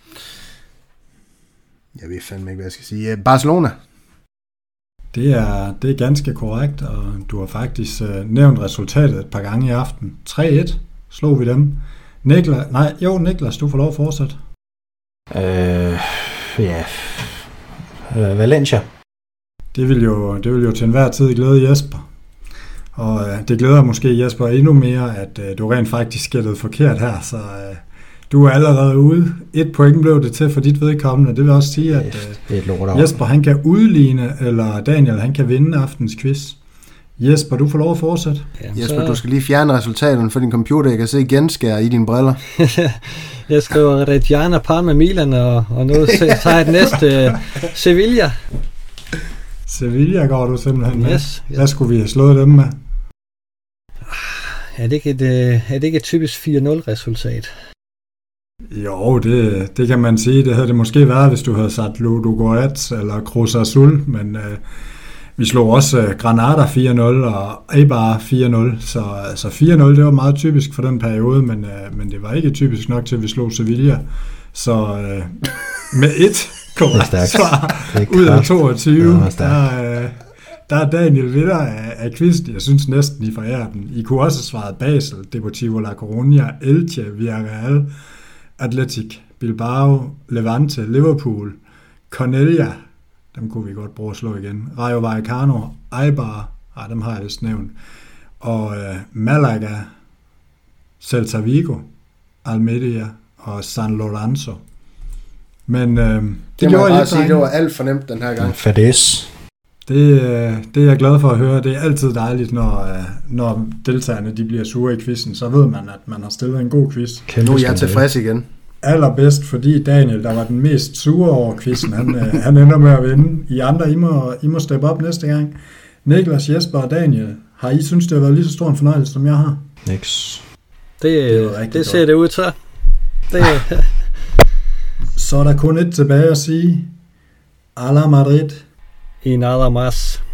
jeg ved fandme ikke, hvad jeg skal sige. Barcelona. Det er, det er ganske korrekt, og du har faktisk øh, nævnt resultatet et par gange i aften. tre et slog vi dem. Niklas, nej, jo, Niklas, du får lov at fortsætte. Øh, ja. Øh, Valencia. Det vil, jo, det vil jo til enhver tid glæde Jesper. Og øh, det glæder måske Jesper endnu mere, at øh, du rent faktisk gættede forkert her, så øh, du er allerede ude. Et point blev det til for dit vedkommende. Det vil også sige, at øh, Jesper han kan udligne, eller Daniel han kan vinde aftens quiz. Jesper, du får lov at fortsætte. Jamen, Jesper, så... du skal lige fjerne resultaterne for din computer. Jeg kan se genskær i dine briller. Jeg skriver Reggiana, Parma, Milan, og, og nu tager jeg det næste uh, Sevilla. Sevilla går du simpelthen med. Yes, yes. Hvad skulle vi have slået dem med? Er det ikke et, er det ikke et typisk fire nul resultat? Jo, det, det kan man sige. Det havde det måske været, hvis du havde sat Ludogorets eller Cruz Azul, men øh, vi slog også øh, Granada fire nul og Eibar fire nul, så altså fire nul det var meget typisk for den periode, men, øh, men det var ikke typisk nok til, at vi slog Sevilla. Så øh, med et korrekt svar ud af toogtyve, der, øh, der er Daniel vinder af, af quizzen. Jeg synes næsten, I forærer den. I kunne også have svaret Basel, Deportivo La Coruña, Elche, Villarreal, Athletic, Bilbao, Levante, Liverpool, Cornellà, dem kunne vi godt bruge at slå igen, Rayo Vallecano, Eibar, ah, dem har jeg vist nævnt, og øh, Malaga, Celta Vigo, Almeria og San Lorenzo. Men øh, det, det må jeg bare sige, det var alt for nemt den her gang. Fades. Det, det er jeg glad for at høre. Det er altid dejligt, når, når deltagerne de bliver sure i quizzen. Så ved man, at man har stillet en god quiz. Nu er jeg tilfreds igen. Allerbedst, fordi Daniel, der var den mest sure over quizzen, han, han ender med at vinde. I andre, I må, I må steppe op næste gang. Niklas, Jesper og Daniel, har I synes, det har været lige så stor en fornøjelse, som jeg har? Niks. Det, det, det ser det ud til. Det. Så er der kun et tilbage at sige. A la Madrid. Y nada más.